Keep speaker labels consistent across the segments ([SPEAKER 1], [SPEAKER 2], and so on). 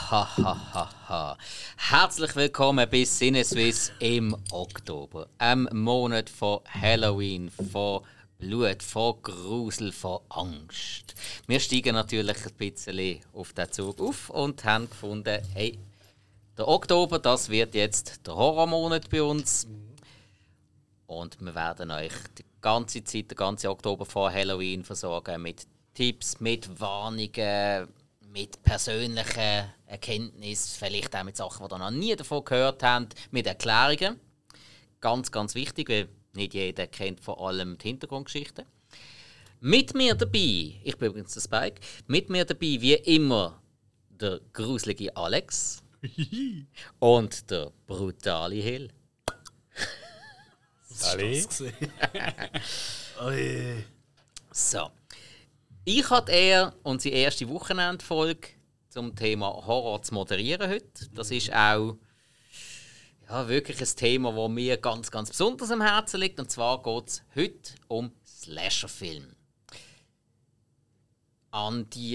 [SPEAKER 1] Ha. Herzlich willkommen bei Sinneswiss im Oktober. Im Monat von Halloween, von Blut, von Grusel, von Angst. Wir steigen natürlich ein bisschen auf den Zug auf und haben gefunden, hey, der Oktober, das wird jetzt der Horrormonat bei uns. Und wir werden euch die ganze Zeit, den ganzen Oktober vor Halloween versorgen mit Tipps, mit Warnungen, mit persönlichen Erkenntnissen, vielleicht auch mit Sachen, die ihr noch nie davon gehört habt, mit Erklärungen. Ganz, ganz wichtig, weil nicht jeder kennt vor allem die Hintergrundgeschichten. Mit mir dabei, ich bin übrigens der Spike, mit mir dabei wie immer der gruselige Alex und der brutale Hill.
[SPEAKER 2] Hallo.
[SPEAKER 1] So. Ich hatte er unsere erste Wochenendfolge zum Thema Horror zu moderieren heute. Das ist auch wirklich ein Thema, das mir ganz, ganz besonders am Herzen liegt. Und zwar geht es heute um Slasher-Filme. An die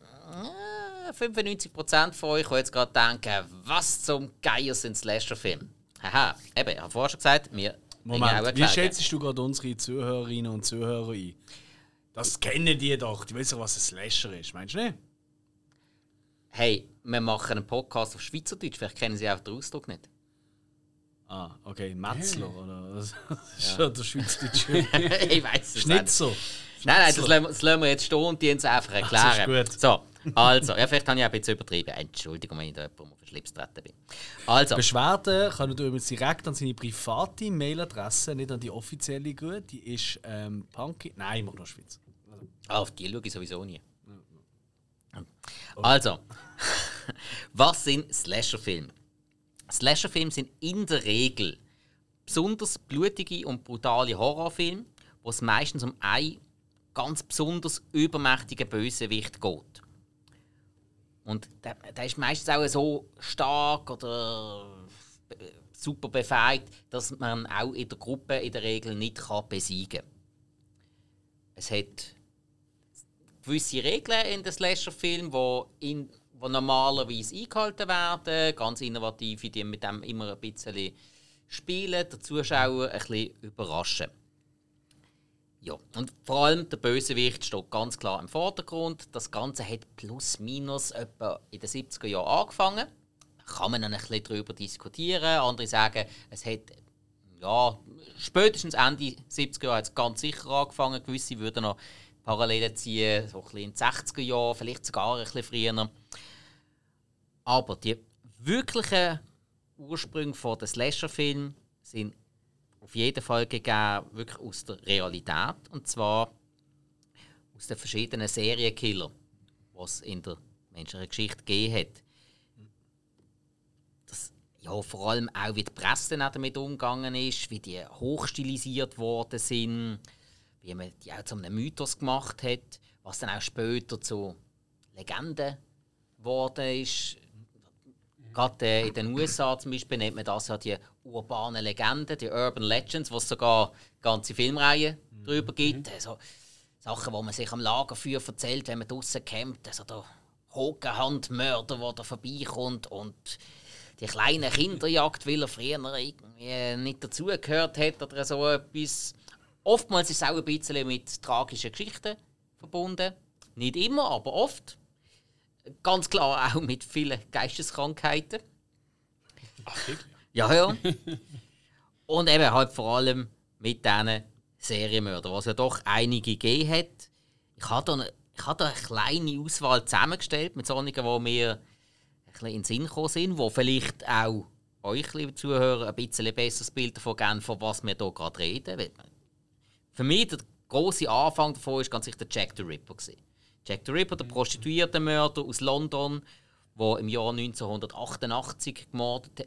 [SPEAKER 1] 95% von euch, die jetzt gerade denken, was zum Geier sind Slasher-Filme? Haha, eben, ich habe vorher schon gesagt, wir
[SPEAKER 2] Moment, wie schätzt du gerade unsere Zuhörerinnen und Zuhörer ein? Das kennen die doch, die wissen, was ein Slasher ist, meinst du nicht?
[SPEAKER 1] Hey, wir machen einen Podcast auf Schweizerdeutsch, vielleicht kennen sie auch den Ausdruck nicht.
[SPEAKER 2] Ah, okay, Metzler, oder? Das ist schon der Schweizerdeutsche.
[SPEAKER 1] Ich weiß es
[SPEAKER 2] Schnitzer.
[SPEAKER 1] nicht. Nein, das lassen wir jetzt stehen und die uns einfach erklären.
[SPEAKER 2] Ach, das ist gut.
[SPEAKER 1] So, also, vielleicht habe ich auch ein bisschen übertrieben. Entschuldigung, wenn ich da jemandem auf den Schlips getreten bin. Also.
[SPEAKER 2] Beschwerden können übrigens direkt an seine private Mailadresse, nicht an die offizielle gut. Die ist Punky. Nein, ich mache noch Schweiz.
[SPEAKER 1] Auf die schaue ich sowieso nie. Also, was sind Slasher-Filme? Slasher-Filme sind in der Regel besonders blutige und brutale Horrorfilme, wo es meistens um einen ganz besonders übermächtigen Bösewicht geht. Und der ist meistens auch so stark oder super befähigt, dass man auch in der Gruppe in der Regel nicht besiegen kann. Es hat gewisse Regeln in den Slasher-Filmen, die normalerweise eingehalten werden. Ganz innovative, die mit dem immer ein bisschen spielen, den Zuschauer ein bisschen überraschen. Ja, und vor allem der Bösewicht steht ganz klar im Vordergrund. Das Ganze hat plus minus etwa in den 70er Jahren angefangen. Da kann man dann ein bisschen darüber diskutieren. Andere sagen, es hat spätestens Ende 70er Jahre hat es ganz sicher angefangen. Gewisse würden noch Parallelen ziehen, so ein bisschen in den 60er Jahren, vielleicht sogar ein bisschen früher. Aber die wirklichen Ursprünge der Slasher-Filme sind auf jeden Fall gegeben, wirklich aus der Realität. Und zwar aus den verschiedenen Serienkillern, die es in der menschlichen Geschichte gegeben hat. Das, vor allem auch, wie die Presse damit umgegangen ist, wie die hochstilisiert worden sind, wie man die auch zu einem Mythos gemacht hat, was dann auch später zu Legenden geworden ist. Gerade in den USA zum Beispiel nennt man das ja die urbanen Legenden, die Urban Legends, wo es sogar ganze Filmreihen darüber gibt. Also Sachen, die man sich am Lagerfeuer erzählt, wenn man draußen campt. Also der Hogenhandmörder, der da vorbeikommt und die kleine Kinderjagd, weil er früher irgendwie nicht dazugehört hat oder so etwas. Oftmals ist es auch ein bisschen mit tragischen Geschichten verbunden. Nicht immer, aber oft. Ganz klar auch mit vielen Geisteskrankheiten.
[SPEAKER 2] Ach, wirklich?
[SPEAKER 1] Ja. Und eben halt vor allem mit diesen Serienmördern, was ja doch einige gegeben hat. Ich habe da eine kleine Auswahl zusammengestellt mit solchen, die mir ein bisschen in den Sinn gekommen sind, die vielleicht auch euch, liebe Zuhörer, ein bisschen besseres Bild davon geben, von was wir hier gerade reden. Für mich der grosse Anfang davon war ganz sicher der Jack the Ripper. Jack the Ripper, der Prostituiertenmörder aus London, der im Jahr 1888 gemordet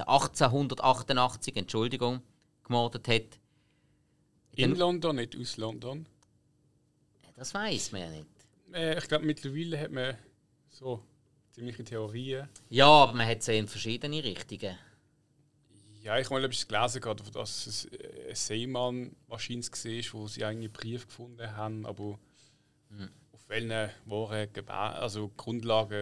[SPEAKER 1] hat.
[SPEAKER 3] In London, nicht aus London.
[SPEAKER 1] Das weiss man ja nicht.
[SPEAKER 3] Ich glaube, mittlerweile hat man so ziemliche Theorien.
[SPEAKER 1] Ja, aber man hat sie in verschiedene Richtungen.
[SPEAKER 3] Ja, ich habe mal etwas gelesen, dass es eine Seemann-Maschine war, wo sie einen Brief gefunden haben, aber auf welchen wahren Grundlagen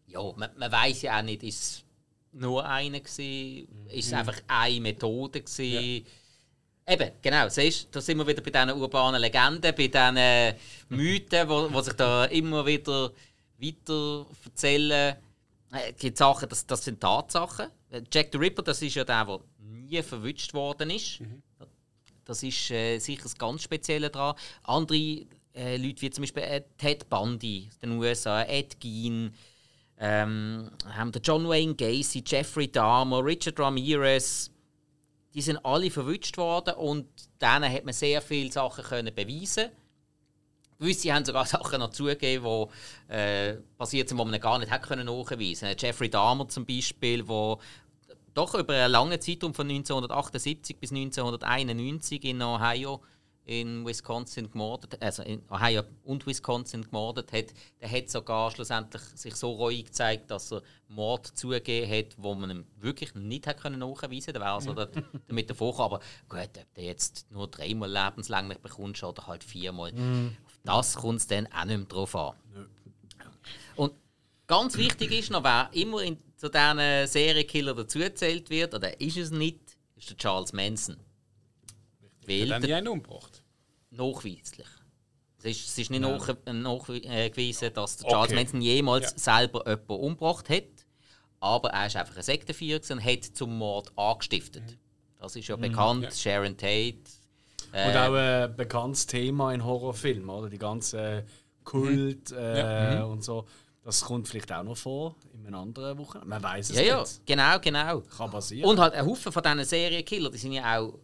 [SPEAKER 1] ja, man weiß ja auch nicht, ist es nur einer gewesen, ist es einfach eine Methode gewesen. Ja. Eben, genau, siehst, da sind wir wieder bei diesen urbanen Legenden, bei diesen Mythen, wo sich da immer wieder weiter erzählen. Es gibt Sachen, das sind Tatsachen. Jack the Ripper, das ist ja der nie verwünscht worden ist. Das ist sicher das ganz Spezielle daran. Andere Leute, wie zum Beispiel Ted Bundy aus den USA, Ed Gein, haben John Wayne Gacy, Jeffrey Dahmer, Richard Ramirez, die sind alle verwünscht worden und denen hat man sehr viele Sachen können beweisen. Gewisse haben sogar Sachen noch zugegeben, die passiert sind, die man gar nicht hätte nachweisen können. Jeffrey Dahmer zum Beispiel, der doch über einen langen Zeitraum von 1978 bis 1991 in Ohio, in Wisconsin gemordet, also in Ohio und Wisconsin gemordet hat. Der hat sogar schlussendlich sich so reuig gezeigt, dass er Mord zugegeben hat, wo man ihm wirklich nicht hat können nachweisen konnte. Also damit davor kam. Aber gut, ob der jetzt nur 3-mal lebenslänglich bekommst oder halt 4-mal, auf das kommt es dann auch nicht mehr drauf an. Und ganz wichtig ist noch, wer immer zu diesen Serienkiller dazugezählt wird, oder ist es nicht, ist der Charles Manson.
[SPEAKER 3] Weil hat er einen umgebracht?
[SPEAKER 1] Nachweislich. Es ist nicht nachgewiesen, dass der Charles Manson jemals selber jemanden umgebracht hat. Aber er war einfach ein Sektenführer und hat zum Mord angestiftet. Das ist ja bekannt, ja. Sharon Tate.
[SPEAKER 2] Und auch ein bekanntes Thema in Horrorfilmen, oder? Die ganzen Kult und so. Das kommt vielleicht auch noch vor in einer anderen Woche. Man weiß es nicht.
[SPEAKER 1] Ja, genau.
[SPEAKER 2] Kann passieren.
[SPEAKER 1] Und halt ein Haufen von diesen Serienkiller, die sind ja auch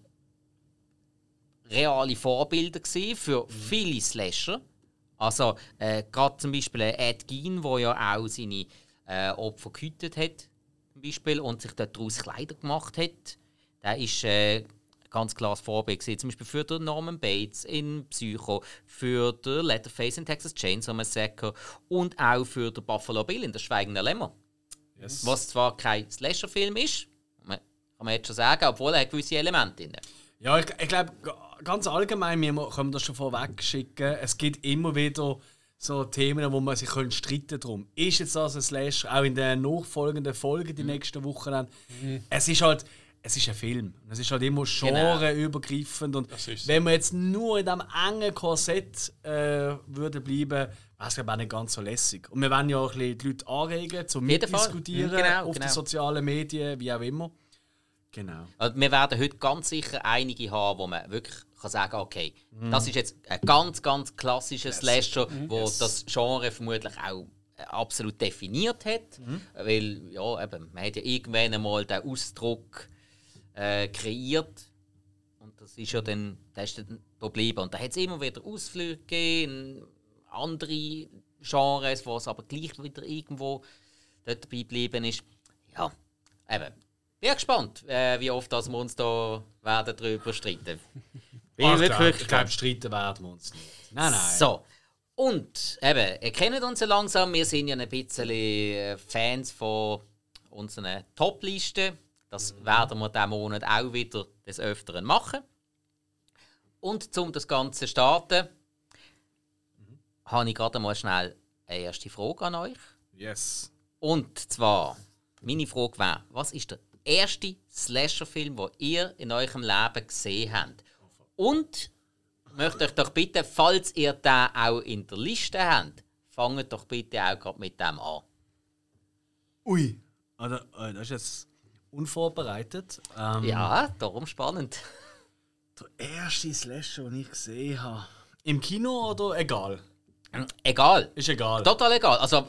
[SPEAKER 1] reale Vorbilder für viele Slasher. Also gerade zum Beispiel Ed Gein, der ja auch seine Opfer gehütet hat zum Beispiel, und sich daraus Kleider gemacht hat. Der ist ganz klar das Vorbild gewesen. Zum Beispiel für den Norman Bates in Psycho, für den Leatherface in Texas Chainsaw Massacre und auch für den Buffalo Bill in Der Schweigende Lämmer. Yes. Was zwar kein Slasher-Film ist, kann man jetzt schon sagen, obwohl er gewisse Elemente drin hat.
[SPEAKER 2] Ja, ich glaube, ganz allgemein, wir können das schon vorweg schicken. Es gibt immer wieder so Themen, wo man sich streiten drum. Ist jetzt das ein Slasher? Auch in den nachfolgenden Folgen, die nächsten Wochen dann. Es ist ein Film. Es ist halt immer genreübergreifend. Und wenn wir jetzt nur in diesem engen Korsett würden bleiben, wäre es auch nicht ganz so lässig. Und wir wollen ja auch ein bisschen die Leute anregen, zum Mitdiskutieren auf den sozialen Medien, wie auch immer. Genau.
[SPEAKER 1] Also wir werden heute ganz sicher einige haben, wo man wirklich kann sagen, okay, das ist jetzt ein ganz, ganz klassischer Slasher, wo das Genre vermutlich auch absolut definiert hat. Weil ja, eben, man hat ja irgendwann einmal den Ausdruck kreiert. Und das ist ja dann, das ist dann da geblieben. Und da hat es immer wieder Ausflüge gegeben, andere Genres, wo es aber gleich wieder irgendwo dort dabei geblieben ist. Ja, eben. Bin gespannt, wie oft wir uns da werden darüber streiten.
[SPEAKER 2] Ich glaube, streiten werden wir uns nicht. Nein.
[SPEAKER 1] So. Und eben, ihr kennt uns ja langsam. Wir sind ja ein bisschen Fans von unseren Top-Listen. Das werden wir diesen Monat auch wieder des Öfteren machen. Und um das Ganze zu starten, habe ich gerade mal schnell eine erste Frage an euch.
[SPEAKER 2] Yes.
[SPEAKER 1] Und zwar, meine Frage wäre, was ist der erste Slasher-Film, den ihr in eurem Leben gesehen habt? Und ich möchte euch doch bitten, falls ihr den auch in der Liste habt, fangt doch bitte auch gerade mit dem an.
[SPEAKER 2] Ui, das ist jetzt unvorbereitet.
[SPEAKER 1] Ja, darum spannend.
[SPEAKER 2] Der erste Slasher, den ich gesehen habe. Im Kino oder egal?
[SPEAKER 1] Egal.
[SPEAKER 2] Ist egal.
[SPEAKER 1] Total egal. Also,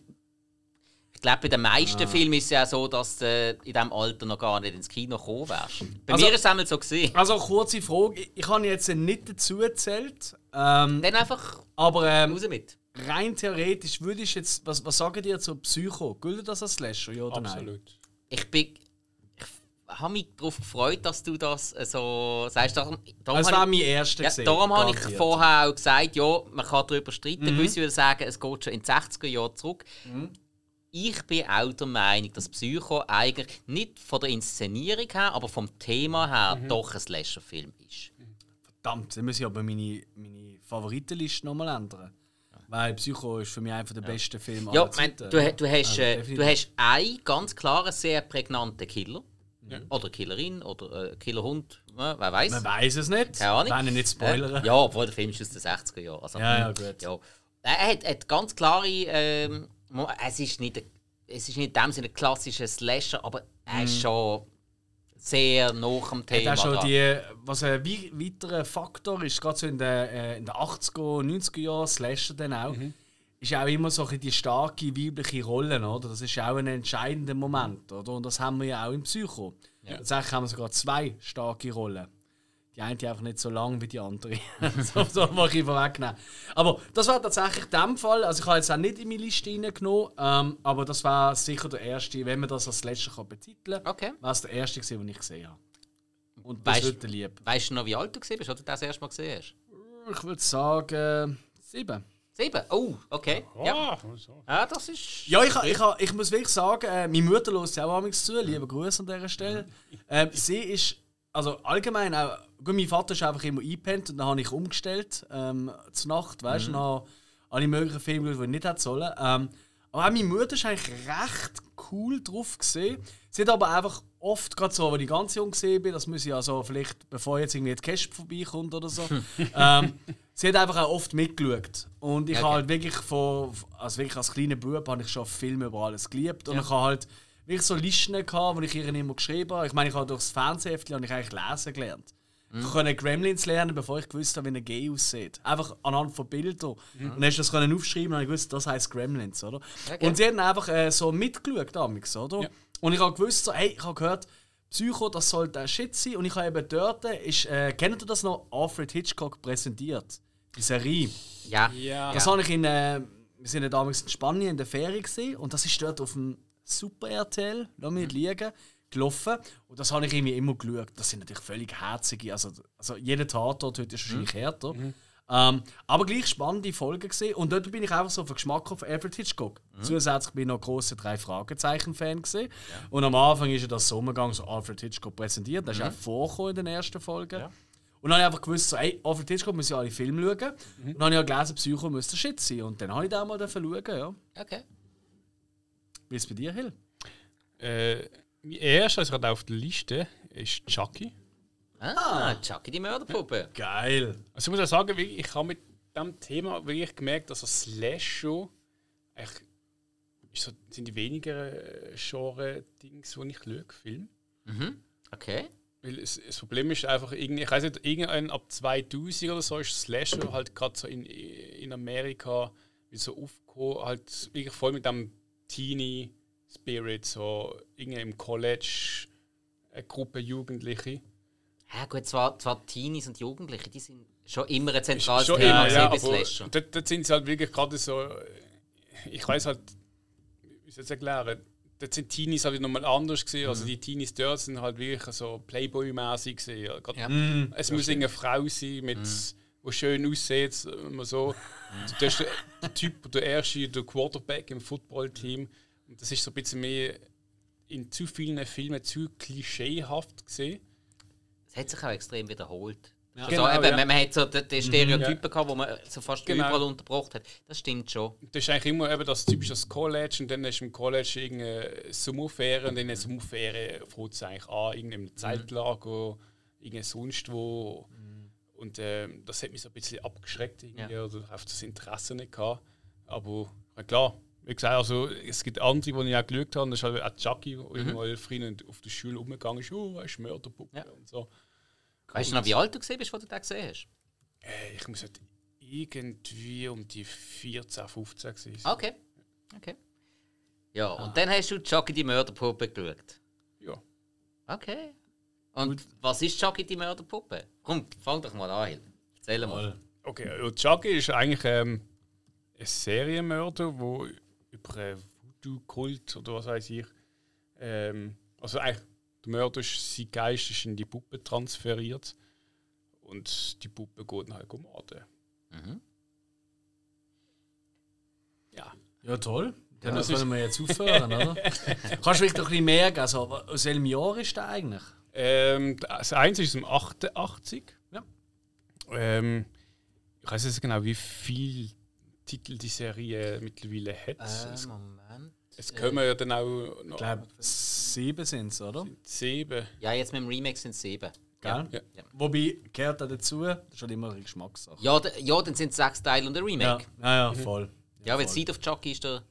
[SPEAKER 1] ich glaube, bei den meisten Filmen ist es ja so, dass du in diesem Alter noch gar nicht ins Kino gekommen wärst. Bei mir ist es einmal so gesehen.
[SPEAKER 2] Also, kurze Frage. Ich habe jetzt nicht dazu gezählt.
[SPEAKER 1] Dann einfach raus mit.
[SPEAKER 2] Rein theoretisch würde ich jetzt... Was sagen dir zu Psycho? Gilt das als Slasher, ja oder nein?
[SPEAKER 3] Absolut.
[SPEAKER 1] Ich habe mich darauf gefreut, dass du das so sagst. Das
[SPEAKER 2] war mein erster gesehen.
[SPEAKER 1] Darum habe ich vorher auch gesagt, ja, man kann darüber streiten. Gewisse würden sagen, es geht schon in die 60er Jahre zurück. Ich bin auch der Meinung, dass Psycho eigentlich nicht von der Inszenierung her, aber vom Thema her doch ein Slasher-Film ist.
[SPEAKER 2] Verdammt, dann muss ich aber meine Favoritenliste nochmal ändern. Weil Psycho ist für mich einer der besten Filme
[SPEAKER 1] Ja,
[SPEAKER 2] aller Zeiten.
[SPEAKER 1] du hast einen ganz klaren, sehr prägnanten Killer. Ja. Oder Killerin oder Killerhund, wer weiß.
[SPEAKER 2] Man weiß es nicht.
[SPEAKER 1] Keine Ahnung.
[SPEAKER 2] Wenn ich nicht spoilern.
[SPEAKER 1] Ja, obwohl der Film ist aus den 60er Jahren. Also,
[SPEAKER 2] Ja, gut.
[SPEAKER 1] Ja. Er hat ganz klare. Es ist nicht in dem Sinne ein klassischer Slasher, aber er ist schon sehr nach dem Thema.
[SPEAKER 2] Das ist schon was ein weiterer Faktor ist, gerade so in den 80er, 90er Jahren, Slasher dann auch, ist auch immer so die starke weibliche Rolle, oder? Das ist auch ein entscheidender Moment, oder? Und das haben wir ja auch im Psycho. Ja. Tatsächlich haben wir sogar 2 starke Rollen. Die eine einfach nicht so lang wie die andere. so mache ich vorwegnehmen. Aber das war tatsächlich in dem Fall. Also ich habe jetzt auch nicht in meine Liste reingenommen, aber das war sicher der erste, wenn man das als Slasher betiteln kann, war es der erste, den ich gesehen habe. Und bis heute lieb.
[SPEAKER 1] Weißt du noch, wie alt du warst, als du das erste Mal gesehen hast?
[SPEAKER 2] Ich würde sagen 7.
[SPEAKER 1] 7? Oh, okay. Ja, das ist...
[SPEAKER 2] Ja, ich muss wirklich sagen, meine Mutter hört ja auch manchmal zu. Liebe Grüße an dieser Stelle. Sie ist... Also allgemein auch... Gut, mein Vater ist einfach immer eingepennt und dann habe ich umgestellt zur Nacht, weißt du, dann alle möglichen Filme, die ich nicht hätte sollen. Aber auch meine Mutter ist eigentlich recht cool drauf gesehen. Sie hat aber einfach oft, gerade so, wenn ich ganz jung gesehen bin, das muss ich also vielleicht, bevor jetzt irgendwie die Kesp vorbeikommt oder so, sie hat einfach auch oft mitgeschaut. Und ich habe halt wirklich wirklich als kleiner Bub habe ich schon Filme über alles geliebt. Und ich habe halt wirklich so Listen gehabt, die ich ihr immer geschrieben habe. Ich meine, ich habe durch das Fernsehheftchen habe ich eigentlich lesen gelernt. Ich konnte Gremlins lernen, bevor ich gewusst habe, wie ein Gay aussieht. Einfach anhand von Bildern. Und dann hast du das aufschreiben und ich wusste, das heisst Gremlins, oder? Okay. Und sie haben einfach so mitgeschaut damals, oder? Ja. Und ich habe gewusst, so, hey, ich habe gehört, Psycho, das soll der Shit sein. Und ich habe eben dort, kennt ihr das noch? Alfred Hitchcock präsentiert. Die Serie.
[SPEAKER 1] Ja.
[SPEAKER 2] Das habe ich wir sind ja damals in Spanien in der Ferie gesehen und das ist dort auf dem Super RTL, lass mich nicht liegen, gelaufen. Und das habe ich irgendwie immer geschaut. Das sind natürlich völlig herzige, also jeder Tatort heute ist wahrscheinlich härter. Aber gleich spannende Folgen gesehen. Und dort bin ich einfach so auf den Geschmack auf Alfred Hitchcock. Zusätzlich bin ich noch grosser 3-Fragezeichen-Fan gesehen. Ja. Und am Anfang ist ja das so umgegangen, so Alfred Hitchcock präsentiert. Das ist auch vorgekommen in den ersten Folgen. Ja. Und dann habe ich einfach gewusst, so, hey, Alfred Hitchcock muss ja alle Filme schauen. Und dann habe ich auch gelesen, Psycho müsste der Shit sein. Und dann habe ich da mal schauen, ja.
[SPEAKER 1] Okay.
[SPEAKER 2] Wie ist es bei dir, Hill?
[SPEAKER 3] Mein erster, also gerade auf der Liste, ist Chucky.
[SPEAKER 1] Chucky, die Mörderpuppe.
[SPEAKER 2] Geil.
[SPEAKER 3] Also ich muss auch sagen, ich habe mit diesem Thema wirklich gemerkt, dass das Slasher sind die weniger Genre-Dings, die ich schaue, Filme.
[SPEAKER 1] Okay.
[SPEAKER 3] Weil das Problem ist einfach, ich weiß nicht, irgendwann ab 2000 oder so ist Slasher halt gerade so in Amerika so aufgekommen, halt wirklich voll mit dem Teenie Spirit, so irgendwie im College, eine Gruppe Jugendliche.
[SPEAKER 1] Ja gut, zwar Teenies und Jugendliche, die sind schon immer ein zentrales Thema bei Slasher.
[SPEAKER 3] Dort sind sie halt wirklich gerade so, ich weiß halt, wie soll ich es erklären, dort sind Teenies halt nochmal anders gesehen. Also die Teenies dort sind halt wirklich so Playboy-mäßig gesehen. Es muss eine Frau sein, die schön aussieht, so. Das ist der Typ, der erste, der Quarterback im Footballteam. Und das ist so ein bisschen mehr in zu vielen Filmen zu klischeehaft gesehen.
[SPEAKER 1] Es hat sich auch extrem wiederholt.
[SPEAKER 2] Ja.
[SPEAKER 1] Genau, also, man hat so die Stereotypen gehabt, die man so fast überall unterbrochen hat. Das stimmt schon.
[SPEAKER 3] Das ist eigentlich immer eben das typische College und dann hast du im College irgendeine Sommerferien und in der Sommerferien fängt es eigentlich an, irgendeinem Zeltlager, irgendein sonst wo. Und das hat mich so ein bisschen abgeschreckt irgendwie, oder auf das Interesse nicht gehabt. Aber klar, wie gesagt, also, es gibt andere, die ich auch geschaut habe. Das ist halt auch Chucky, wo irgendwann früher auf der Schule umgegangen ist, weißt du, Mörderpuppe und so.
[SPEAKER 1] Weißt du noch, wie alt du warst, als du den gesehen hast?
[SPEAKER 3] Ich muss halt irgendwie um die 14, 15 sein.
[SPEAKER 1] Okay. Ja, und dann hast du Chucky die Mörderpuppe geschaut?
[SPEAKER 3] Ja.
[SPEAKER 1] Okay. Und was ist Chucky die Mörderpuppe? Komm, fang doch mal an, Hill. Erzähl mal.
[SPEAKER 3] Okay, Chucky ist eigentlich ein Serienmörder, der über einen Voodoo-Kult oder was weiß ich. Also eigentlich, der Mörder ist, sein Geist ist in die Puppe transferiert. Und die Puppe geht dann halt morden.
[SPEAKER 2] Ja, toll. Dann können wir jetzt aufhören, oder? Kannst du vielleicht noch ein bisschen mehr geben? Also, aus welchem Jahr ist der eigentlich?
[SPEAKER 3] Das eins ist aus dem 88.
[SPEAKER 2] Ja.
[SPEAKER 3] Ich weiß nicht genau, wie viel Titel die Serie mittlerweile hat.
[SPEAKER 1] Moment.
[SPEAKER 3] Es kommen ja dann auch noch.
[SPEAKER 2] Ich glaube, 7 sind es, oder?
[SPEAKER 3] 7.
[SPEAKER 1] Ja, jetzt mit dem Remake sind es 7.
[SPEAKER 2] Gell?
[SPEAKER 3] Ja.
[SPEAKER 2] Wobei, gehört da dazu, das ist halt immer eine Geschmackssache.
[SPEAKER 1] Ja, dann sind es 6 Teile und ein Remake.
[SPEAKER 2] Ja, voll.
[SPEAKER 1] Ja, weil Seed of Chucky ist der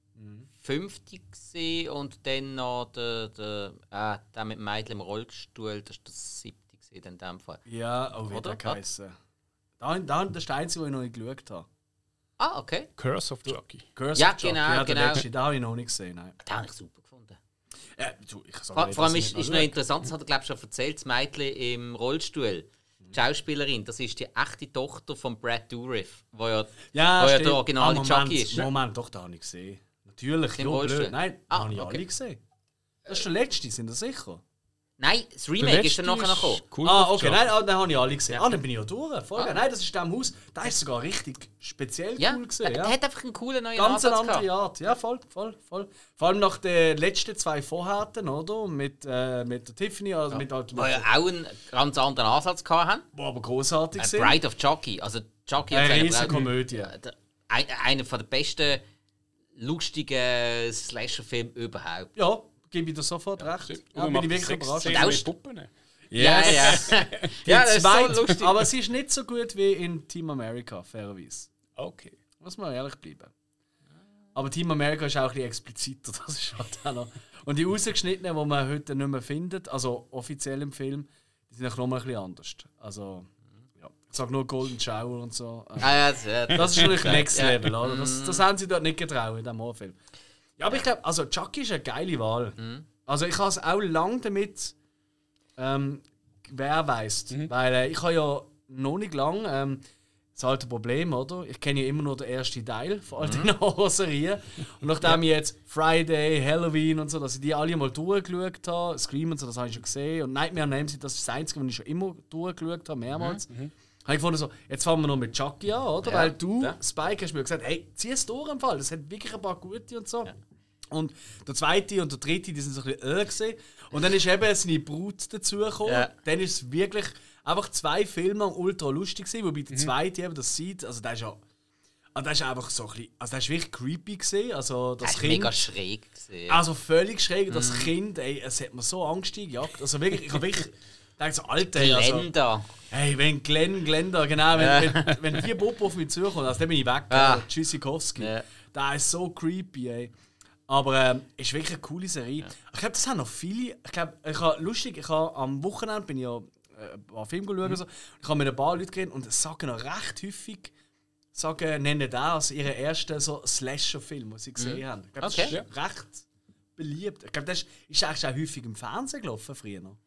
[SPEAKER 1] 5. gewesen und dann noch der mit dem Mädchen im Rollstuhl, das ist der 7. gewesen in dem Fall.
[SPEAKER 2] Ja, wie
[SPEAKER 1] Oder?
[SPEAKER 2] der geheißen. Das ist der einzige, den ich noch nicht geschaut habe.
[SPEAKER 1] Ah, okay.
[SPEAKER 3] Curse of Chucky.
[SPEAKER 2] Curse
[SPEAKER 1] Ja,
[SPEAKER 2] of Chucky.
[SPEAKER 1] genau,
[SPEAKER 2] Ja, der
[SPEAKER 1] genau.
[SPEAKER 2] letzte, den habe ich noch nicht gesehen. Nein.
[SPEAKER 1] Den habe ich super gefunden.
[SPEAKER 2] Ich sag
[SPEAKER 1] Vor
[SPEAKER 2] nicht,
[SPEAKER 1] allem
[SPEAKER 2] dass ich
[SPEAKER 1] ist
[SPEAKER 2] nicht
[SPEAKER 1] noch
[SPEAKER 2] schaue.
[SPEAKER 1] interessant, das hat er glaube ich schon erzählt, das Mädchen im Rollstuhl. Die Schauspielerin, das ist die echte Tochter von Brad Dourif, wo ja
[SPEAKER 2] stimmt.
[SPEAKER 1] der originale
[SPEAKER 2] Moment,
[SPEAKER 1] Chucky ist.
[SPEAKER 2] Moment, doch, den habe ich gesehen. Natürlich,
[SPEAKER 1] Im
[SPEAKER 2] ja,
[SPEAKER 1] Rollstuhl?
[SPEAKER 2] blöd. Nein, den habe ich
[SPEAKER 1] okay.
[SPEAKER 2] alle gesehen. Das ist der letzte, sind ihr sicher?
[SPEAKER 1] Nein, das Remake ist dann nachher noch gekommen.
[SPEAKER 3] Cool
[SPEAKER 2] Okay, nein, den habe ich alle gesehen. Dann bin ich ja durch. Voll geil. Nein, das ist dem Haus, der ist sogar richtig speziell
[SPEAKER 1] Ja,
[SPEAKER 2] cool gesehen.
[SPEAKER 1] er hat einfach einen coolen neuen
[SPEAKER 2] Ganz eine
[SPEAKER 1] Ansatz
[SPEAKER 2] andere
[SPEAKER 1] gehabt.
[SPEAKER 2] Art. Ja, voll. Vor allem nach den letzten 2 Vorhärten, oder? Mit der Tiffany, also mit
[SPEAKER 1] Wo ja auch einen ganz anderen Ansatz gehabt haben.
[SPEAKER 2] wo aber großartig sind.
[SPEAKER 1] Bride of Chucky. Also Chucky
[SPEAKER 2] Eine
[SPEAKER 1] seine
[SPEAKER 2] riesige
[SPEAKER 1] Braut-
[SPEAKER 2] Komödie.
[SPEAKER 1] Einer der besten, lustigen Slasher-Filme überhaupt.
[SPEAKER 2] Ja, gebe ich dir sofort recht. Ja, bin ich wirklich überrascht.
[SPEAKER 3] Szenen
[SPEAKER 1] Und
[SPEAKER 3] mit
[SPEAKER 1] auch-
[SPEAKER 3] Puppen.
[SPEAKER 1] Ja, ja.
[SPEAKER 2] Die
[SPEAKER 1] Ja, das ist so
[SPEAKER 2] zweite,
[SPEAKER 1] lustig.
[SPEAKER 2] aber sie ist nicht so gut wie in Team America, fairerweise.
[SPEAKER 3] Okay.
[SPEAKER 2] Muss man ehrlich bleiben. Aber Team America ist auch ein bisschen expliziter, das ist halt auch noch. Und die rausgeschnittenen, die man heute nicht mehr findet, also offiziell im Film, die sind auch noch mal ein bisschen anders. Also, ja, ich sage nur Golden Shower und so. Das ist natürlich Next Level, oder? Das haben sie dort nicht getraut in diesem Horrorfilm. Ja, aber ich glaube, also Chucky ist eine geile Wahl. Also ich habe es auch lange damit gewährleistet, weil ich habe ja noch nicht lange das alte Problem, oder? Ich kenne ja immer nur den ersten Teil von all diesen Horrorserien. Und nachdem ich jetzt Friday, Halloween und so, dass ich die alle mal durchgeschaut habe, Scream und so, das habe ich schon gesehen. Und Nightmare on Elm Street, das ist das Einzige, was ich schon immer durchgeschaut habe, mehrmals. Habe ich gefunden, so, jetzt fangen wir noch mit Chucky an, oder? Weil du, Spike, hast mir gesagt, hey, zieh es durch im Fall, das hat wirklich ein paar gute und so. Und der zweite und der dritte, die sind so ein bisschen gesehen. Und dann ist eben seine Brut dazugekommen.
[SPEAKER 1] Ja.
[SPEAKER 2] Dann ist es wirklich einfach 2 Filme lang ultra lustig gewesen, wobei der zweite eben, das sieht, also der ist ja... Also der ist einfach so ein bisschen... Also der ist wirklich creepy gewesen, also das
[SPEAKER 1] Das ist
[SPEAKER 2] Kind...
[SPEAKER 1] mega schräg gesehen.
[SPEAKER 2] Also völlig schräg, das Kind, ey, es hat mir so Angst eingejagt. Also wirklich, ich habe wirklich... gedacht so, Alter, ey, also,
[SPEAKER 1] Länder.
[SPEAKER 2] hey, wenn Glenda, genau, wenn die Puppe auf mich zukommt, also dann bin ich weg. Tschüssikowski.
[SPEAKER 1] Ja.
[SPEAKER 2] Der ist so creepy, ey. Aber ist wirklich eine coole Serie. Ich glaube, das haben noch viele. Ich habe am Wochenende bin ich ja ein paar Filme geschaut. So. Ich habe mit ein paar Leuten geredet und sagen noch recht häufig, nennen das als ihren ersten so Slasher-Film, den sie gesehen haben. Ich glaube, das
[SPEAKER 1] Okay.
[SPEAKER 2] ist recht beliebt. Ich glaube, das ist eigentlich auch häufig im Fernsehen gelaufen früher noch.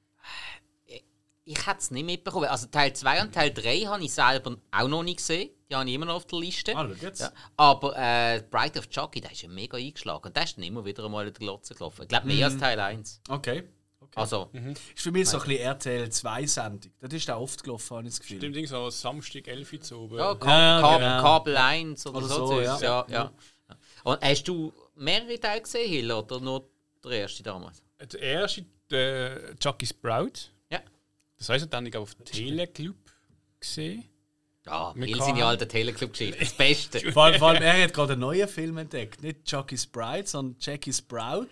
[SPEAKER 1] Ich hätte es nicht mitbekommen. Also Teil 2 und Teil 3 habe ich selber auch noch nicht gesehen. Die habe ich immer noch auf der Liste.
[SPEAKER 2] Ah, schau jetzt.
[SPEAKER 1] Ja. Aber Bride of Chucky, der ist ja mega eingeschlagen. Und der ist dann immer wieder einmal in der Glotze gelaufen. Ich glaube, mehr als Teil 1.
[SPEAKER 2] Okay.
[SPEAKER 1] Also,
[SPEAKER 2] Ist für mich so ein bisschen RTL 2-Sendung. Das ist auch oft gelaufen, habe ich das Gefühl.
[SPEAKER 3] Stimmt, Ding so Samstag 11 Uhr zu oben.
[SPEAKER 1] ja,
[SPEAKER 2] genau.
[SPEAKER 1] Kabel 1 oder so.
[SPEAKER 2] so,
[SPEAKER 1] Zeugs.
[SPEAKER 2] ja.
[SPEAKER 1] Ja. Und hast du mehrere Teile gesehen, Hill, oder nur der erste damals?
[SPEAKER 3] Der erste, der Chucky's Braut.
[SPEAKER 1] Ja.
[SPEAKER 3] Das heisst, dann habe ich auf Teleclub gesehen.
[SPEAKER 1] Ja,
[SPEAKER 3] Wir
[SPEAKER 1] Hill
[SPEAKER 3] kann-
[SPEAKER 1] seine alte Teleclub-Geschichte. Das Beste.
[SPEAKER 2] Vor allem, er hat gerade einen neuen Film entdeckt. Nicht Chucky's Bride, sondern Chucky's Braut.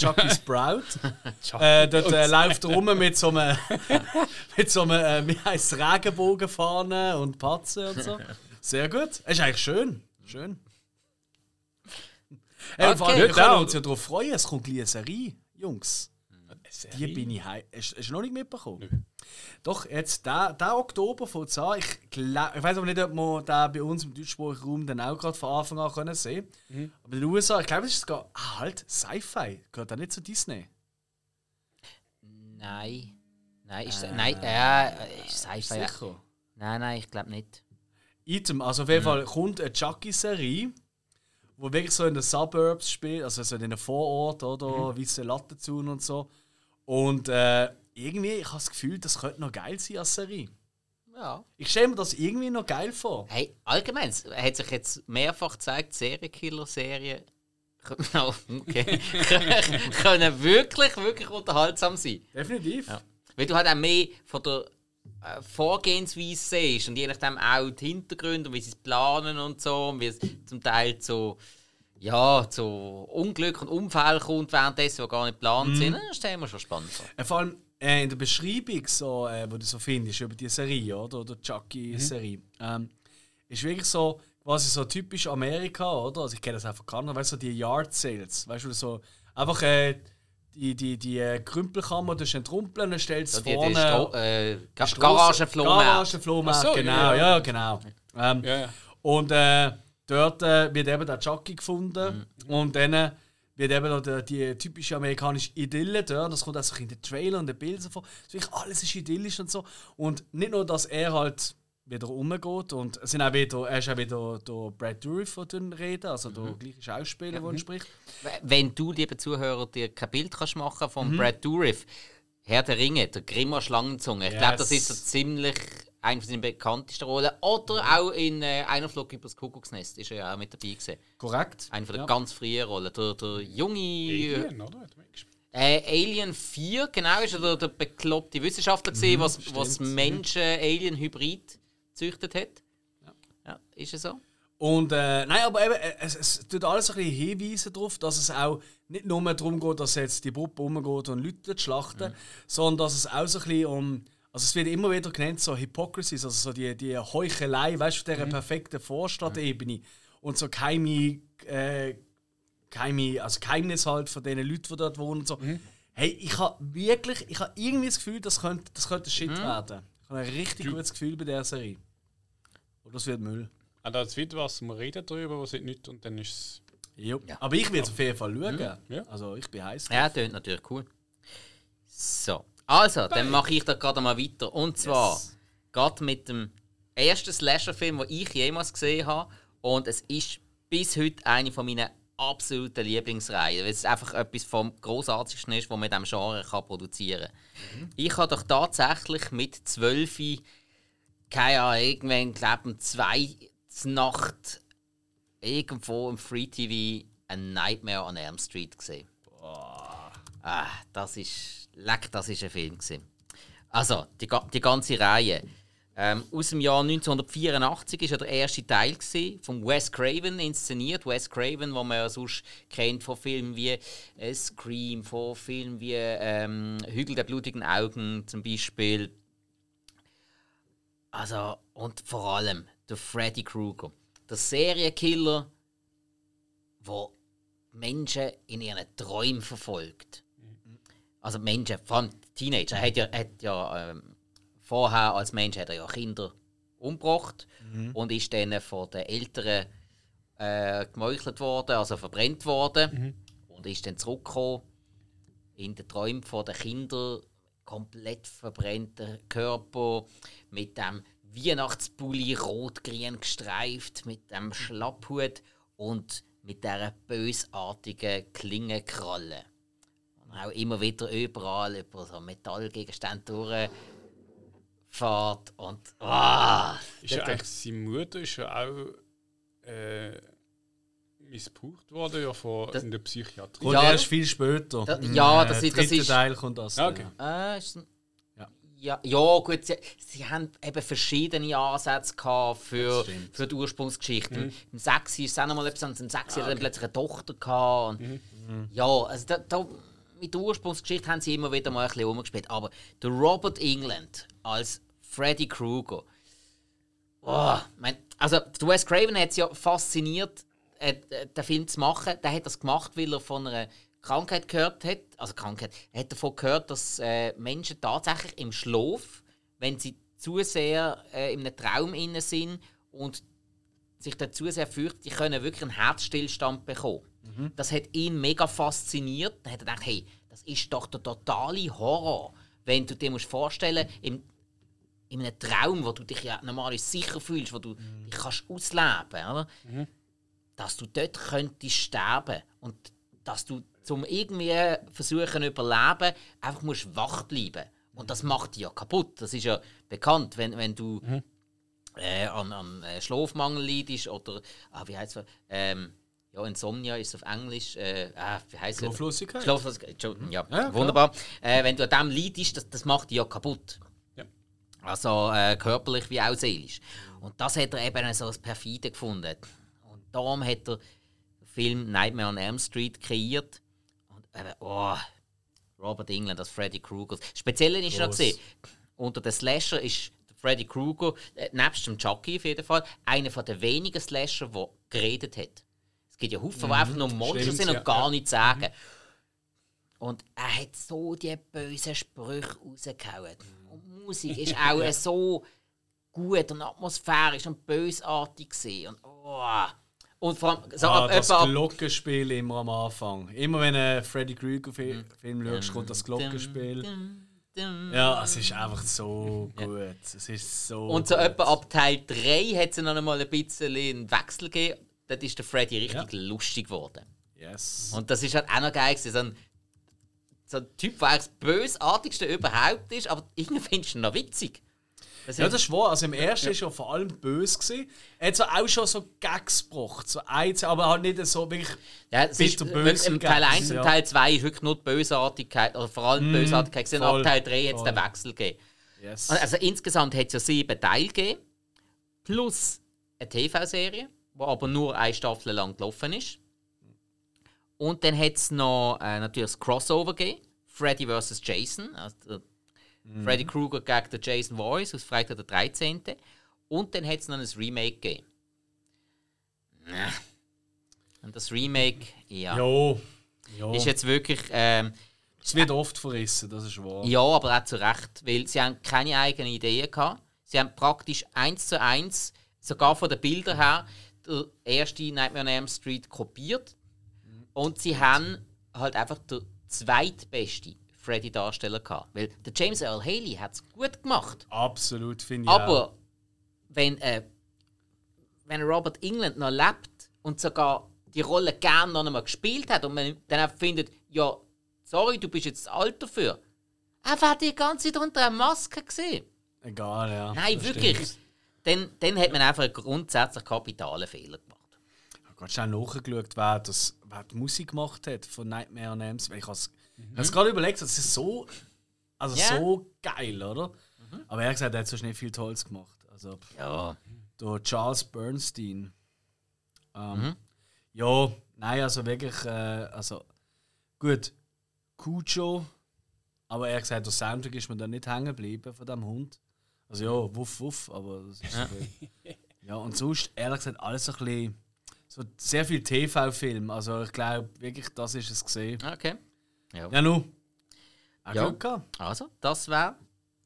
[SPEAKER 2] Dort läuft er rum mit so einem, wie heisst es, Regenbogenfahne und Patze und so. Sehr gut. Ist eigentlich schön. Vor allem, wir können uns ja darauf freuen, es kommt gleich eine Serie, Jungs. Die bin ich Hast du noch nicht mitbekommen? Doch, jetzt der Oktober von an. Ich weiß aber nicht, ob wir den bei uns im deutschsprachigen Raum dann auch gerade von Anfang an können sehen können. Aber in den USA, ich glaube, es ist sogar halt Sci-Fi. Gehört da nicht zu Disney?
[SPEAKER 1] Nein, ist Sci-Fi. Ja.
[SPEAKER 2] Sicher.
[SPEAKER 1] Nein, ich glaube nicht.
[SPEAKER 2] Item, also auf jeden Fall kommt eine Chucky-Serie, wo wirklich so in den Suburbs spielt, also so in den Vorort oder weiße Lattenzaun und so. Und irgendwie, ich habe das Gefühl, das könnte noch geil sein als Serie.
[SPEAKER 1] Ja.
[SPEAKER 2] Ich stelle mir das irgendwie noch geil vor.
[SPEAKER 1] Hey, allgemein, es hat sich jetzt mehrfach gezeigt, Serienkiller-Serien können wirklich unterhaltsam sein.
[SPEAKER 2] Definitiv.
[SPEAKER 1] Ja. Weil du halt auch mehr von der Vorgehensweise siehst und je nachdem auch die Hintergründe und wie sie es planen und so, und wie es zum Teil zu Unglück und Unfällen kommt währenddessen, die gar nicht geplant sind, das stellen wir schon spannend vor.
[SPEAKER 2] Vor allem in der Beschreibung, so, wo du so findest über die Serie, oder die Chucky-Serie, ist wirklich so quasi so typisch Amerika, oder? Also ich kenne das auch von Kanada, weißt du, so die Yard Sales, weißt du, so einfach die Krümpelkammer, du entrumpeln und stellst vorne...
[SPEAKER 1] Garagenflohmarkt.
[SPEAKER 2] Genau. Und dort wird eben der Chucky gefunden und dann wird eben noch die typische amerikanische Idylle dort, das kommt auch in den Trailer und den Bildern vor. Alles ist idyllisch und so. Und nicht nur, dass er halt wieder umgeht und er ist auch wieder der Brad Dourif, der reden, also der gleiche Schauspieler, der spricht.
[SPEAKER 1] Wenn du, liebe Zuhörer, dir kein Bild kannst machen von Brad Dourif, Herr der Ringe, der Grimmer Schlangenzunge, ich glaube, das ist so ziemlich eine von seinen bekanntesten Rollen. Oder auch in «Einer flog übers Kuckucksnest» ist er ja auch mit dabei gewesen.
[SPEAKER 2] Korrekt.
[SPEAKER 1] Eine von der ganz frühen Rollen. Der junge...
[SPEAKER 3] Alien, oder?
[SPEAKER 1] Alien 4, genau, ist er der bekloppte Wissenschaftler gewesen, was Menschen-Alien-Hybrid gezüchtet hat. Ja, ist es so?
[SPEAKER 2] Und nein, aber eben, es tut alles ein bisschen hinweisen darauf, dass es auch nicht nur darum geht, dass jetzt die Puppe umgeht und Leute schlachten, sondern dass es auch so ein bisschen also es wird immer wieder genannt, so Hypocrisies, also so die Heuchelei, weißt du, von dieser perfekten Vorstadtebene und so Geheimnis halt von den Leuten, die dort wohnen und so. Hey, ich habe irgendwie das Gefühl, das könnte Shit werden. Ich habe ein richtig gutes Gefühl bei dieser Serie. Oder das wird Müll.
[SPEAKER 3] Das wird was, wir reden darüber, was nicht und dann ist es...
[SPEAKER 2] Ja. Aber ich will es auf jeden Fall schauen. Ja. Also ich bin heiß.
[SPEAKER 1] Ja, das klingt natürlich cool. So, also, dann mache ich da gerade mal weiter. Und zwar gerade mit dem ersten Slasher-Film, den ich jemals gesehen habe. Und es ist bis heute eine von meinen absoluten Lieblingsreihen, weil es einfach etwas vom Grossartigsten ist, was man in diesem Genre produzieren kann. Ich habe doch tatsächlich mit 12, keine Ahnung, irgendwann, glaube ich, 2 Nacht irgendwo im Free TV A Nightmare on Elm Street gesehen. Das ist ein Film gewesen. Also, die ganze Reihe. Aus dem Jahr 1984 war ja der erste Teil gewesen, von Wes Craven inszeniert. Wes Craven, den man ja sonst kennt von Filmen wie Scream, von Filmen wie Hügel der blutigen Augen zum Beispiel. Also, und vor allem der Freddy Krueger. Der Serienkiller, der Menschen in ihren Träumen verfolgt. Also Menschen, vor allem Teenager. Er hat ja vorher als Mensch hat er ja Kinder umgebracht und ist dann von den Eltern gemeuchelt worden, also verbrennt worden. Und ist dann zurückgekommen in den Träumen der Kinder, komplett verbrannter Körper, mit dem Weihnachtspulli rot-grün gestreift, mit dem Schlapphut und mit dieser bösartigen Klingenkralle. Und auch immer wieder überall über so Metallgegenstände durchfährt und
[SPEAKER 3] ist ja eigentlich seine Mutter ist ja auch missbraucht worden in der Psychiatrie.
[SPEAKER 2] Und erst viel später.
[SPEAKER 1] Das ist
[SPEAKER 2] Teil kommt das.
[SPEAKER 3] Okay.
[SPEAKER 1] Ja, gut, sie haben eben verschiedene Ansätze gehabt für die Ursprungsgeschichte. Im 6 ist es auch noch mal etwas, im 6 hat er dann plötzlich eine Tochter gehabt. Ja, also mit der Ursprungsgeschichte haben sie immer wieder mal ein bisschen rumgespielt. Aber der Robert Englund als Freddy Krueger, also der Wes Craven hat es ja fasziniert, den Film zu machen. Der hat das gemacht, weil er von einer Krankheit gehört hat. Er hat davon gehört, dass Menschen tatsächlich im Schlaf, wenn sie zu sehr in einem Traum inne sind und sich dazu sehr fürchten, die können wirklich einen Herzstillstand bekommen. Das hat ihn mega fasziniert. Dann hat er gedacht, hey, das ist doch der totale Horror. Wenn du dir vorstellen musst, in einem Traum, wo du dich ja normalerweise sicher fühlst, wo du dich kannst ausleben kannst, dass du dort könntest sterben und dass du zum irgendwie versuchen zu überleben, einfach musst wach bleiben. Und das macht dich ja kaputt. Das ist ja bekannt, wenn du an Schlafmangel leidest oder wie heißt es? Insomnia ist auf Englisch. Wie heißt es?
[SPEAKER 2] Schlaflosigkeit.
[SPEAKER 1] Schlaflosigkeit. Ja, wunderbar. Wenn du an dem leidest, das macht dich ja kaputt.
[SPEAKER 3] Ja.
[SPEAKER 1] Also körperlich wie auch seelisch. Und das hat er eben so als perfide gefunden. Und darum hat er den Film Nightmare on Elm Street kreiert. Und Robert Englund als Freddy Krueger. Das Spezielle ist noch gesehen, unter den Slasher ist Freddy Krueger, nebst dem Chucky auf jeden Fall, einer der wenigen Slasher, der geredet hat. Es gibt ja Haufen, die einfach nur Monster sind und gar nichts sagen. Und er hat so die bösen Sprüche rausgehauen. Und die Musik ist auch so gut und atmosphärisch und bösartig gewesen. Und vor allem so
[SPEAKER 2] das Glockenspiel immer am Anfang. Immer wenn ein Freddy Krueger-Film schaust, kommt das Glockenspiel. Ja, es ist einfach so gut. Es ist so
[SPEAKER 1] und so etwa ab Teil 3 hat es noch einmal ein bisschen einen Wechsel gegeben. Dort ist der Freddy richtig lustig geworden.
[SPEAKER 2] Yes.
[SPEAKER 1] Und das ist halt auch noch geil gewesen. So ein Typ, der eigentlich das Bösartigste überhaupt ist, aber irgendwie findest du ihn noch witzig.
[SPEAKER 2] Das ist wahr. Also im ersten war er vor allem böse gewesen. Er hat so auch schon so Gags gebracht, so aber halt nicht so wirklich
[SPEAKER 1] böse. Im Teil 1 und Teil 2 ist wirklich nur die Bösartigkeit, oder vor allem die Bösartigkeit gewesen. Ab Teil 3 hat es den Wechsel gegeben.
[SPEAKER 2] Yes.
[SPEAKER 1] Also insgesamt hat es ja 7 Teile gegeben, plus eine TV-Serie, die aber nur eine Staffel lang gelaufen ist. Und dann hat es noch natürlich das Crossover gegeben, Freddy vs. Jason, also Freddy Krueger gegen den Jason Voorhees aus Freitag der 13. Und dann hat es noch ein Remake gegeben. Und das Remake, ist jetzt wirklich...
[SPEAKER 2] es wird oft verrissen, das ist wahr.
[SPEAKER 1] Ja, aber auch zu Recht, weil sie haben keine eigenen Ideen gehabt. Sie haben praktisch 1:1, sogar von den Bildern her, der erste Nightmare on Elm Street kopiert. Und sie haben halt einfach der zweitbeste Freddy-Darsteller gehabt. Weil der James Earl Haley hat es gut gemacht.
[SPEAKER 2] Absolut, finde ich
[SPEAKER 1] aber auch. Wenn Robert Englund noch lebt und sogar die Rolle gerne noch einmal gespielt hat und man dann auch findet, ja, sorry, du bist jetzt alt dafür. Er hat die ganze Zeit unter einer Maske gesehen.
[SPEAKER 2] Egal, ja.
[SPEAKER 1] Nein, wirklich. Dann hat man einfach einen grundsätzlich kapitalen Fehler gemacht.
[SPEAKER 2] Ich habe gerade schnell nachgeschaut, wer die Musik gemacht hat von Nightmare on Elm Street. Ich habe es gerade überlegt, das ist so geil, oder? Aber er hat gesagt, er hat so schnell viel Tolles gemacht. Also, der Charles Bernstein. Ja, nein, also wirklich, gut, Cujo, aber er hat gesagt, der Soundtrack ist mir dann nicht hängen geblieben von diesem Hund. Also ja, wuff, wuff, aber das ist so. Ja, und sonst, ehrlich gesagt, alles so ein bisschen, so sehr viel TV-Film. Also ich glaube wirklich, das ist es gesehen.
[SPEAKER 1] Okay.
[SPEAKER 2] Ja, nun. Ja.
[SPEAKER 1] Also, das war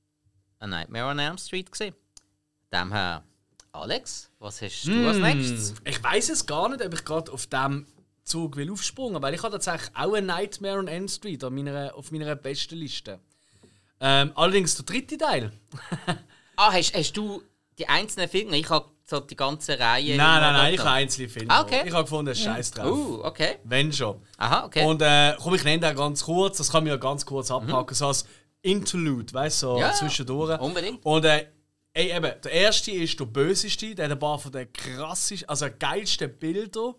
[SPEAKER 1] A Nightmare on Elm Street gesehen. Dem Herr Alex, was hast du als nächstes?
[SPEAKER 2] Ich weiss es gar nicht, ob ich gerade auf dem Zug will aufspringen, weil ich habe tatsächlich auch A Nightmare on Elm Street auf meiner besten Liste. Allerdings der dritte Teil.
[SPEAKER 1] Hast du die einzelnen Filme? Ich habe so die ganze Reihe.
[SPEAKER 2] Nein, ich habe einzelne Filme.
[SPEAKER 1] Okay.
[SPEAKER 2] Ich habe gefunden, Scheiß drauf.
[SPEAKER 1] Okay.
[SPEAKER 2] Wenn schon.
[SPEAKER 1] Aha, okay.
[SPEAKER 2] Und komm, ich nenne den ganz kurz, das kann man ja ganz kurz abpacken, so als Interlude, weißt du, so zwischendurch.
[SPEAKER 1] Unbedingt.
[SPEAKER 2] Und eben, der erste ist der böseste, der hat ein paar von den krassesten, also geilsten Bilder,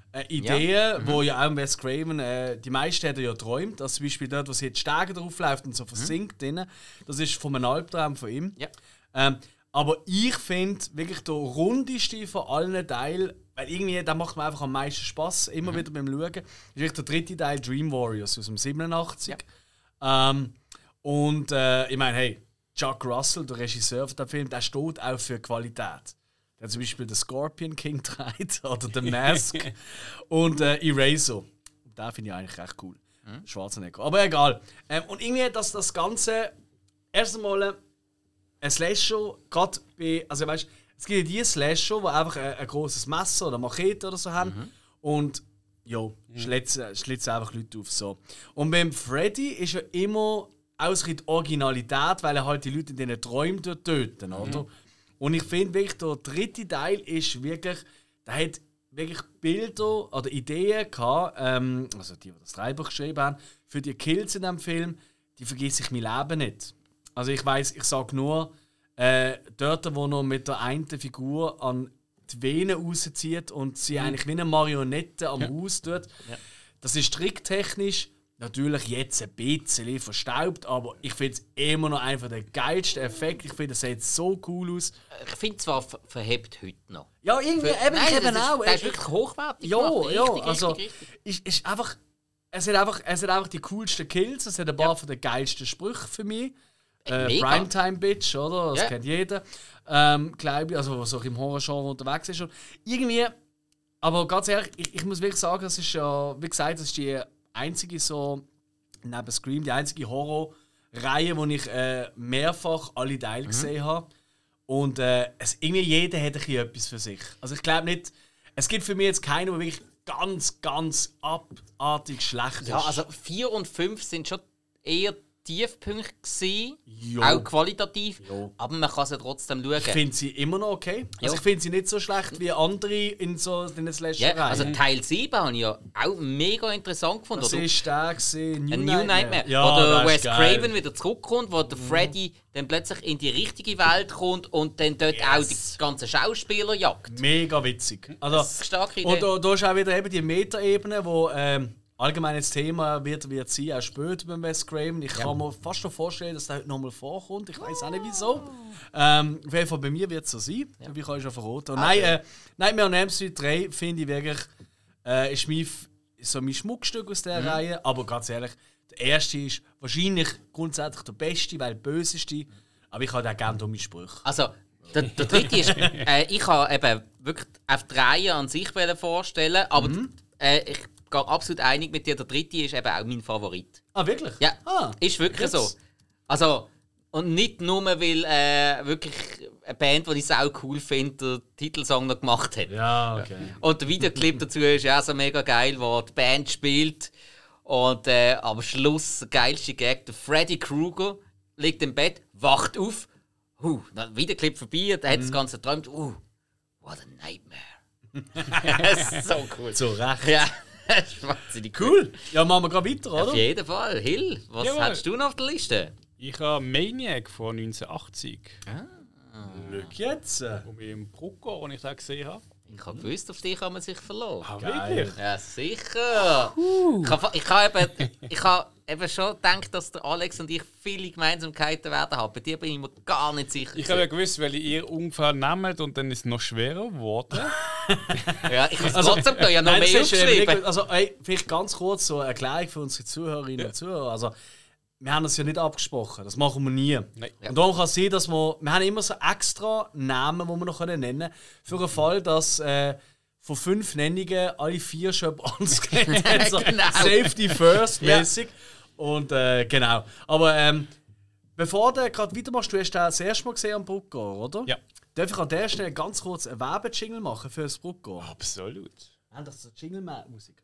[SPEAKER 2] Ideen, wo ja auch Wes Craven, die meisten hat er ja träumt, also zum Beispiel dort, wo sie jetzt Stege drauf läuft und so versinkt drin, das ist von einem Albtraum von ihm.
[SPEAKER 1] Ja.
[SPEAKER 2] Aber ich finde wirklich der rundeste von allen Teilen, weil irgendwie, da macht mir einfach am meisten Spass, immer wieder beim Schauen, ist wirklich der dritte Teil Dream Warriors aus dem 87. Ja. Und ich meine, hey, Chuck Russell, der Regisseur von dem Film, der steht auch für Qualität. Der hat zum Beispiel den Scorpion King gedreht oder The Mask und Eraser. Den finde ich eigentlich recht cool. Schwarzenegger. Aber egal. Und irgendwie, dass das Ganze erst einmal ein Slasher, gerade bei, also weißt, es gibt ja die Slasher, die einfach ein grosses Messer oder Machete oder so haben und schlitzen einfach Leute auf. So. Und beim Freddy ist ja immer auch die Originalität, weil er halt die Leute in diesen Träumen töten, oder? Und ich finde wirklich, der dritte Teil ist wirklich, der hat wirklich Bilder oder Ideen gehabt, also die das Drehbuch geschrieben haben, für die Kills in diesem Film, die vergesse ich mein Leben nicht. Also ich weiss, ich sage nur, dort, wo er mit der einen Figur an die Venen rauszieht und sie eigentlich wie eine Marionette am Haus tut. Ja. Das ist tricktechnisch natürlich jetzt ein bisschen verstaubt, aber ich finde es immer noch einfach der geilste Effekt. Ich finde, es sieht so cool aus.
[SPEAKER 1] Ich finde zwar verhebt heute noch.
[SPEAKER 2] Ja, irgendwie, eben,
[SPEAKER 1] Nein,
[SPEAKER 2] ich eben auch.
[SPEAKER 1] Der ist wirklich hochwertig.
[SPEAKER 2] Ja,
[SPEAKER 1] gemacht.
[SPEAKER 2] ja,
[SPEAKER 1] Richtig,
[SPEAKER 2] also
[SPEAKER 1] richtig.
[SPEAKER 2] ist einfach, es hat einfach die coolsten Kills, es hat ein paar von den geilsten Sprüchen für mich.
[SPEAKER 1] Mega.
[SPEAKER 2] Primetime Bitch, oder? Das
[SPEAKER 1] Ja.
[SPEAKER 2] kennt jeder. Glaube ich, also was auch im Horrorgenre unterwegs ist. Und irgendwie, aber ganz ehrlich, ich muss wirklich sagen, das ist ja, wie gesagt, das ist die einzige so, neben Scream, die einzige Horrorreihe, wo ich mehrfach alle Teile gesehen habe. Und irgendwie jeder hat ein bisschen etwas für sich. Also ich glaube nicht, es gibt für mich jetzt keinen, der wirklich ganz, ganz abartig schlecht ist.
[SPEAKER 1] Ja, also 4 und 5 sind schon eher Tiefpunkte gewesen,
[SPEAKER 2] Jo.
[SPEAKER 1] auch qualitativ,
[SPEAKER 2] Jo.
[SPEAKER 1] aber man kann sie trotzdem schauen.
[SPEAKER 2] Ich finde sie immer noch okay. Also
[SPEAKER 1] Ja.
[SPEAKER 2] ich finde sie nicht so schlecht wie andere in so den Slasher-Reihen.
[SPEAKER 1] Ja, also Teil 7 habe ich ja auch mega interessant gefunden.
[SPEAKER 2] das
[SPEAKER 1] Oder
[SPEAKER 2] ist der gewesen,
[SPEAKER 1] ein New Nightmare.
[SPEAKER 2] Ja,
[SPEAKER 1] wo der
[SPEAKER 2] das
[SPEAKER 1] Wes
[SPEAKER 2] ist geil.
[SPEAKER 1] Craven wieder zurückkommt, wo der Freddy dann plötzlich in die richtige Welt kommt und dann dort auch die ganzen Schauspieler jagt.
[SPEAKER 2] Mega witzig. Also,
[SPEAKER 1] Das ist eine starke Idee.
[SPEAKER 2] und da ist auch wieder eben die Meta-Ebene, wo allgemeines Thema wird sein, auch später beim Wes Craven. Ich kann mir fast schon vorstellen, dass der heute nochmal vorkommt. Ich weiß auch nicht wieso. Auf jeden Fall bei mir wird es so sein. Ja. Wie kann ich schon verraten. Und Nightmare on Elm Street 3 finde ich wirklich ist mein Schmuckstück aus dieser Reihe. Aber ganz ehrlich, der erste ist wahrscheinlich grundsätzlich der beste, weil der böseste. Aber ich habe auch gerne dumme Sprüche.
[SPEAKER 1] Also, der dritte ist. Ich habe eben wirklich auf die Reihe an sich vorstellen, aber ich gehe absolut einig mit dir, der dritte ist eben auch mein Favorit.
[SPEAKER 2] Ah, wirklich?
[SPEAKER 1] Ja,
[SPEAKER 2] Ah,
[SPEAKER 1] ist wirklich
[SPEAKER 2] jetzt.
[SPEAKER 1] so. Also, und nicht nur, weil wirklich eine Band, die ich sau cool finde, den Titelsong noch gemacht hat.
[SPEAKER 2] Ja, okay.
[SPEAKER 1] Und der Videoclip dazu ist auch so mega geil, wo die Band spielt. Und am Schluss der geilste Gag, der Freddy Krueger liegt im Bett, wacht auf. Der Videoclip vorbei, der hat das Ganze geträumt. What a nightmare. Das ist so cool.
[SPEAKER 2] Zu Recht.
[SPEAKER 1] Ja, das ist wahnsinnig
[SPEAKER 2] Cool. Ja, machen wir gerade weiter, oder?
[SPEAKER 1] Auf jeden Fall. Hill, was
[SPEAKER 3] Jawohl.
[SPEAKER 1] hast du noch auf der Liste?
[SPEAKER 3] Ich habe Maniac von 1980,
[SPEAKER 2] Glück jetzt.
[SPEAKER 3] wo wir im Brucker, den ich da gesehen habe.
[SPEAKER 1] Ich habe gewusst, auf dich kann man sich verlassen.
[SPEAKER 2] Geil.
[SPEAKER 1] Ja, sicher. Ich habe eben schon gedacht, dass der Alex und ich viele Gemeinsamkeiten werden haben. Bei dir bin ich mir gar nicht sicher.
[SPEAKER 3] Ich habe ja gewusst, weil ihr ungefähr nehmt und dann ist es noch schwerer geworden.
[SPEAKER 1] Ja, ich habe trotzdem da ja noch
[SPEAKER 2] Nein, das
[SPEAKER 1] mehr
[SPEAKER 2] ist,
[SPEAKER 1] aufgeschrieben.
[SPEAKER 2] also, vielleicht ganz kurz so eine Erklärung für unsere Zuhörerinnen und Zuhörer. Also, wir haben das ja nicht abgesprochen, das machen wir nie.
[SPEAKER 3] Nein.
[SPEAKER 2] Und darum kann es sein, dass wir haben immer so extra Namen, die wir noch nennen können, für den Fall, dass von 5 Nennungen alle 4 schon uns kennen. So
[SPEAKER 1] Genau.
[SPEAKER 2] Safety first mäßig. Und genau. Aber bevor du gerade weitermachst, du hast den das erste Mal gesehen am Brucker, oder?
[SPEAKER 3] Ja.
[SPEAKER 2] Darf ich an der Stelle ganz kurz einen Werbejingle machen für das Brucker?
[SPEAKER 3] Absolut.
[SPEAKER 2] Ja, das ist so Jingle-Musik.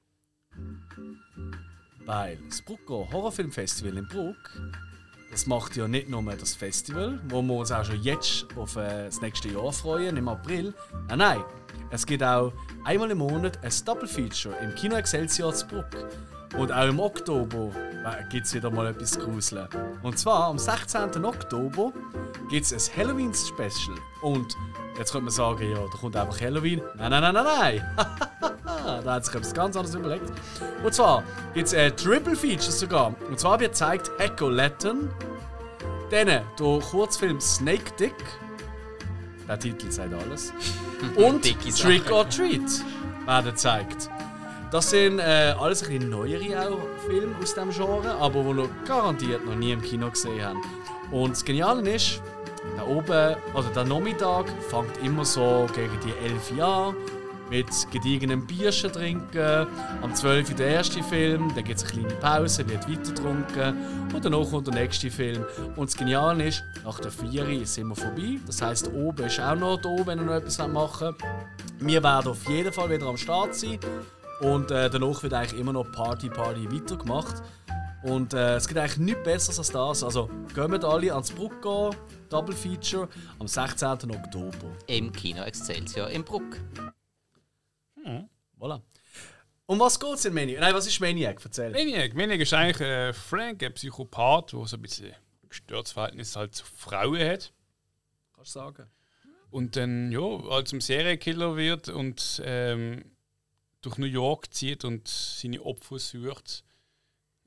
[SPEAKER 2] Weil das Brucker Horrorfilmfestival in Bruck, das macht ja nicht nur das Festival, wo wir uns auch schon jetzt auf das nächste Jahr freuen, im April. Nein, es gibt auch einmal im Monat ein Double Feature im Kino Excelsior zu Bruck. Und auch im Oktober gibt es wieder mal etwas zu gruseln. Und zwar am 16. Oktober gibt es ein Halloween-Special. Und jetzt könnte man sagen, ja, da kommt einfach Halloween. Nein. Da hat sich etwas ganz anderes überlegt. Und zwar gibt es Triple Features sogar. Und zwar wird gezeigt Hack-O-Lantern, dann der Kurzfilm Snake Dick, der Titel sagt alles, und
[SPEAKER 1] Dicke Sache.
[SPEAKER 2] Trick or Treat werden gezeigt. Das sind alles ein bisschen neuere auch Filme aus diesem Genre, aber die noch garantiert noch nie im Kino gesehen haben. Und das Geniale ist, da oben, oder der Nachmittag fängt immer so gegen die 11 Jahre mit gediegenem Bierchen trinken. Am 12 Uhr der erste Film, dann gibt es eine kleine Pause, wird weiter getrunken und danach kommt der nächste Film. Und das Geniale ist, nach der 4 sind wir vorbei. Das heisst, oben ist auch noch da, wenn ihr noch etwas machen wollt. Wir werden auf jeden Fall wieder am Start sein. Und danach wird eigentlich immer noch Party weitergemacht. Und es gibt eigentlich nichts Besseres als das. Also gehen alle ans Brucker Double Feature am 16. Oktober.
[SPEAKER 1] Im Kino Excelsior in Bruck.
[SPEAKER 2] Voilà. Um was geht es in Maniac? Nein, was ist Maniac? Erzähl.
[SPEAKER 3] Maniac ist eigentlich Frank, ein Psychopath, der so ein bisschen gestörtes Verhältnis halt zu Frauen hat.
[SPEAKER 2] Kannst du sagen?
[SPEAKER 3] Und dann ja, zum Serienkiller wird und durch New York zieht und seine Opfer sucht.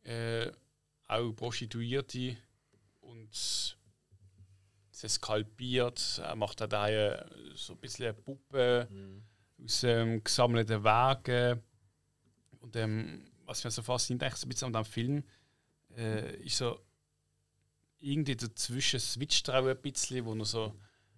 [SPEAKER 3] auch Prostituierte und sie skalpiert. Er macht da so ein bisschen eine Puppe aus gesammelten Wagen. Und was mir so fasziniert, so ein bisschen an diesem Film, ist so irgendwie dazwischen switcht er auch ein bisschen, wo er so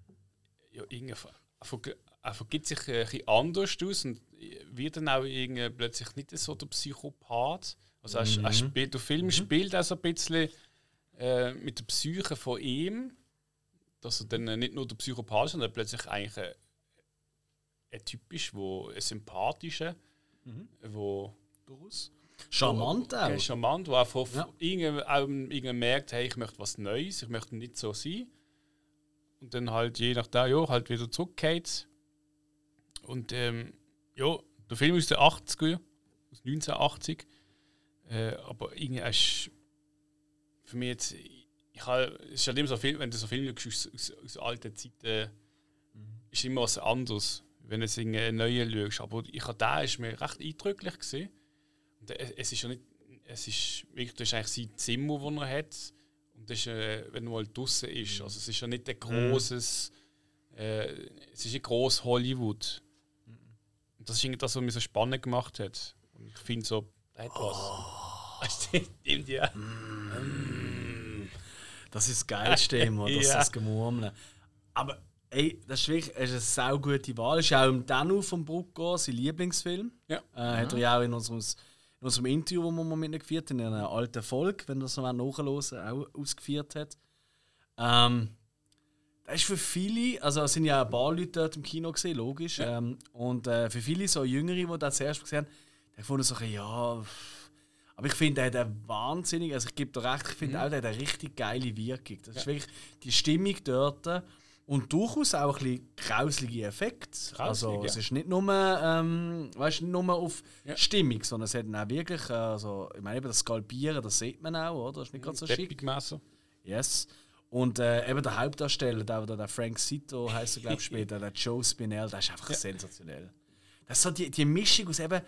[SPEAKER 3] er vergibt sich ein bisschen anders aus und wird dann auch plötzlich nicht so der Psychopath. Also der Film spielt auch so ein bisschen mit der Psyche von ihm, dass er dann nicht nur der Psychopath ist, sondern plötzlich eigentlich ein Typ ist, ein sympathischer, wo durchaus
[SPEAKER 2] charmant auch.
[SPEAKER 3] Charmant, wo einfach irgendwann merkt, hey, ich möchte was Neues, ich möchte nicht so sein. Und dann halt je nachdem halt wieder zurückgeht. Und der Film ist der 80er, aus 1980. Aber irgendwie ist für mich jetzt, es ist halt immer so viel, wenn du so Filme aus alten Zeiten, ist immer was anderes, wenn du es in einen neuen schaust. Aber da ist mir recht eindrücklich gesehen. Und es ist ja nicht, es ist wirklich, das ist eigentlich sein Zimmer, das er hat. Und das ist, wenn er mal draußen ist. Also es ist ja nicht ein grosses, es ist ein grosses Hollywood. Und das ist irgendwie das, was mich so spannend gemacht hat. Und ich finde so, da hat was. Stimmt, ja.
[SPEAKER 2] Das ist das Geilste immer, das Gemurmeln. Aber ey, das ist wirklich eine saugute Wahl. Das ist auch im Danu von Brucko sein Lieblingsfilm. Ja. Hat er ja auch in unserem Interview, das wir mal mit ihm geführt haben, in einer alten Folge, wenn ihr das noch nachhören auch ausgeführt hat. Das ist für viele, also es sind ja ein paar Leute dort im Kino gesehen, logisch. Ja. Und für viele so Jüngere, die das zuerst gesehen haben, die fanden so, ja. Aber ich finde, er hat eine wahnsinnig, also ich gebe dir recht, ich finde auch, er hat eine richtig geile Wirkung. Das ist wirklich die Stimmung dort. Und durchaus auch ein bisschen grauselige Effekte. Also es ist nicht nur, nicht nur auf Stimmung, sondern es hat auch wirklich, also ich meine, eben das Skalpieren, das sieht man auch, oder? Das ist nicht ganz so schick.
[SPEAKER 3] Teppichmesser.
[SPEAKER 2] Yes. Und eben der Hauptdarsteller, der Frank Zito heisst er, glaube ich, später, der Joe Spinell, der ist einfach sensationell. Das ist so die Mischung aus eben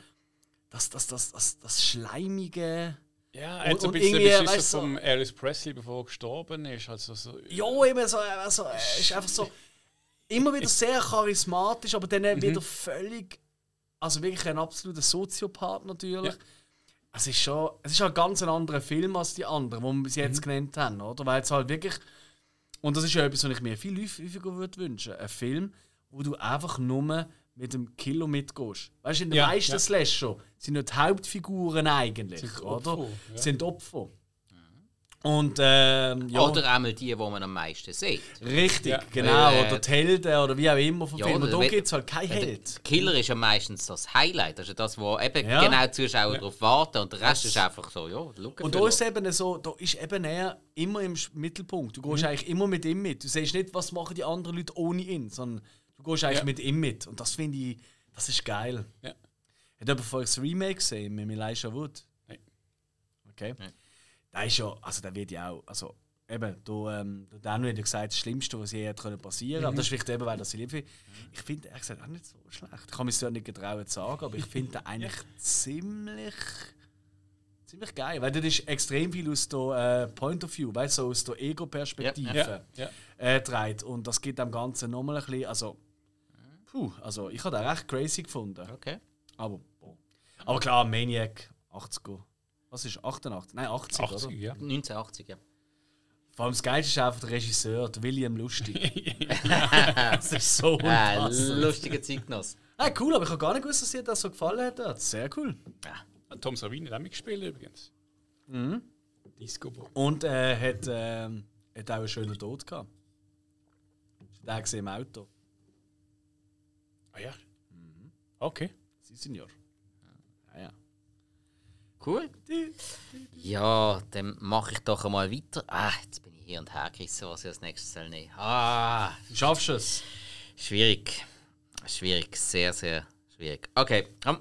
[SPEAKER 2] das Schleimige.
[SPEAKER 3] Ja, er hat so ein bisschen Beschiss von Elvis Presley, bevor er gestorben ist. Also so,
[SPEAKER 2] ja, immer so, also, ist einfach so immer wieder sehr charismatisch, aber dann wieder völlig, also wirklich ein absoluter Soziopath natürlich. Ja. Es ist schon ein ganz anderer Film als die anderen, die wir bis jetzt genannt haben, oder? Weil es halt wirklich, und das ist ja etwas, was ich mir viel häufiger würde wünschen, ein Film, wo du einfach nur mit dem Killer mitgehst. Weißt du, in den meisten Slasher sind nicht die Hauptfiguren eigentlich, sind oder? Ja. Sind Opfer. Und,
[SPEAKER 1] oder einmal die man am meisten sieht.
[SPEAKER 2] Richtig, genau. Oder die Helden oder wie auch immer vom Film. Und da gibt es halt keinen Held.
[SPEAKER 1] Der Killer ist ja meistens das Highlight. Also das, wo eben genau die Zuschauer darauf warten. Und der Rest ist einfach so,
[SPEAKER 2] und da ist eben so, da ist eben er immer im Mittelpunkt. Du gehst eigentlich immer mit ihm mit. Du siehst nicht, was machen die anderen Leute ohne ihn, sondern du gehst eigentlich mit ihm mit. Und das finde ich, das ist geil. Ja. Hat jemand vorher das Remake gesehen mit Elijah Wood? Nein. Okay. Nein. Der ist ja, also der wird ja auch, also eben, der Daniel hat ja gesagt, das Schlimmste, was je hätte passieren können. Aber das ist vielleicht eben, weil das lieb ist. Ich finde ehrlich gesagt auch nicht so schlecht. Ich kann mich es nicht getrauen zu sagen, aber ich finde den eigentlich ziemlich geil. Weil das ist extrem viel aus der Point of View, weißt du, so aus der Ego-Perspektive dreht. Und das gibt dem Ganzen nochmal ein bisschen, also ich habe den recht crazy gefunden.
[SPEAKER 1] Okay.
[SPEAKER 2] Aber klar, Maniac, 80er. Was ist 88? Nein, 80,
[SPEAKER 3] 80
[SPEAKER 2] oder?
[SPEAKER 3] Ja.
[SPEAKER 1] 1980, ja.
[SPEAKER 2] Vor allem das Geilste ist einfach der Regisseur, der William Lustig. Das ist so unpassend.
[SPEAKER 1] Lustiger Zeitgenoss.
[SPEAKER 2] Cool, aber ich habe gar nicht gewusst, dass dir das so gefallen hat. Sehr cool.
[SPEAKER 3] Ja. Tom Savini hat auch mitgespielt übrigens. Disco Boy.
[SPEAKER 2] Und hat auch einen schönen Tod gehabt. Den gesehen im Auto.
[SPEAKER 3] Ah ja? Okay.
[SPEAKER 2] Sie Senior. Ja.
[SPEAKER 1] Cool. Ja, dann mache ich doch einmal weiter. Jetzt bin ich hier und her gerissen, was ich als nächstes nehmen soll.
[SPEAKER 2] Du schaffst es.
[SPEAKER 1] Schwierig. Sehr, sehr schwierig. Okay, komm.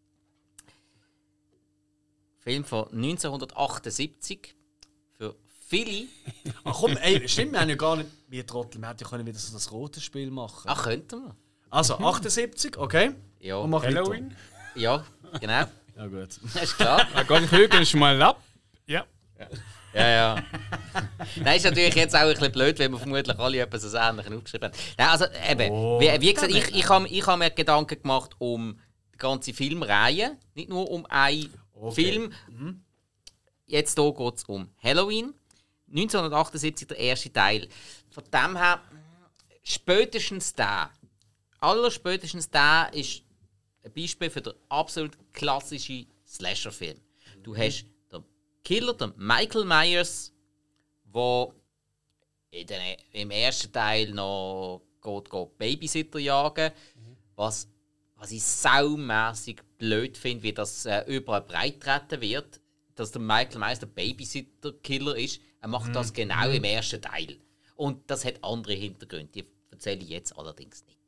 [SPEAKER 1] Film von 1978. Für viele.
[SPEAKER 2] Komm, stimmt, wir haben ja gar nicht. Wir Trottel, wir hätten ja wieder so das rote Spiel machen.
[SPEAKER 1] Könnten wir.
[SPEAKER 2] Also, 78, okay.
[SPEAKER 1] Ja.
[SPEAKER 3] Halloween?
[SPEAKER 1] Ja, genau.
[SPEAKER 2] Ja, gut.
[SPEAKER 1] Das ist klar.
[SPEAKER 3] Dann gehe ich hören schon mal ab. Ja.
[SPEAKER 1] Ja. Nein, ist natürlich jetzt auch ein bisschen blöd, wenn wir vermutlich alle etwas so Ähnliches aufgeschrieben haben. Nein, also eben, wie gesagt, ich habe mir Gedanken gemacht um die ganze Filmreihe, nicht nur um einen Film. Jetzt hier geht es um Halloween. 1978 der erste Teil. Von dem her, allerspätestens der ist ein Beispiel für den absolut klassischen Slasher-Film. Du hast den Killer, den Michael Myers, der im ersten Teil noch geht Babysitter jagen, was ich saumässig blöd finde, wie das überall breittreten wird, dass der Michael Myers der Babysitter-Killer ist. Er macht das genau im ersten Teil. Und das hat andere Hintergründe, die erzähle ich jetzt allerdings nicht.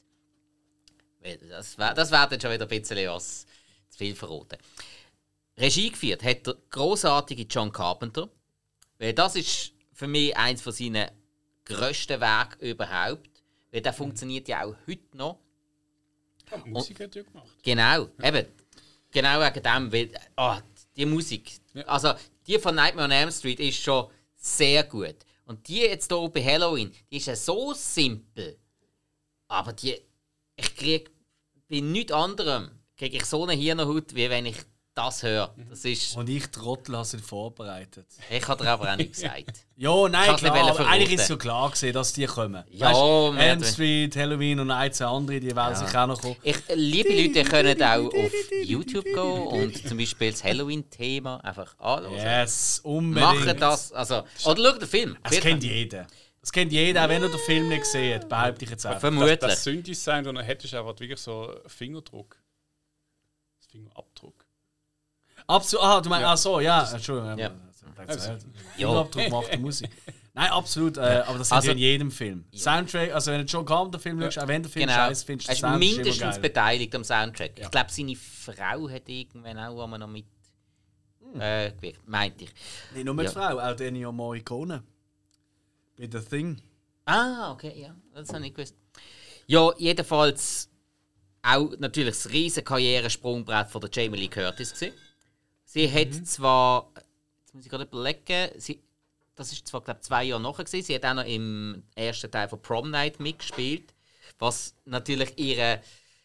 [SPEAKER 1] Das wäre dann schon wieder ein bisschen was zu viel verraten. Regie geführt hat der grossartige John Carpenter. Weil das ist für mich eines von seinen grössten Werke überhaupt. Weil der funktioniert ja auch heute noch.
[SPEAKER 3] Ja, die Musik hat er gemacht.
[SPEAKER 1] Genau, eben. Genau wegen dem. Weil, die Musik. Ja. Also die von Nightmare on Elm Street ist schon sehr gut. Und die jetzt hier bei Halloween, die ist ja so simpel. Aber ich kriege bei nichts anderem kriege ich so eine Hirnhaut, wie wenn ich das höre. Das ist,
[SPEAKER 2] und ich Trottel habe sie vorbereitet.
[SPEAKER 1] Ich habe dir aber auch nicht gesagt.
[SPEAKER 2] Ja, nein, klar, aber eigentlich ist es so klar gewesen, dass die kommen.
[SPEAKER 1] Ja,
[SPEAKER 2] weißt, Elm Street, Halloween und ein, zwei andere, die werden sich auch noch kommen.
[SPEAKER 1] Liebe Leute können auch auf YouTube gehen und zum Beispiel das Halloween-Thema einfach anschauen.
[SPEAKER 2] Yes, unbedingt.
[SPEAKER 1] Machen das, also, oder schau den Film.
[SPEAKER 2] Das kennt jeder. Das kennt jeder, auch wenn er den Film nicht gesehen hat, behaupte ich jetzt einfach.
[SPEAKER 1] Vermutlich.
[SPEAKER 3] Das Synthi-Sein, das er hat, ist einfach wirklich so ein Fingerdruck. Das Fingerabdruck.
[SPEAKER 2] Absolut, du meinst, ja. Entschuldigung.
[SPEAKER 1] Ja.
[SPEAKER 2] Fingerabdruck macht die Musik. Nein, absolut, aber das ist in jedem Film. Ja. Soundtrack, also wenn du John Carpenter Film schaust, auch wenn der Film scheiße findest,
[SPEAKER 1] er ist mindestens beteiligt am Soundtrack. Ja. Ich glaube, seine Frau hat irgendwann auch noch mit gewirkt, meinte ich.
[SPEAKER 2] Nicht nur mit Frau, auch Ennio Morricone. Bei The Thing.
[SPEAKER 1] Ah, okay, ja, das habe ich nicht gewusst. Ja, jedenfalls auch natürlich das riesige Karrieresprungbrett von der Jamie Lee Curtis gewesen. Sie hat zwar, jetzt muss ich gerade überlegen, das ist zwar, glaube ich, 2 Jahre nachher gewesen, sie hat auch noch im ersten Teil von Prom Night mitgespielt, was natürlich ihren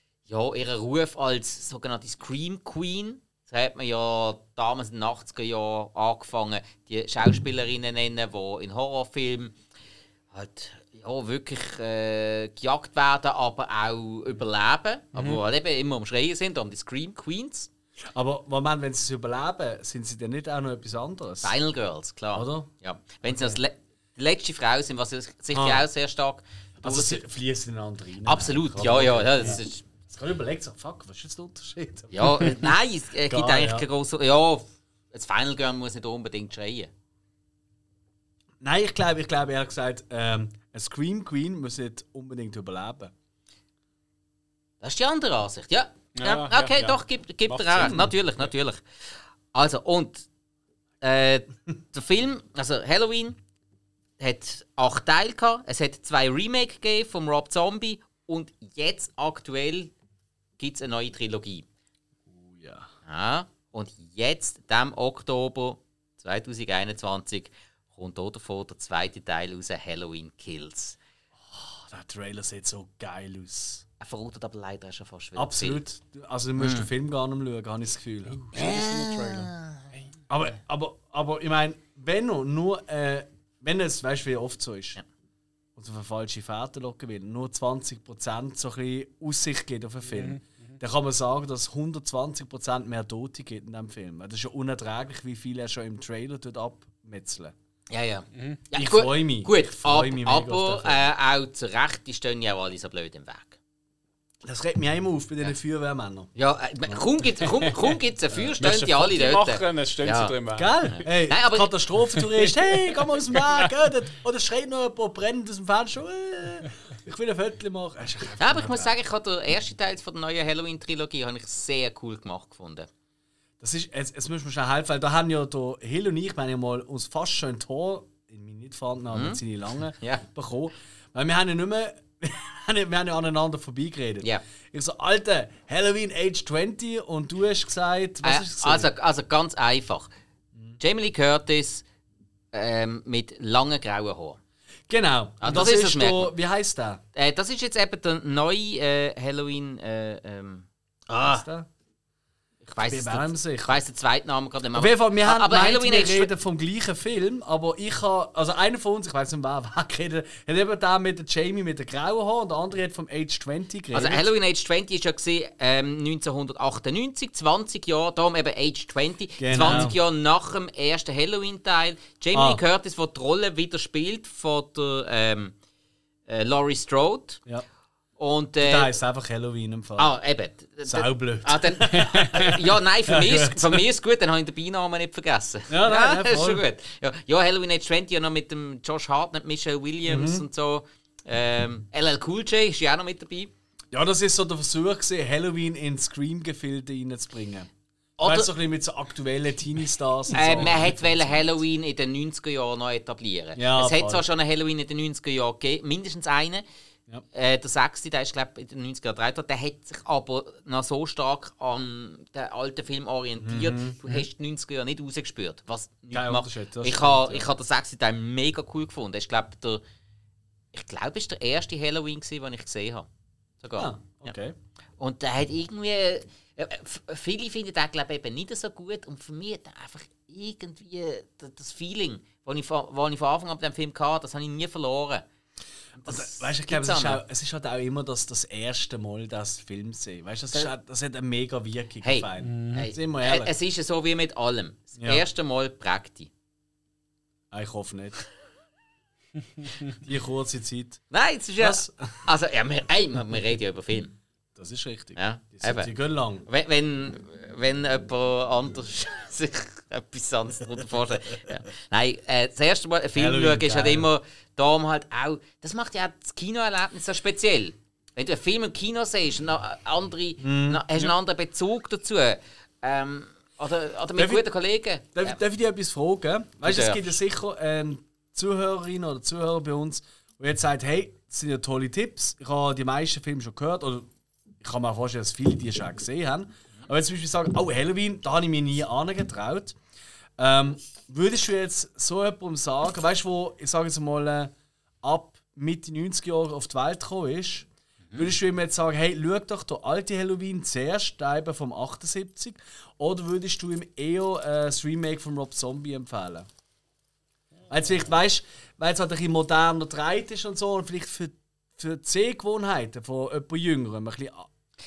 [SPEAKER 1] Ruf als sogenannte Scream Queen, das hat man ja damals in den 80er Jahren angefangen, die Schauspielerinnen nennen, die in Horrorfilmen halt wirklich gejagt werden, aber auch überleben, aber eben immer am Schreien sind, um die Scream Queens.
[SPEAKER 2] Aber Moment, wenn sie es überleben, sind sie dann nicht auch noch etwas anderes?
[SPEAKER 1] Final Girls, klar.
[SPEAKER 2] Oder?
[SPEAKER 1] Ja. Wenn sie die letzte Frau sind, was sicher auch sehr stark...
[SPEAKER 2] Also sie fließen ineinander rein.
[SPEAKER 1] Absolut, ja. Das ist...
[SPEAKER 2] Jetzt kann ich überlegen, fuck, was ist jetzt der Unterschied?
[SPEAKER 1] Ja, nein, es gibt eigentlich keinen grossen... Ja, das Final Girl muss nicht unbedingt schreien.
[SPEAKER 2] Nein, ich glaube ehrlich gesagt, eine Scream Queen muss nicht unbedingt überleben.
[SPEAKER 1] Das ist die andere Ansicht, ja. Okay, doch, gibt er auch. Natürlich. Also, und der Film, also Halloween, hat 8 Teile gehabt. Es hat 2 Remake gegeben von Rob Zombie und jetzt aktuell gibt es eine neue Trilogie. Ja. Und jetzt, dem Oktober 2021, kommt auch davon der zweite Teil raus, Halloween Kills.
[SPEAKER 2] Oh, der Trailer sieht so geil aus.
[SPEAKER 1] Er verrotet aber leider auch schon fast wieder.
[SPEAKER 2] Absolut. Also du musst den Film gar nicht schauen, habe ich das Gefühl. Aber ich meine, wenn es, weißt du, wie oft so ist, und auf eine falsche Fährte locken will, nur 20% so ein bisschen Aussicht gibt auf einen Film, dann kann man sagen, dass es 120% mehr Tote gibt in diesem Film. Das ist ja unerträglich, wie viel er schon im Trailer abmetzeln.
[SPEAKER 1] Ja.
[SPEAKER 2] Ich freue mich.
[SPEAKER 1] Gut,
[SPEAKER 2] ich freu mich
[SPEAKER 1] aber auch zu Recht, die stehen ja auch alle so blöd im Weg.
[SPEAKER 2] Das regt mich auch immer auf bei diesen Feuerwehrmännern.
[SPEAKER 1] Ja, kaum gibt es ein Feuer, stehen die alle dort.
[SPEAKER 3] Dann stehen sie drin.
[SPEAKER 2] Gell? Hey, nein, aber Katastrophentourist, hey, komm mal aus dem Weg. Oder schreit noch jemand brennend aus dem Fenster. Ich will ein Viertel machen.
[SPEAKER 1] Ja, aber ich muss sagen, ich habe den ersten Teil von der neuen Halloween-Trilogie sehr cool gemacht gefunden.
[SPEAKER 2] Das ist, jetzt müssen wir schnell helfen, weil da haben ja der Hill und ich mal uns fast schon ein Tor in meine nicht vorhandenen, aber seine lange bekommen. Weil wir haben ja nicht mehr... wir haben ja aneinander vorbeigeredet.
[SPEAKER 1] Yeah.
[SPEAKER 2] Ich so, Alter, Halloween Age 20 und du hast gesagt, was ist es?
[SPEAKER 1] Also ganz einfach. Jamie Lee Curtis mit langen grauen Haaren.
[SPEAKER 2] Genau.
[SPEAKER 1] Ah,
[SPEAKER 2] Und
[SPEAKER 1] das
[SPEAKER 2] das
[SPEAKER 1] ist
[SPEAKER 2] ist
[SPEAKER 1] das Merkmal.
[SPEAKER 2] wie heisst der?
[SPEAKER 1] Das ist jetzt eben der neue Halloween.
[SPEAKER 2] Heisst der?
[SPEAKER 1] Ich weiss
[SPEAKER 2] Ich bin mir nicht sicher.
[SPEAKER 1] Ich weiss den zweiten Namen gerade nicht mehr.
[SPEAKER 2] Auf jeden Fall, wir haben
[SPEAKER 1] aber
[SPEAKER 2] gemeint,
[SPEAKER 1] Halloween
[SPEAKER 2] wir
[SPEAKER 1] Age
[SPEAKER 2] reden vom gleichen Film, aber ich habe, also einer von uns, ich weiß nicht wer geredet, hat eben der mit der Jamie mit den grauen Haaren und der andere hat vom Age 20 geredet.
[SPEAKER 1] Also Halloween Age 20 ist ja gesehen, 1998, 20 Jahre, darum eben Age 20,
[SPEAKER 2] Genau.
[SPEAKER 1] 20 Jahre nach dem ersten Halloween-Teil. Jamie Lee Curtis, die die Rolle wieder spielt von der Laurie Strode.
[SPEAKER 2] Ja.
[SPEAKER 1] Und,
[SPEAKER 2] Der heisst einfach Halloween im Fall.
[SPEAKER 1] Eben.
[SPEAKER 2] Saublöd.
[SPEAKER 1] Ja, nein, für mich ist gut, dann habe ich den Beinamen nicht vergessen.
[SPEAKER 2] Ja, nein,
[SPEAKER 1] das ist
[SPEAKER 2] voll.
[SPEAKER 1] schon gut. Ja, Halloween Age 20 ja noch mit dem Josh Hartnett, Michelle Williams und so. LL Cool J ist ja auch noch mit dabei.
[SPEAKER 2] Ja, das ist so der Versuch gewesen, Halloween in Scream-Gefilde reinzubringen.
[SPEAKER 1] Oder-
[SPEAKER 2] Weißt du, so ein bisschen mit so aktuellen Teenie-Stars und so.
[SPEAKER 1] Man wollte Halloween in den 90er Jahren noch etablieren.
[SPEAKER 2] Ja,
[SPEAKER 1] es hat
[SPEAKER 2] voll.
[SPEAKER 1] zwar schon einen Halloween in den 90er Jahren gegeben, mindestens einen.
[SPEAKER 2] Ja.
[SPEAKER 1] Der 6., der ist glaube ich in den 90er Jahren gedreht worden. Der hat sich aber noch so stark an den alten Film orientiert. Du hast die 90er Jahre nicht rausgespürt. Was nicht
[SPEAKER 2] Kein
[SPEAKER 1] macht.
[SPEAKER 2] Unterschied, das
[SPEAKER 1] Ich
[SPEAKER 2] stimmt,
[SPEAKER 1] habe
[SPEAKER 2] ja.
[SPEAKER 1] den 6. Teil mega cool gefunden. Ich glaube, es war der erste Halloween, den ich gesehen habe. Sogar.
[SPEAKER 2] Ah, okay.
[SPEAKER 1] Ja. Und der hat irgendwie. Viele finden den, glaube ich, eben nicht so gut. Und für mich hat er einfach irgendwie das Feeling, das ich von Anfang an bei dem Film hatte, das habe ich nie verloren. Das
[SPEAKER 2] Weißt du, ich glaube,
[SPEAKER 1] gibt's
[SPEAKER 2] es ist halt auch immer das erste Mal, das Film sehen. Weißt du, das hat eine mega Wirkung
[SPEAKER 1] Hey,
[SPEAKER 2] auf einen.
[SPEAKER 1] hey,
[SPEAKER 2] Sind wir ehrlich?
[SPEAKER 1] es ist ja so wie mit allem. Das
[SPEAKER 2] Ja.
[SPEAKER 1] erste Mal prägt dich.
[SPEAKER 2] Ich hoffe nicht. Die kurze Zeit.
[SPEAKER 1] Nein, es ist ja.
[SPEAKER 2] Was?
[SPEAKER 1] Also, ja, wir reden ja über Film.
[SPEAKER 2] Das ist richtig.
[SPEAKER 1] Ja,
[SPEAKER 2] Die gehen lang.
[SPEAKER 1] Wenn jemand anders sich etwas anderes darunter vorstellt. Ja. Nein, das erste Mal einen Film
[SPEAKER 2] Halloween,
[SPEAKER 1] schauen ist halt
[SPEAKER 2] geil.
[SPEAKER 1] immer darum halt auch. Das macht ja auch das Kinoerlebnis so speziell. Wenn du einen Film im Kino siehst, hast du einen anderen Bezug dazu. Oder mit
[SPEAKER 2] Darf ich-
[SPEAKER 1] guten Kollegen.
[SPEAKER 2] Darf ich dich etwas fragen? Weißt du, es
[SPEAKER 1] Ja.
[SPEAKER 2] gibt ja sicher Zuhörerinnen oder Zuhörer bei uns, die jetzt sagen, hey, das sind ja tolle Tipps. Ich habe die meisten Filme schon gehört. Oder ich kann mir auch vorstellen, dass viele die schon auch gesehen haben. Aber wenn zum Beispiel sagen, oh, Halloween, da habe ich mich nie angetraut. Würdest du jetzt so jemandem sagen, weißt du, wo, ich sage jetzt mal, ab Mitte 90er Jahre auf die Welt gekommen ist, würdest du ihm jetzt sagen, hey, schau doch der alte Halloween zuerst, der eben vom 78, oder würdest du ihm eher das Remake von Rob Zombie empfehlen? Weil es vielleicht, weißt, weil es halt ein bisschen moderner gedreht ist und so, und vielleicht für die Sehgewohnheiten von jemand Jüngerem ein bisschen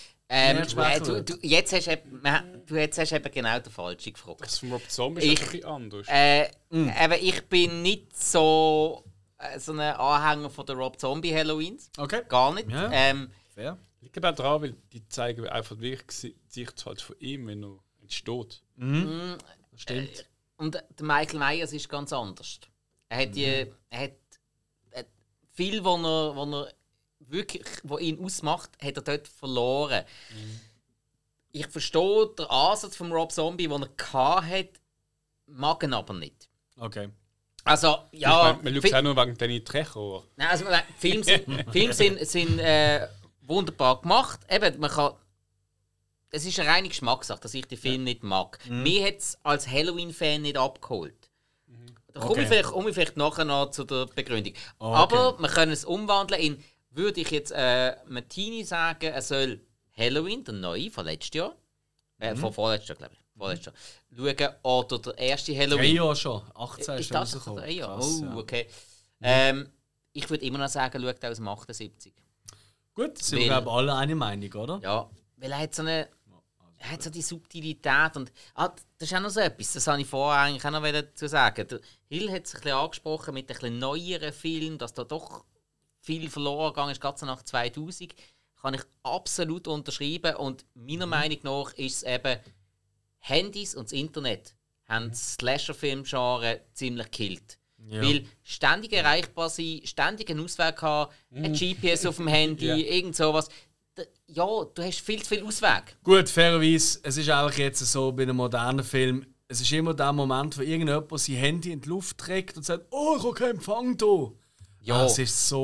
[SPEAKER 1] Jetzt hast du eben genau den falschen gefragt.
[SPEAKER 3] Das von Rob Zombie ist
[SPEAKER 1] Ich-
[SPEAKER 3] ein bisschen anders.
[SPEAKER 1] Eben, ich bin nicht so ein Anhänger von der Rob Zombie Halloweens.
[SPEAKER 2] Okay.
[SPEAKER 1] Gar nicht.
[SPEAKER 2] Ja.
[SPEAKER 1] Ja.
[SPEAKER 3] Liegt aber auch daran, weil die zeigen einfach wirklich die Sicht halt von ihm, wenn er entsteht.
[SPEAKER 2] Das stimmt.
[SPEAKER 1] Und der Michael Myers ist ganz anders. Er hat viel, was ihn ausmacht, hat er dort verloren. Ich verstehe den Ansatz von Rob Zombie, den er hatte, mag ihn aber nicht.
[SPEAKER 2] Okay.
[SPEAKER 1] Also, ja.
[SPEAKER 3] Man schaut es auch nur wegen Danny Trejo.
[SPEAKER 1] Nein, also, Filme sind wunderbar gemacht. Eben, man kann. Es ist eine reine Geschmackssache, dass ich den Film nicht mag. Mir hat es als Halloween-Fan nicht abgeholt. Da komme ich vielleicht nachher noch zu der Begründung.
[SPEAKER 2] Okay.
[SPEAKER 1] Aber wir können es umwandeln in, würde ich jetzt einem Teenie sagen, er soll Halloween, der neue, von letztes Jahr, von vorletztes Jahr, glaube ich, vorletztes Jahr, schauen, oder der erste
[SPEAKER 2] 3
[SPEAKER 1] Halloween.
[SPEAKER 2] Jahre schon. 18
[SPEAKER 1] Ist
[SPEAKER 2] schon
[SPEAKER 1] das
[SPEAKER 2] rausgekommen.
[SPEAKER 1] 3 Jahre?
[SPEAKER 2] Krass,
[SPEAKER 1] Oh,
[SPEAKER 2] ja.
[SPEAKER 1] okay. Ich würde immer noch sagen, schaut aus dem 78.
[SPEAKER 2] Gut, sind wir
[SPEAKER 1] Weil-
[SPEAKER 2] glaube ich alle eine Meinung, oder?
[SPEAKER 1] Ja, weil er hat so die Subtilität und das ist auch noch so etwas, das habe ich vorher eigentlich auch noch dazu sagen. Der Hill hat es ein bisschen angesprochen mit ein bisschen neueren Filmen, dass da doch viel verloren gegangen ist, gerade so nach 2000. Kann ich absolut unterschreiben und meiner Meinung nach ist es eben, Handys und das Internet haben das Slasher-Film-Genre ziemlich gekillt.
[SPEAKER 2] Ja.
[SPEAKER 1] Weil ständig erreichbar sein, ständig einen Ausweg haben, ein GPS auf dem Handy, irgend sowas. Ja, du hast viel zu viel Ausweg.
[SPEAKER 2] Gut, fairerweise, es ist eigentlich jetzt so bei einem modernen Film, es ist immer der Moment, wo irgendjemand sein Handy in die Luft trägt und sagt, oh, ich habe keinen Empfang da.
[SPEAKER 1] Ja.
[SPEAKER 2] Es ist so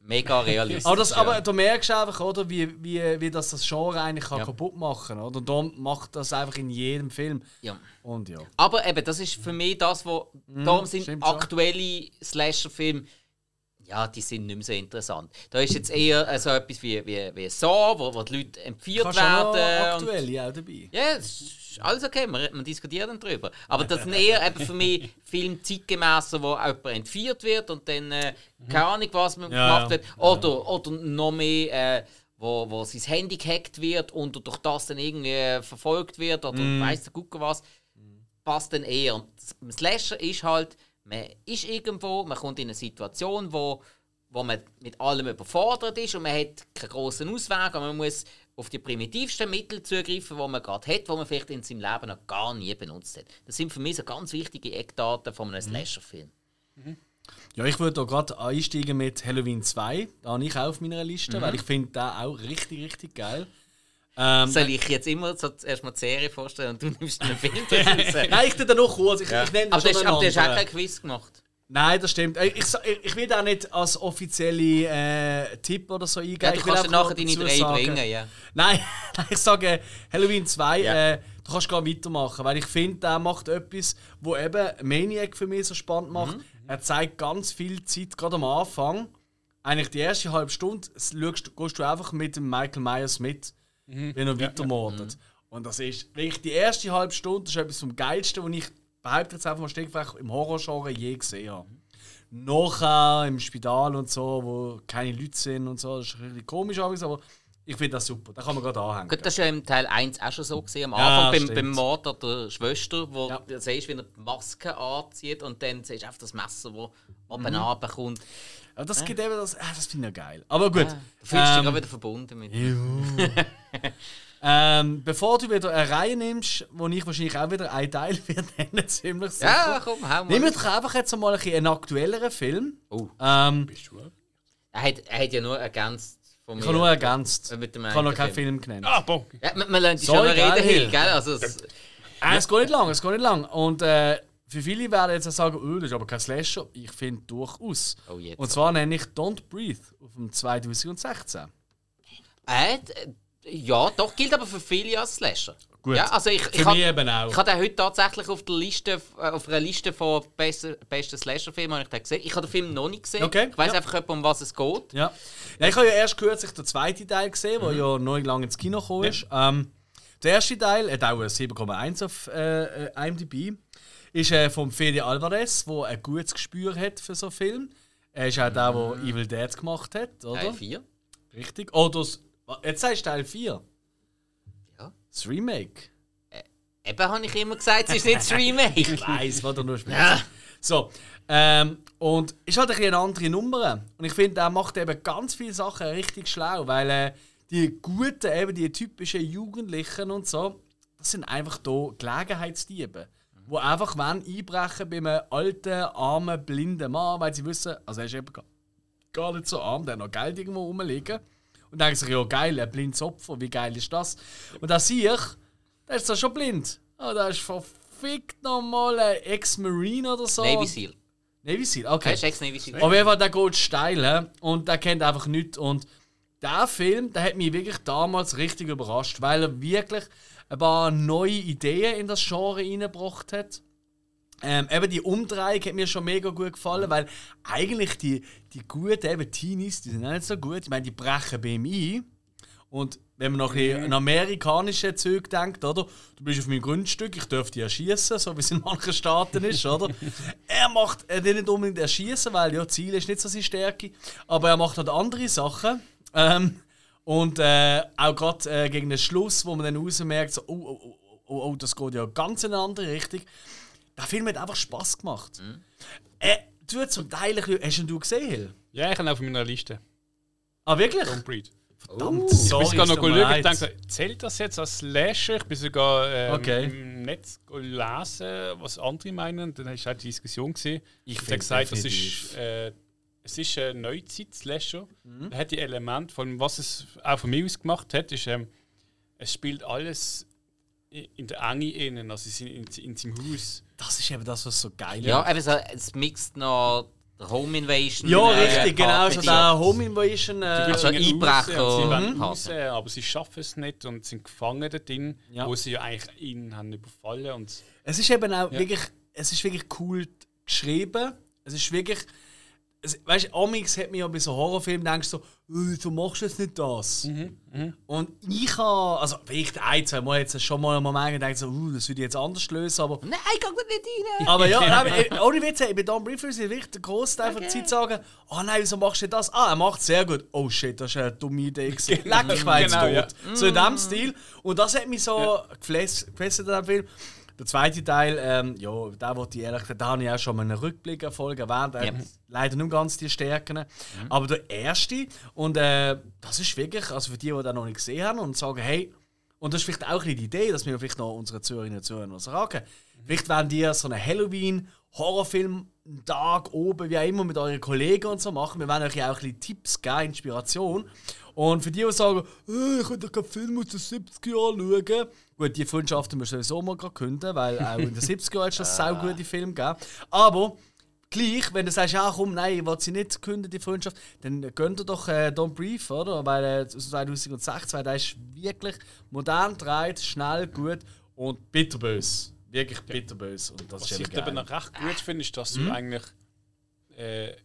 [SPEAKER 1] mega realistisch.
[SPEAKER 2] Aber du merkst einfach, oder, wie das Genre eigentlich kaputt machen kann. Oder? Und darum macht das einfach in jedem Film.
[SPEAKER 1] Ja.
[SPEAKER 2] Und ja.
[SPEAKER 1] Aber eben, das ist für mich das, wo darum sind aktuelle Slasher-Filme, ja, die sind nicht mehr so interessant. Da ist jetzt eher so etwas wie Saw, wo die Leute empfiehlt werden.
[SPEAKER 2] Aktuelle auch dabei.
[SPEAKER 1] Ja, das ist alles okay, man diskutiert dann drüber. Aber das sind eher eben für mich Filme zeitgemäßer, wo jemand entführt wird und dann keine Ahnung, was man gemacht wird. Oder noch mehr, wo sein Handy gehackt wird und durch das dann irgendwie verfolgt wird oder weiss der Gucker was. Passt dann eher. Und das Slasher ist halt, man ist irgendwo, man kommt in eine Situation, wo man mit allem überfordert ist und man hat keinen grossen Ausweg, aber man muss auf die primitivsten Mittel zugreifen, die man gerade hat, die man vielleicht in seinem Leben noch gar nie benutzt hat. Das sind für mich so ganz wichtige Eckdaten von einem Slasher-Film.
[SPEAKER 2] Ja, ich würde da gerade einsteigen mit Halloween 2. Da habe ich auch auf meiner Liste, weil ich finde den auch richtig, richtig geil.
[SPEAKER 1] Soll ich jetzt immer so erstmal die Serie vorstellen und du nimmst einen Film raus?
[SPEAKER 2] Nein, ich tue da noch kurz. Ich nenne
[SPEAKER 1] aber du hast auch kein Quiz gemacht.
[SPEAKER 2] Nein, das stimmt. Ich will auch nicht als offizielle Tipp oder so eingehen.
[SPEAKER 1] Ja, du kannst nachher deine 3 bringen, ja.
[SPEAKER 2] Nein, ich sage Halloween 2, du kannst gar weitermachen, weil ich finde, der macht etwas, wo eben Maniac für mich so spannend macht. Er zeigt ganz viel Zeit, gerade am Anfang. Eigentlich die erste halbe Stunde gehst du einfach mit dem Michael Myers mit, wenn er weitermordet. Und das ist wirklich die erste halbe Stunde, das ist etwas vom Geilsten, was ich behaupte jetzt einfach mal stinkfrech im Horrorgenre je gesehen habe. Nachher im Spital und so, wo keine Leute sind und so, das ist ein bisschen komisch, aber ich finde das super. Da kann man gerade anhängen.
[SPEAKER 1] Gut, das war ja im Teil 1 auch schon so gesehen, am Anfang beim Mord an der Schwester, wo du siehst, wie er die Maske anzieht und dann siehst du einfach das Messer, das oben runterkommt.
[SPEAKER 2] Ja, das gibt eben das finde ich ja geil. Aber gut.
[SPEAKER 1] Du fühlst dich gerade wieder verbunden mit.
[SPEAKER 2] Bevor du wieder eine Reihe nimmst, wo ich wahrscheinlich auch wieder einen Teil werde nennen, ziemlich sicher.
[SPEAKER 1] Ja, komm, hau mal.
[SPEAKER 2] Nimm doch einfach jetzt mal einen aktuelleren Film.
[SPEAKER 1] Oh.
[SPEAKER 2] Bist
[SPEAKER 1] du? Er hat ja nur ergänzt von mir.
[SPEAKER 2] Ich habe nur ergänzt. Ich habe noch keinen Film genannt.
[SPEAKER 3] Ah, boah.
[SPEAKER 1] Ja, man lernt dich schon reden hin, gell? Also,
[SPEAKER 2] es geht nicht lang, Und für viele werden jetzt sagen, oh, das ist aber kein Slasher. Ich finde durchaus.
[SPEAKER 1] Oh, jetzt.
[SPEAKER 2] Und zwar nenne ich Don't Breathe auf dem 2016.
[SPEAKER 1] Ja, doch, gilt aber für viele als Slasher.
[SPEAKER 2] Gut.
[SPEAKER 1] Ja, also
[SPEAKER 2] für mich eben auch.
[SPEAKER 1] Ich habe den heute tatsächlich auf einer Liste von besten Slasher-Filmen gesehen. Ich habe den Film noch nicht gesehen.
[SPEAKER 2] Okay,
[SPEAKER 1] ich weiss einfach, um was es geht.
[SPEAKER 2] Ja, ich habe ja erst kürzlich den zweiten Teil gesehen, der ja neu lang ins Kino gekommen ist. Der erste Teil hat auch 7,1 auf IMDb. Ist vom Fede Alvarez, der ein gutes Gespür hat für so einen Film. Er ist auch der Evil Dead gemacht hat, oder?
[SPEAKER 1] Teil 4.
[SPEAKER 2] Richtig. Oh, jetzt sagst du Teil 4.
[SPEAKER 1] Ja.
[SPEAKER 2] Das Remake.
[SPEAKER 1] Eben habe ich immer gesagt, es ist nicht das Remake.
[SPEAKER 2] Ich weiss, was du nur spielst. Ja. So. Und ist halt ein bisschen eine andere Nummer. Und ich finde, er macht eben ganz viele Sachen richtig schlau, weil die guten, eben die typischen Jugendlichen und so, das sind einfach hier Gelegenheitsdiebe. Die einfach einbrechen bei einem alten, armen, blinden Mann, weil sie wissen, also er ist eben gar nicht so arm, der hat noch Geld irgendwo rumliegen. Und denken sich, ja geil, ein blindes Opfer, wie geil ist das? Und da sehe ich, der ist ja schon blind. Oh, der ist verfickt nochmal ein Ex-Marine oder so.
[SPEAKER 1] Navy Seal.
[SPEAKER 2] Navy Seal, okay.
[SPEAKER 1] Er ist Ex-Navy Seal.
[SPEAKER 2] Auf jeden Fall, der geht steil und der kennt einfach nichts. Und der Film, der hat mich wirklich damals richtig überrascht, weil er wirklich ein paar neue Ideen in das Genre reingebracht hat. Eben die Umdrehung hat mir schon mega gut gefallen, weil eigentlich die guten eben Teenies, die sind auch nicht so gut. Ich meine, die brechen bei ihm ein. Und wenn man noch ein bisschen an amerikanische Zeug denkt, oder? Du bist auf meinem Grundstück, ich darf dich erschießen, so wie es in manchen Staaten ist, oder? Er macht den nicht unbedingt erschießen, weil ja, Ziel ist nicht so seine Stärke. Aber er macht halt andere Sachen. Und auch gerade gegen den Schluss, wo man dann rausmerkt, so, oh, das geht ja ganz in eine andere Richtung. Der Film hat einfach Spass gemacht. Du hast zum Teil ein bisschen, hast du gesehen, Hill?
[SPEAKER 3] Ja, ich habe auf meiner Liste.
[SPEAKER 2] Ah, wirklich?
[SPEAKER 3] Don't Breathe.
[SPEAKER 2] Verdammt,
[SPEAKER 3] ich muss gerade noch schauen, ich denke, zählt das jetzt als Slasher? Ich bin sogar im Netz gelesen, was andere meinen. Dann hast du halt die Diskussion gesehen. Ich habe gesagt, es ist ein Neuzeit-Slasher. Er hat die Elemente, von was es auch von mir aus gemacht hat, ist, es spielt alles in der Enge innen, also in seinem Haus.
[SPEAKER 2] Das ist eben das, was so geil ist.
[SPEAKER 1] Ja, eben so, es mixt noch der Home Invasion.
[SPEAKER 2] Ja, richtig, genau,
[SPEAKER 1] Part
[SPEAKER 2] so
[SPEAKER 1] mit
[SPEAKER 2] der Home Invasion.
[SPEAKER 1] Also Einbrecher.
[SPEAKER 3] Sie wollen raus, aber sie schaffen es nicht und sind gefangen da drin, wo sie ja eigentlich ihn haben überfallen. Und
[SPEAKER 2] Es ist eben auch wirklich, es ist wirklich cool geschrieben. Es ist wirklich, weißt du, Amix hat mir ja bei so Horrorfilmen denkst du so, wieso machst du jetzt nicht das? Und ich habe, also vielleicht ein, zwei Mal jetzt schon mal einen Moment gedacht, so, das würde ich jetzt anders lösen, aber...
[SPEAKER 1] Nein, geh nicht rein!
[SPEAKER 2] Aber ja, ohne Witz, bei Don Briefly ist wirklich der Großteil der Zeit sagen, oh nein, wieso machst du das? Ah, er macht es sehr gut. Oh shit, das ist eine dumme Idee gewesen. Leck, ich war jetzt tot. So in diesem Stil. Und das hat mich so gefesselt an dem Film. Der zweite Teil, da wollte ich ehrlich, da habe ich auch schon mal einen Rückblick-Erfolg erwähnt. Leider nicht ganz die Stärken. Aber der erste, und das ist wirklich, also für die das noch nicht gesehen haben und sagen, hey, und das ist vielleicht auch die Idee, dass wir vielleicht noch unsere Zuhörerinnen und Zuhörer noch sagen. Vielleicht wollen die so einen Halloween-Horrorfilm einen Tag oben, wie auch immer, mit euren Kollegen und so machen. Wir wollen euch auch ein bisschen Tipps geben, Inspiration. Und für die sagen, ich will doch keinen Film aus den 70er Jahren schauen. Gut, die Freundschaften müssen wir sowieso mal künden, weil auch in den 70er Jahren hat es schon saugute Filme gegeben. Aber gleich, wenn du sagst, ja komm, nein, ich will sie nicht künden, die Freundschaft, dann gönnt ihr doch Don't Brief, oder? Weil 2006, der ist wirklich modern, dreht, schnell, gut und bitterbös. Wirklich bitterbös. Und das
[SPEAKER 3] was
[SPEAKER 2] ist
[SPEAKER 3] ich aber noch recht gut finde, ist, dass du eigentlich der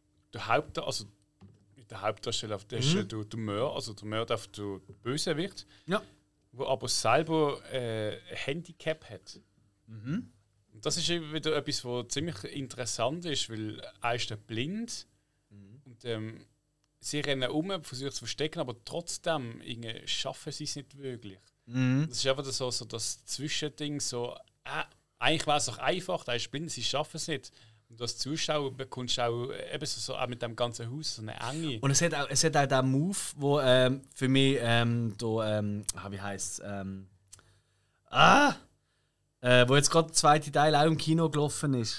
[SPEAKER 3] Hauptdarsteller, der ist der Mörder, also der Mörder auf der Bösewicht, der aber selber ein Handicap hat. Und das ist wieder etwas, was ziemlich interessant ist, weil er ist blind und sie rennen versuchen zu verstecken, aber trotzdem schaffen sie es nicht wirklich. Das ist einfach so das Zwischending, so eigentlich wäre es doch einfach, er ist blind, sie schaffen es nicht. Und als Zuschauer bekommst du auch, eben so auch mit dem ganzen Haus so eine Enge. Und
[SPEAKER 2] es hat auch den Move, wo für mich wie heisst es? Wo jetzt gerade der zweite Teil auch im Kino gelaufen ist.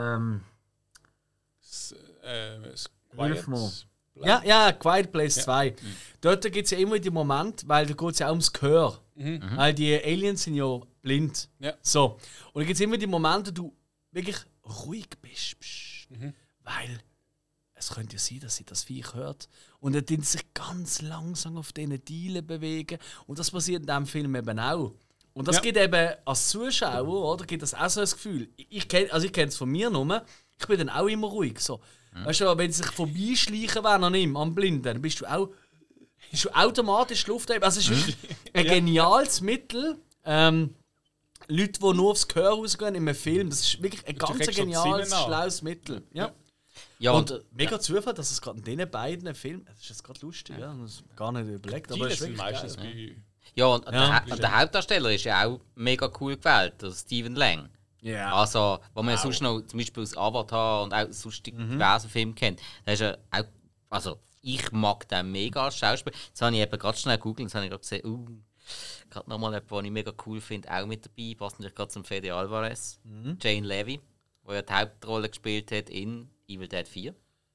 [SPEAKER 2] Quiet Place 2. Dort gibt es ja immer die Momente, weil da geht es ja auch ums Gehör. Weil die Aliens sind ja blind.
[SPEAKER 3] Ja.
[SPEAKER 2] So. Und da gibt es immer die Momente, wo du wirklich ruhig bist. Weil es könnte ja sein, dass sie das Viech hört. Und dann tun sie sich ganz langsam auf diesen Dielen bewegen. Und das passiert in diesem Film eben auch. Und das gibt eben als Zuschauer, oder, gibt das auch so ein Gefühl. Ich kenne es von mir nur. Ich bin dann auch immer ruhig. So. Weißt du, wenn sie sich vorbeischleichen wollen an ihm, am Blinden, dann bist du automatisch Luft. Also es ist wirklich ein geniales Mittel. Leute, die nur aufs Gehör rausgehen in einem Film, das ist wirklich ein ganz geniales, schlaues Mittel. Ja, und mega Zufall, dass es gerade in diesen beiden Filmen, das ist jetzt gerade lustig, das ist gar nicht überlegt, aber es ist wirklich
[SPEAKER 3] meistens
[SPEAKER 1] ja, und der Hauptdarsteller ist ja auch mega cool gewählt, der Stephen Lang.
[SPEAKER 2] Yeah.
[SPEAKER 1] Also, was man ja sonst noch zum Beispiel aus Avatar und auch sonst diverse Filme kennt. Das ist ja auch, also ich mag den mega als Schauspieler. Jetzt habe ich eben gerade schnell gegoogelt und jetzt habe ich gerade gesehen, gerade nochmal etwas, was ich mega cool finde, auch mit dabei, passt natürlich gerade zum Fede Alvarez. Jane Levy, die ja die Hauptrolle gespielt hat in Evil Dead 4.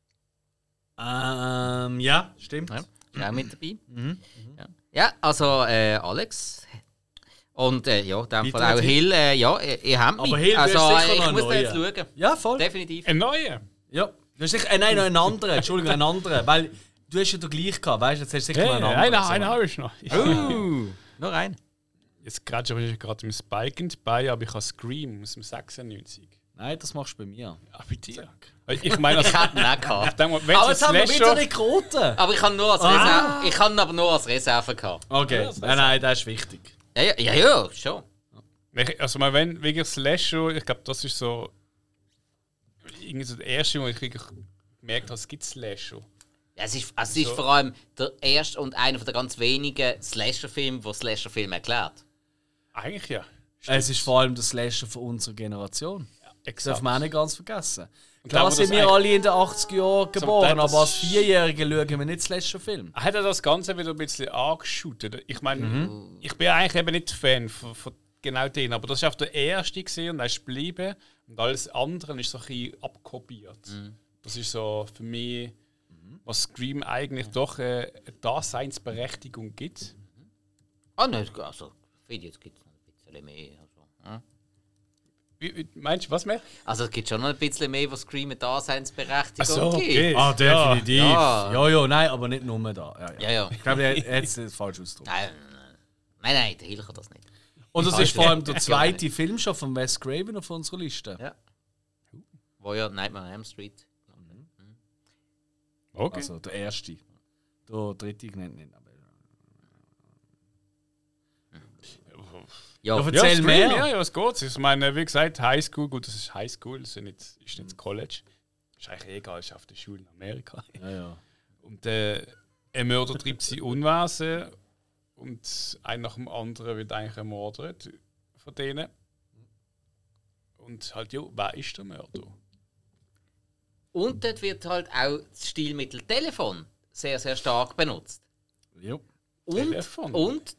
[SPEAKER 2] Ja, stimmt.
[SPEAKER 1] Ja, ist auch mit dabei. Ja, also Alex. Und in dem Fall auch Hill, ihr habt mich.
[SPEAKER 2] Aber Hill,
[SPEAKER 1] also,
[SPEAKER 2] ich
[SPEAKER 1] muss da jetzt schauen.
[SPEAKER 2] Ja, voll.
[SPEAKER 1] Definitiv.
[SPEAKER 3] Ein neuer?
[SPEAKER 2] Ja. Du hast sicher, nein, noch einen anderen. Entschuldigung, einen anderen. Weil du hast ja den gleich gehabt, weißt du? Jetzt hast du sicher noch einen anderen.
[SPEAKER 3] Einen habe ich noch.
[SPEAKER 1] Noch einen.
[SPEAKER 3] Jetzt gerade im Spike dabei, aber ich habe Scream aus dem 96.
[SPEAKER 2] Nein, das machst du bei mir.
[SPEAKER 3] Ach, bei dir? Ich meine,
[SPEAKER 1] ich hätte ihn auch gehabt.
[SPEAKER 2] Aber jetzt haben wir wieder nicht Quote.
[SPEAKER 1] Aber ich habe nur als Reserve. Ich habe aber nur als Reserve gehabt.
[SPEAKER 2] Okay, nein, das ist wichtig.
[SPEAKER 1] Ja, schon.
[SPEAKER 3] Also, wenn wirklich Slasher, ich glaube, das ist so. Irgendwie so der erste, wo ich wirklich gemerkt habe, es gibt Slasher.
[SPEAKER 1] Ja, es ist vor allem der erste und einer der ganz wenigen Slasher-Filme, der Slasher-Film erklärt.
[SPEAKER 3] Eigentlich ja.
[SPEAKER 2] Es ist vor allem der Slasher von unserer Generation. Das darf man auch nicht ganz vergessen.
[SPEAKER 3] Und
[SPEAKER 2] klar sind wir alle in den 80er Jahren geboren, aber als Vierjährige schauen wir nicht Slasher-Film.
[SPEAKER 3] Hat er das Ganze wieder ein bisschen angeschootet? Ich meine, ich bin eigentlich eben nicht Fan von genau denen, aber das war auch der erste gewesen und er ist geblieben. Und alles andere ist so ein bisschen abkopiert. Das ist so für mich, was Scream eigentlich doch eine Daseinsberechtigung gibt.
[SPEAKER 1] Ah, nein, also, für jetzt gibt es noch ein bisschen mehr. Also,
[SPEAKER 3] Meinst du, was mehr?
[SPEAKER 1] Also es gibt schon noch ein bisschen mehr, was Scream eine Daseinsberechtigung
[SPEAKER 3] So,
[SPEAKER 1] gibt.
[SPEAKER 3] okay.
[SPEAKER 2] Definitiv.
[SPEAKER 1] Ja.
[SPEAKER 2] Ja, nein, aber nicht nur da.
[SPEAKER 1] Ja.
[SPEAKER 2] Ich glaube, er hat es falsch ausgedrückt.
[SPEAKER 1] Nein, der Hilcher das nicht.
[SPEAKER 2] Und das ist vor allem der zweite Film schon von Wes Craven auf unserer Liste.
[SPEAKER 1] Ja. Wo ja Nightmare on Elm Street.
[SPEAKER 3] Okay.
[SPEAKER 2] Also der erste. Der dritte genannt nicht.
[SPEAKER 1] Ja,
[SPEAKER 2] erzähl
[SPEAKER 3] Scream,
[SPEAKER 2] mehr.
[SPEAKER 3] Ja, was geht's? Ich meine, wie gesagt, Highschool, gut, das ist Highschool, das ist nicht das College. Das ist eigentlich egal, das ist auf der Schule in Amerika.
[SPEAKER 2] Ja.
[SPEAKER 3] Und ein Mörder treibt sie Unwesen und ein nach dem anderen wird eigentlich ermordet von denen. Und halt, ja, wer ist der Mörder?
[SPEAKER 1] Und dort wird halt auch das Stilmittel Telefon sehr, sehr stark benutzt.
[SPEAKER 2] Ja.
[SPEAKER 3] Telefon?
[SPEAKER 1] Und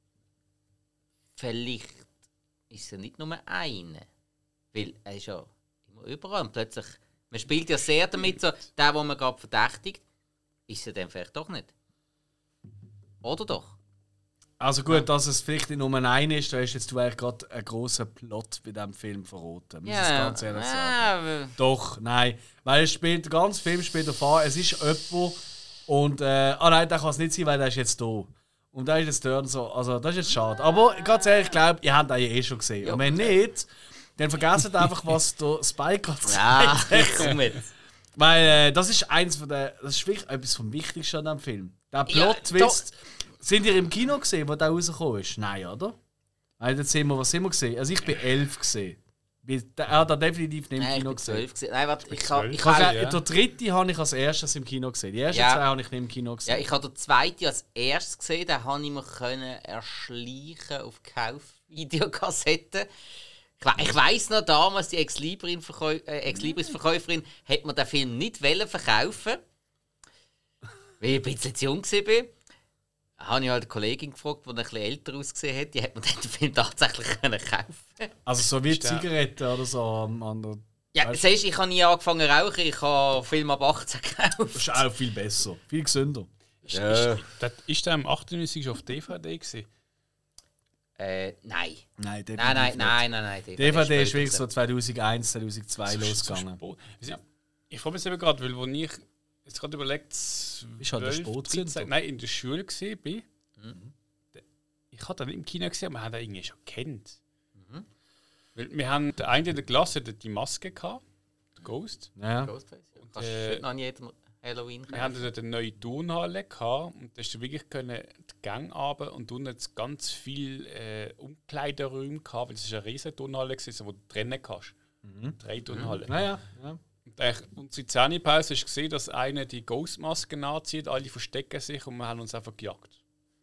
[SPEAKER 1] vielleicht ist es ja nicht nur eine. Weil er ist ja immer überall. Und plötzlich, man spielt ja sehr damit, so, der, den man gerade verdächtigt, ist er dann vielleicht doch nicht. Oder doch?
[SPEAKER 2] Also gut, dass es vielleicht nicht nur ein ist, da hast jetzt du eigentlich gerade einen grossen Plot bei diesem Film verraten. Muss ich ganz ehrlich sagen. Doch, nein. Weil es spielt, der ganze Film spielt davon, es ist jemand und nein, der kann es nicht sein, weil der ist jetzt da. Und da ist jetzt dort so, also das ist jetzt schade. Aber ganz ehrlich, ich glaube, ihr habt ihn schon gesehen. Ja, und wenn nicht, dann vergesst einfach, was der Spike gerade gesagt hat.
[SPEAKER 1] Komm jetzt.
[SPEAKER 2] Weil das ist eins von der, das ist wirklich etwas vom Wichtigsten an diesem Film. Der Plot-Twist. Sind ihr im Kino gesehen, wo der rausgekommen ist? Nein, oder? Weil jetzt sehen wir, was sind wir gesehen? Also ich bin 11 gesehen. Er hat definitiv nicht im Kino gesehen.
[SPEAKER 1] 12 gesehen. Nein, warte,
[SPEAKER 2] Der dritte habe ich als erstes im Kino gesehen. Die ersten zwei habe ich nicht im Kino gesehen.
[SPEAKER 1] Ja, ich habe den zweiten als erstes gesehen. Den habe ich mir erschleichen auf Kaufvideokassetten. Ich weiss noch, damals die Ex-Libris-Verkäuferin hat mir den Film nicht verkaufen, weil ich ein bisschen zu jung war. Habe ich halt eine Kollegin gefragt, die ein bisschen älter ausgesehen hat, die hat mir den Film tatsächlich kaufen.
[SPEAKER 2] Also so wie Zigaretten oder so.
[SPEAKER 1] Ja, siehst, ich habe nie angefangen zu rauchen, ich habe Film ab 18 gekauft.
[SPEAKER 2] Das ist auch viel besser, viel gesünder.
[SPEAKER 3] Ist der am 98 auf DVD gewesen?
[SPEAKER 1] Nein.
[SPEAKER 2] Nein,
[SPEAKER 1] DVD
[SPEAKER 2] ist wirklich so 2001, 2002 losgegangen.
[SPEAKER 3] Ich frage mich eben gerade, weil wo ich jetzt gerade überlegt,
[SPEAKER 2] Bist halt der Sport
[SPEAKER 3] nein, in der Schule bin. Ich habe den im Kino gesehen, aber wir haben den irgendwie schon kennt. Weil wir haben der eine in der Klasse die Maske gehabt, der Ghost.
[SPEAKER 2] Ja.
[SPEAKER 1] Ghostface. Kannst du nicht an jedem Halloween kaufen.
[SPEAKER 3] Wir hatten dort eine neue Turnhalle gehabt, und da hast du wirklich die Gang runter und unten hat ganz viele Umkleideräume gehabt, weil es eine riesige Turnhalle war, wo du trennen kannst. 3 Turnhallen.
[SPEAKER 2] Ja.
[SPEAKER 3] Und unsere Zähnepause war gesehen, dass einer die Ghostmaske nachzieht, alle verstecken sich und wir haben uns einfach gejagt.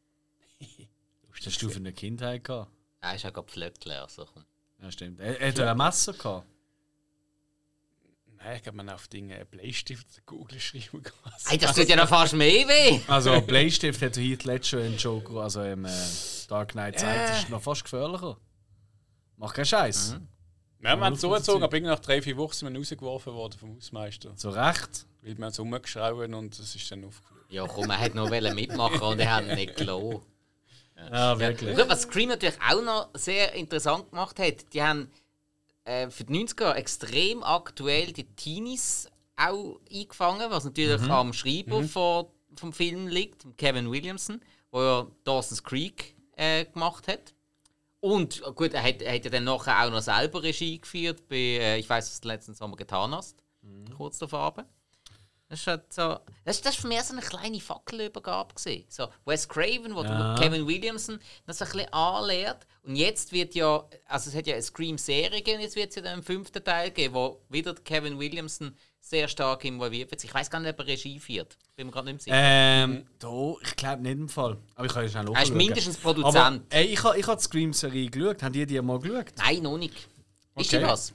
[SPEAKER 2] Was hast du für eine Kindheit gehabt?
[SPEAKER 1] Er ist ja gerade Pflöckchen, also komm.
[SPEAKER 2] Ja, stimmt. Hat er ein Messer gehabt?
[SPEAKER 3] Nein, ich glaube, man auf Dinge einen Bleistift oder Google schreiben kann.
[SPEAKER 1] Hey, das tut ja noch fast mehr weh!
[SPEAKER 2] Also Bleistift hat Heath Ledger in Joker, also im Dark Knight gezeigt, das ist noch fast gefährlicher. Mach keinen Scheiß.
[SPEAKER 3] Wir haben es zugezogen, aber nach 3-4 Wochen sind wir rausgeworfen worden vom Hausmeister.
[SPEAKER 2] Zu Recht.
[SPEAKER 3] Weil wir uns rumgeschrauben und das ist dann aufgeflogen.
[SPEAKER 1] Ja komm, er hat noch mitmachen und er hat ihn nicht gelassen.
[SPEAKER 2] Ja, wirklich.
[SPEAKER 1] Ja, was Scream natürlich auch noch sehr interessant gemacht hat, die haben für die 90er extrem aktuell die Teenies auch eingefangen, was natürlich am Schreiber vom Film liegt, Kevin Williamson, der ja Dawson's Creek gemacht hat. Und gut, er hat ja dann nachher auch noch selber Regie geführt bei «Ich weiß, was du letzten Sommer getan hast», kurz davor. Das ist halt so, das für mich so eine kleine Fackelübergabe gewesen. So Wes Craven, wo Kevin Williamson das ein bisschen anlehrt. Und jetzt wird ja, also es hat ja eine Scream-Serie gegeben, jetzt wird es ja dann im 5. Teil geben, wo wieder Kevin Williamson sehr stark involviert wird. Ich weiß gar nicht, ob er Regie führt. Bin mir gerade nicht sicher.
[SPEAKER 2] Ich glaube nicht im Fall. Aber ich kann ja schnell
[SPEAKER 1] Er ist mindestens Produzent.
[SPEAKER 2] Aber, ich habe die Scream-Serie geschaut. Haben die mal geschaut?
[SPEAKER 1] Nein, noch nicht. Ist
[SPEAKER 2] Okay.
[SPEAKER 1] die was?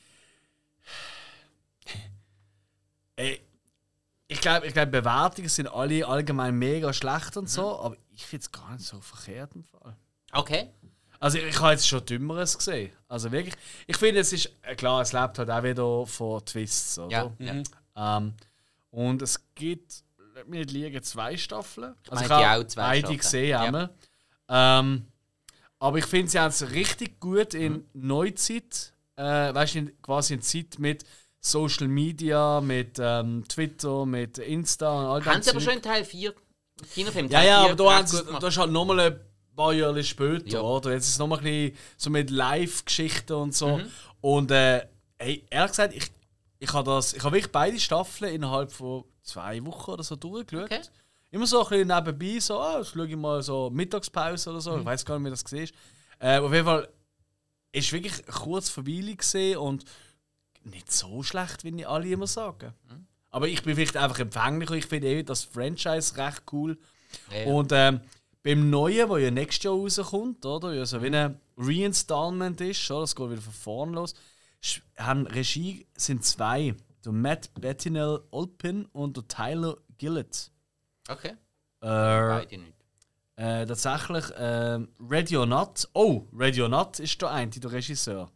[SPEAKER 2] Ich glaube, Bewertungen sind alle allgemein mega schlecht und so, aber ich finde es gar nicht so verkehrt im Fall.
[SPEAKER 1] Okay.
[SPEAKER 2] Also ich habe jetzt schon Dümmeres gesehen. Also wirklich, ich finde, es ist, klar, es lebt halt auch wieder von Twists, oder?
[SPEAKER 1] Ja.
[SPEAKER 2] Und es gibt, lass mich nicht liegen, 2 Staffeln. Also
[SPEAKER 1] Ich
[SPEAKER 2] ich
[SPEAKER 1] meine, die
[SPEAKER 2] habe
[SPEAKER 1] auch 2
[SPEAKER 2] beide
[SPEAKER 1] Staffeln.
[SPEAKER 2] gesehen,
[SPEAKER 1] Ja.
[SPEAKER 2] einmal. Aber ich finde, sie haben es richtig gut in Neuzeit weißt du, quasi eine Zeit mit Social Media, mit Twitter, mit Insta und all das.
[SPEAKER 1] Haben sie aber schon in Teil 4 Kinofilm?
[SPEAKER 2] Ja, aber da ist halt nochmal ein paar Jahre später, oder? Jetzt ist es nochmal ein bisschen so mit Live-Geschichten und so. Und ehrlich gesagt, ich habe wirklich beide Staffeln innerhalb von 2 Wochen oder so durchgeschaut. Okay. Immer so ein bisschen nebenbei, so, jetzt schaue ich mal so Mittagspause oder so. Ich weiß gar nicht, wie das war. Auf jeden Fall ist wirklich kurz verweilig gesehen und nicht so schlecht, wie die alle immer sagen. Aber ich bin vielleicht einfach empfänglich und ich finde das Franchise recht cool. Ja. Und beim Neuen, das ja nächstes Jahr rauskommt, oder? Ja, so wie ein Reinstallment ist, oder? Das geht wieder von vorne los. Regie sind 2. Der Matt Bettinell-Olpin und der Tyler Gillett.
[SPEAKER 1] Okay. Beide nicht.
[SPEAKER 2] Tatsächlich Ready or Not. Oh, Ready or Not ist der eine, der Regisseur.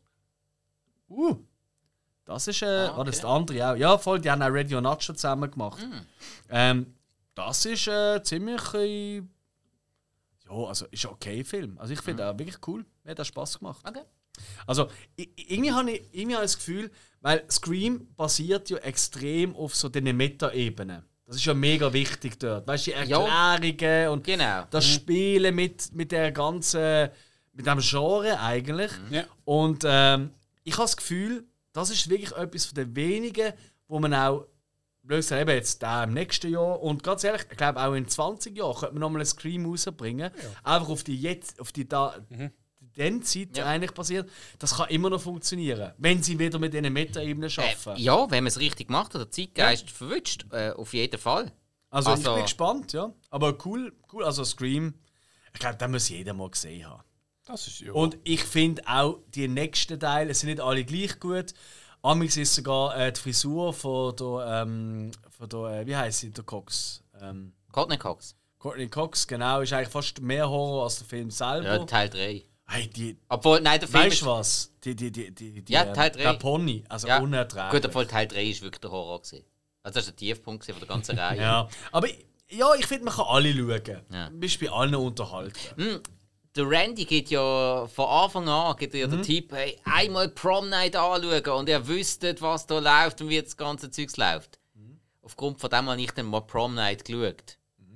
[SPEAKER 2] Das ist okay. Das ist der andere auch. Ja, voll, die haben auch Ready or Not schon zusammen gemacht. Das ist ziemlich ja, also ist ein okay Film. Also ich finde auch wirklich cool. Mir hat das Spass gemacht. Okay. Also irgendwie habe ich das Gefühl, weil Scream basiert ja extrem auf so diesen Meta-Ebenen. Das ist ja mega wichtig dort. Weißt du, die Erklärungen und das Spielen mit der ganzen, mit dem Genre eigentlich. Ja. Und ich habe das Gefühl, das ist wirklich etwas von den wenigen, wo man auch, blöd gesagt, eben jetzt im nächsten Jahr und ganz ehrlich, ich glaube auch in 20 Jahren könnte man nochmal einen Scream rausbringen. Ja. Einfach auf die den Zeit eigentlich passiert. Das kann immer noch funktionieren, wenn sie wieder mit diesen Meta-Ebenen arbeiten.
[SPEAKER 1] Ja, wenn man es richtig macht, oder der Zeitgeist verwünscht, auf jeden Fall.
[SPEAKER 2] Also ich bin gespannt, ja. Aber cool, also Scream, ich glaube, den muss jeder mal gesehen haben.
[SPEAKER 3] Das ist ja.
[SPEAKER 2] Und ich finde auch die nächsten Teile, es sind nicht alle gleich gut. Amix ist sogar die Frisur von der wie heisst sie, der Cox?
[SPEAKER 1] Courtney Cox.
[SPEAKER 2] Courtney Cox, genau, ist eigentlich fast mehr Horror als der Film selber.
[SPEAKER 1] Ja, Teil 3.
[SPEAKER 2] Hey,
[SPEAKER 1] obwohl, nein, der Film
[SPEAKER 2] weißt du was?
[SPEAKER 1] Teil 3.
[SPEAKER 2] Der Pony, also unerträglich.
[SPEAKER 1] Gut, obwohl Teil 3 ist wirklich der Horror gewesen. Also das war der Tiefpunkt von der ganzen Reihe.
[SPEAKER 2] Ja, aber ich finde, man kann alle schauen. Ja. Du bist bei allen unterhalten.
[SPEAKER 1] Der Randy geht ja von Anfang an der Tipp, hey, einmal Prom Night anschauen und er wüsste, was da läuft und wie das ganze Zeugs läuft. Aufgrund von dem habe ich dann mal Prom Night geschaut.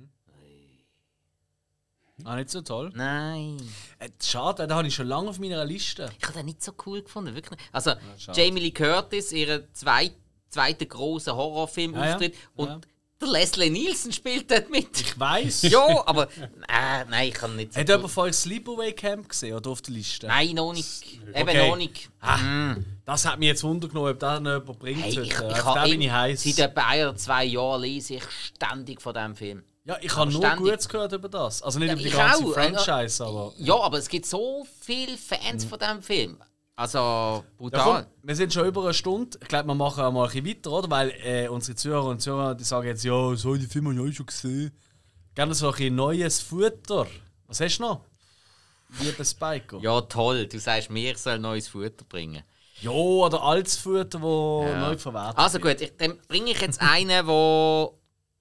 [SPEAKER 2] Nicht so toll?
[SPEAKER 1] Nein.
[SPEAKER 2] Schade, den habe ich schon lange auf meiner Liste.
[SPEAKER 1] Ich habe den nicht so cool gefunden, wirklich nicht. Also, Jamie Lee Curtis, ihren zweiten grossen Horrorfilm-Auftritt und der Leslie Nielsen spielt dort mit.
[SPEAKER 2] Ich weiss.
[SPEAKER 1] Ja, aber nein, ich kann nicht so.
[SPEAKER 2] Hat jemand vorhin Sleepaway Camp gesehen oder auf der Liste?
[SPEAKER 1] Nein, noch nicht. Eben noch nicht.
[SPEAKER 2] Das hat mich jetzt wundergenommen, ob das noch jemand bringt.
[SPEAKER 1] Hey, ich heiß. Seit etwa 1 oder 2 Jahren lese ich ständig von diesem Film.
[SPEAKER 2] Ja, ich habe nur Gutes gehört über das. Also nicht über die ganze Franchise, aber...
[SPEAKER 1] Ja, aber es gibt so viele Fans von diesem Film. Also, brutal.
[SPEAKER 2] Ja, wir sind schon über eine Stunde. Ich glaube, wir machen auch mal ein bisschen weiter, oder? Weil unsere Zuhörer und Zuhörer die sagen jetzt, ja, so die Filme habe ich schon gesehen. Gerne so ein bisschen neues Futter. Was hast du noch? Lieber Spiker.
[SPEAKER 1] Ja, toll. Du sagst mir, ich soll neues Futter bringen.
[SPEAKER 2] Ja, oder altes Futter, das neu verwertet
[SPEAKER 1] wird. Also gut, dann bringe ich jetzt einen, wo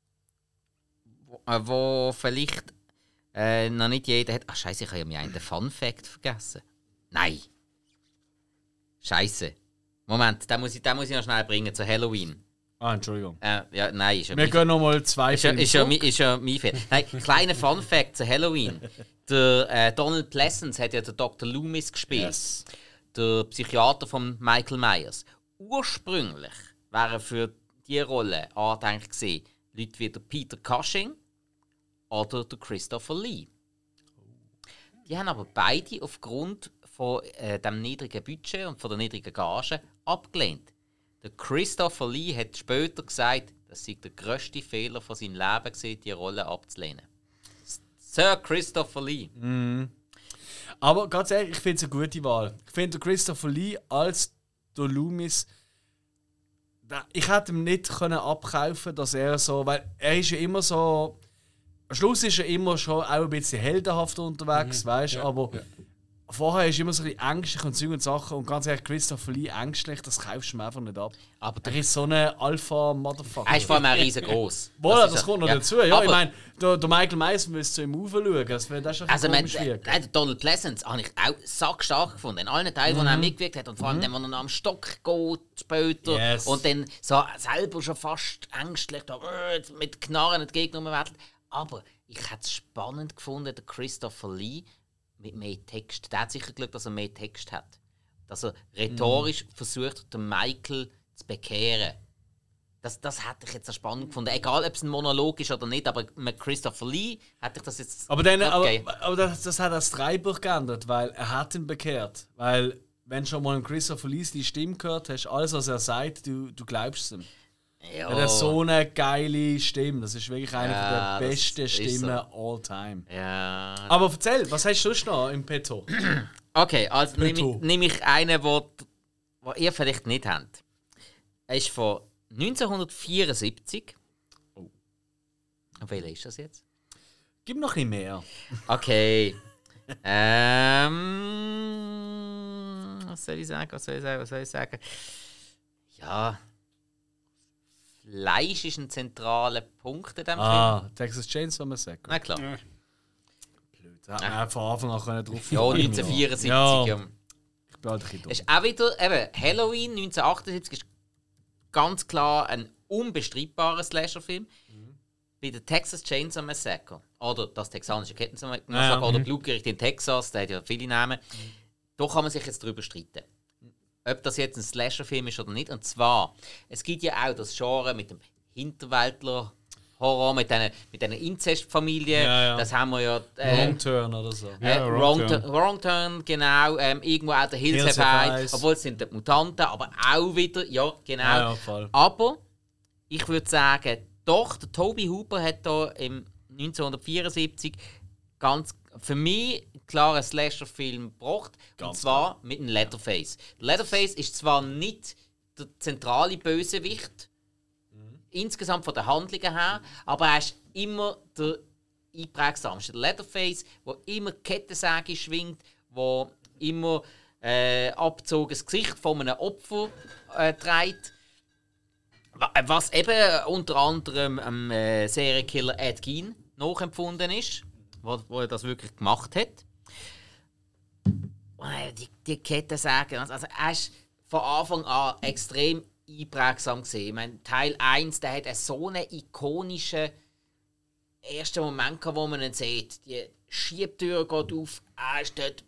[SPEAKER 1] vielleicht noch nicht jeder hat. Ach Scheiße, ich habe ja mir einen Fun Fact vergessen. Nein. Scheiße. Moment, den muss ich noch schnell bringen zu Halloween.
[SPEAKER 2] Entschuldigung.
[SPEAKER 1] Ja, nein, ist ja
[SPEAKER 2] wir gehen noch mal 2 Filme.
[SPEAKER 1] Ist ja mein Fehler. Nein, kleiner Fun Fact zu Halloween. Der Donald Pleasence hat ja den Dr. Loomis gespielt. Yes. Der Psychiater von Michael Myers. Ursprünglich wären für diese Rolle angedenkt gewesen, Leute wie der Peter Cushing oder der Christopher Lee. Die haben aber beide aufgrund von dem niedrigen Budget und von der niedrigen Gage abgelehnt. Der Christopher Lee hat später gesagt, das sei der grösste Fehler von seinem Leben gewesen, die Rolle abzulehnen. Sir Christopher Lee.
[SPEAKER 2] Aber ganz ehrlich, ich finde es eine gute Wahl. Ich finde Christopher Lee als der Loomis, ich hätte ihm nicht abkaufen, dass er so, weil er ist ja immer so, am Schluss ist er immer schon auch ein bisschen heldenhaft unterwegs, weißt du, aber vorher ist immer so ein bisschen ängstlich und Zeug und Sachen und ganz ehrlich, Christopher Lee ängstlich, das kaufst du mir einfach nicht ab.
[SPEAKER 1] Aber
[SPEAKER 2] er ist so ein Alpha-Motherfucker.
[SPEAKER 1] Er ist vor allem auch riesengroß.
[SPEAKER 2] Das kommt noch dazu. Ja, aber ich meine, der Michael Myers müsste zu ihm aufschauen. Das wäre schon komisch wirken.
[SPEAKER 1] Donald Pleasence habe ich auch sackstark gefunden. In allen Teilen, wo er mitgewirkt hat. Und vor allem, dann, wo er noch am Stock geht später. Und dann so selber schon fast ängstlich da, mit Knarren entgegen umwettet. Aber ich hätte es spannend gefunden, der Christopher Lee mit mehr Text. Der hat sicher Glück, dass er mehr Text hat. Dass er rhetorisch versucht, den Michael zu bekehren. Das hätte ich jetzt so spannend gefunden. Egal, ob es ein Monolog ist oder nicht, aber mit Christopher Lee hätte ich das jetzt.
[SPEAKER 2] Aber das hat das Drehbuch geändert, weil er hat ihn bekehrt. Weil, wenn schon mal ein Christopher Lee die Stimme gehört hast, alles, was er sagt, du glaubst ihm. Ja. Er hat so eine geile Stimme. Das ist wirklich eine der besten Stimmen all time.
[SPEAKER 1] Ja.
[SPEAKER 2] Aber erzähl, was hast du sonst noch im Petto?
[SPEAKER 1] Okay, also nehme ich einen, den ihr vielleicht nicht habt. Er ist von 1974. Oh. Welcher ist das jetzt?
[SPEAKER 2] Gib noch ein bisschen mehr.
[SPEAKER 1] Okay. Was soll ich sagen? Ja. Fleisch ist ein zentraler Punkt in diesem Film.
[SPEAKER 2] Texas Chainsaw Massacre.
[SPEAKER 1] Na klar.
[SPEAKER 2] Ja. Blöd. Da hat man von Anfang an drauf.
[SPEAKER 1] Ja, 1974. Ja.
[SPEAKER 2] Ich bin halt ein bisschen dumm.
[SPEAKER 1] Ist auch wieder, Halloween 1978 ist ganz klar ein unbestreitbarer Slasher-Film. Bei der Texas Chainsaw Massacre, oder das texanische Kettenmassaker, oder Blutgericht in Texas, der hat ja viele Namen, da kann man sich jetzt drüber streiten. Ob das jetzt ein Slasher-Film ist oder nicht. Und zwar, es gibt ja auch das Genre mit dem Hinterwäldler-Horror, mit diesen Inzestfamilien.
[SPEAKER 2] Ja.
[SPEAKER 1] Das haben wir ja.
[SPEAKER 2] Wrong Turn oder so.
[SPEAKER 1] Wrong Turn, genau. Irgendwo auch der Hills Have Eyes. Obwohl es sind die Mutanten, aber auch wieder, ja, genau.
[SPEAKER 2] Ja, voll.
[SPEAKER 1] Aber ich würde sagen, doch, der Toby Hooper hat da im 1974 ganz für mich klar einen Slasher-Film gebracht. Und zwar mit einem Leatherface. Leatherface ist zwar nicht der zentrale Bösewicht, insgesamt von den Handlungen her, aber er ist immer der einprägsamste. Der Leatherface, der immer Kettensäge schwingt, der immer abgezogenes Gesicht von einem Opfer trägt. Was eben unter anderem am Serienkiller Ed Gein nachempfunden ist, wo er das wirklich gemacht hat. Und die Kettensäge, also er ist von Anfang an extrem einprägsam gewesen. Ich meine, Teil 1, der hat so einen ikonischen ersten Moment gehabt, wo man ihn sieht. Die Schiebtür geht auf, er ist dort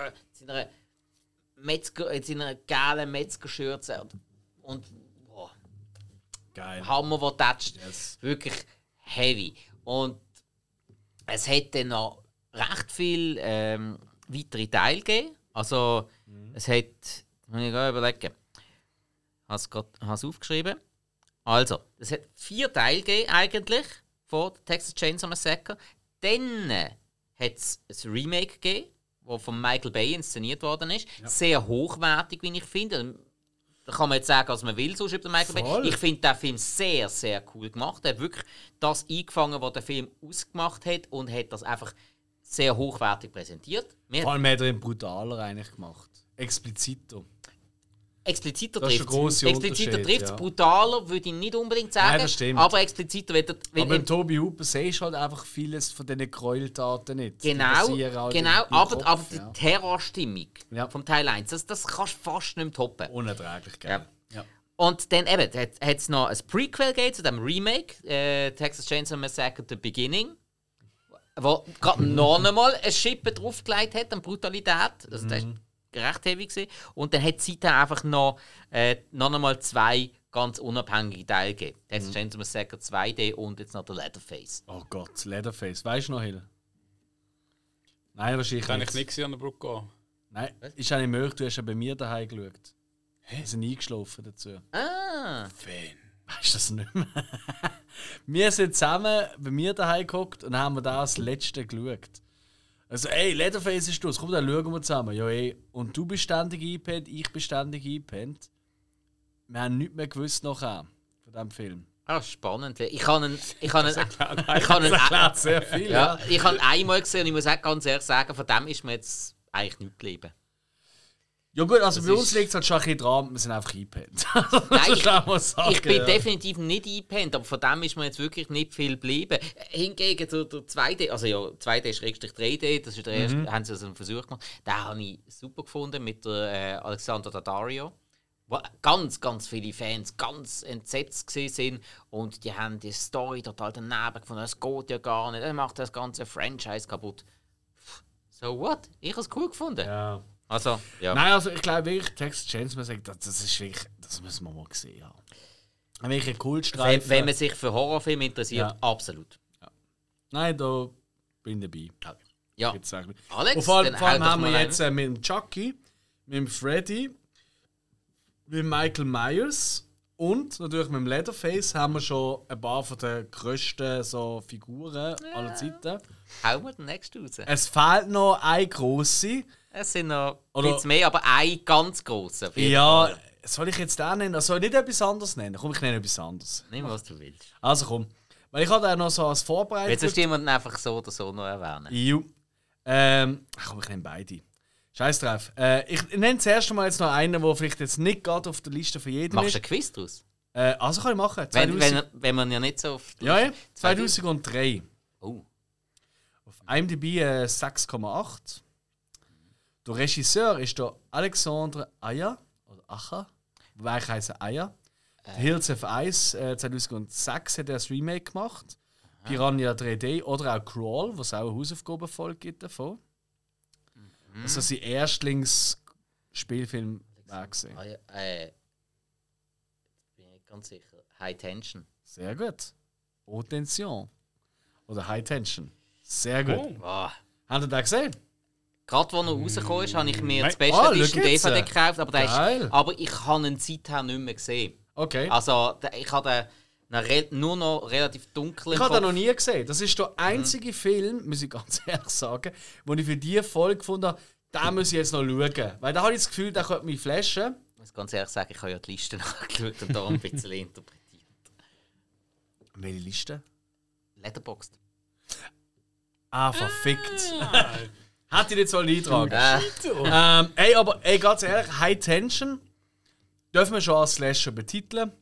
[SPEAKER 1] in seiner gelben Metzgerschürze und
[SPEAKER 2] geil.
[SPEAKER 1] Hammer, der tätscht. Yes. Wirklich heavy. Und es hat dann noch recht viel weitere Teile gegeben. Also, es hat, muss ich gerade überlegen, ich habe es aufgeschrieben. Also, es hat 4 Teile gegeben eigentlich von Texas Chainsaw Massacre. Dann hat es ein Remake gegeben, das von Michael Bay inszeniert worden ist. Ja. Sehr hochwertig, wie ich finde. Da kann man jetzt sagen, was man will, so über Michael Bay. Ich finde den Film sehr, sehr cool gemacht. Er hat wirklich das eingefangen, was der Film ausgemacht hat und hat das einfach sehr hochwertig präsentiert.
[SPEAKER 2] Vor allem hat er ihn brutaler eigentlich gemacht. Expliziter.
[SPEAKER 1] Expliziter trifft es. Brutaler würde ich nicht unbedingt sagen.
[SPEAKER 2] Nein, das stimmt.
[SPEAKER 1] Aber expliziter wird
[SPEAKER 2] aber beim Toby Hooper siehst du halt einfach vieles von diesen Gräueltaten nicht.
[SPEAKER 1] Genau,
[SPEAKER 2] halt
[SPEAKER 1] aber die Terrorstimmung vom Teil 1, das kannst du fast nicht mehr toppen.
[SPEAKER 2] Unerträglich, gell? Ja.
[SPEAKER 1] Und dann eben, hat es noch ein Prequel gegeben zu dem Remake, Texas Chainsaw Massacre The Beginning, wo gerade noch einmal eine Schippe draufgelegt hat an Brutalität. Also das war recht heavy gewesen. Und dann hat es seitdem einfach noch einmal 2 ganz unabhängige Teile gegeben. Texas Chainsaw Massacre 2D und jetzt noch der Leatherface.
[SPEAKER 2] Oh Gott, Leatherface. Weißt du noch, Hill? Nein, wahrscheinlich
[SPEAKER 3] kann ich nicht an der Brücke gehen.
[SPEAKER 2] Nein, ist auch nicht möglich. Du hast ja bei mir daheim geschaut. Wir sind eingeschlafen dazu.
[SPEAKER 1] Ah.
[SPEAKER 2] Wen? Weißt du das nicht mehr? Wir sind zusammen bei mir daheim gehockt und haben das letzte geschaut. Also, ey, Leatherface ist los, komm, dann schauen wir zusammen. Ja, ey. Und du bist ständig eingepennt, ich bin ständig eingepennt. Wir haben nichts mehr gewusst nachher von diesem Film.
[SPEAKER 1] Ah, spannend. Ich habe
[SPEAKER 2] erklärt sehr viel.
[SPEAKER 1] Ja, ich habe einmal gesehen und ich muss auch ganz ehrlich sagen, von dem ist mir jetzt eigentlich nichts geblieben.
[SPEAKER 2] Ja gut, also bei uns liegt es halt schon ein bisschen dran, wir sind einfach eingepennt.
[SPEAKER 1] Nein, ich bin definitiv nicht eingepennt, aber von dem ist mir jetzt wirklich nicht viel geblieben. Hingegen der 2D, also ja, 2D-3D, das ist der erste, haben sie also einen Versuch gemacht, den habe ich super gefunden mit der Alexander Daddario, wo ganz, ganz viele Fans ganz entsetzt sind und die haben die Story total daneben gefunden, es geht ja gar nicht, er macht das ganze Franchise kaputt. So what? Ich habe es cool gefunden.
[SPEAKER 2] Ja.
[SPEAKER 1] Also, ja.
[SPEAKER 2] Nein, also ich glaube wirklich, Texas Chainsaw sagt, das ist wirklich, das müssen wir mal sehen haben. Wirklich ein Kultstreifen.
[SPEAKER 1] Wenn man sich für Horrorfilme interessiert,
[SPEAKER 2] Ja.
[SPEAKER 1] absolut.
[SPEAKER 2] Ja. Nein, da bin ich dabei.
[SPEAKER 1] Ja.
[SPEAKER 2] Alex, und vor allem haben wir jetzt mit dem Chucky, mit dem Freddy, mit dem Michael Myers und natürlich mit dem Leatherface haben wir schon ein paar von den grössten so Figuren aller Zeiten.
[SPEAKER 1] Hauen wir den nächsten raus.
[SPEAKER 2] Es fehlt noch eine grosse.
[SPEAKER 1] Es sind noch ein bisschen mehr, aber ein ganz grosser.
[SPEAKER 2] Ja, soll ich jetzt den nennen? Soll ich nicht etwas anderes nennen? Komm, ich nenne etwas anderes.
[SPEAKER 1] Nimm, was du willst.
[SPEAKER 2] Also komm. Weil ich habe den noch so als Vorbereitung.
[SPEAKER 1] Willst du jemanden einfach so oder so noch erwähnen?
[SPEAKER 2] Ju. Komm, ich nenne beide. Scheiß drauf. Ich nenne zuerst mal jetzt noch einen, der vielleicht jetzt nicht gerade auf der Liste für jeden
[SPEAKER 1] Machst
[SPEAKER 2] ist.
[SPEAKER 1] du einen Quiz draus?
[SPEAKER 2] Also kann ich machen.
[SPEAKER 1] Wenn man ja nicht so auf...
[SPEAKER 2] Ja, 2003.
[SPEAKER 1] Oh.
[SPEAKER 2] Auf IMDb 6,8. Der Regisseur ist der Alexandre Aja. Oder Acha. Wobei ich heiße Aja. Hills of Ice 2006 hat er das Remake gemacht. Piranha 3D oder auch Crawl, was auch eine Hausaufgabenfolge gibt davon. Also sein Erstlingsspielfilm war gesehen.
[SPEAKER 1] Bin ich nicht ganz sicher. High Tension.
[SPEAKER 2] Sehr gut. Haute Tension. Oder High Tension. Sehr gut.
[SPEAKER 1] Oh. Habt
[SPEAKER 2] ihr den gesehen?
[SPEAKER 1] Gerade als er rausgekommen ist, habe ich mir das beste Edition DVD gekauft, aber ich habe ihn seither nicht mehr gesehen.
[SPEAKER 2] Okay.
[SPEAKER 1] Also ich habe den nur noch relativ dunkel.
[SPEAKER 2] Ich habe den noch nie gesehen. Das ist der einzige Film, muss ich ganz ehrlich sagen, den ich für diese Folge gefunden habe, den muss ich jetzt noch schauen. Weil da habe ich das Gefühl, der könnte mich flashen.
[SPEAKER 1] Ich muss ganz ehrlich sagen, ich habe ja die Liste nachgeschaut und da ein bisschen interpretiert.
[SPEAKER 2] Welche Liste?
[SPEAKER 1] Letterboxd.
[SPEAKER 2] Ah, verfickt. Hätte ich nicht so eintragen. Aber ganz ehrlich, High Tension dürfen wir schon als Slasher betiteln.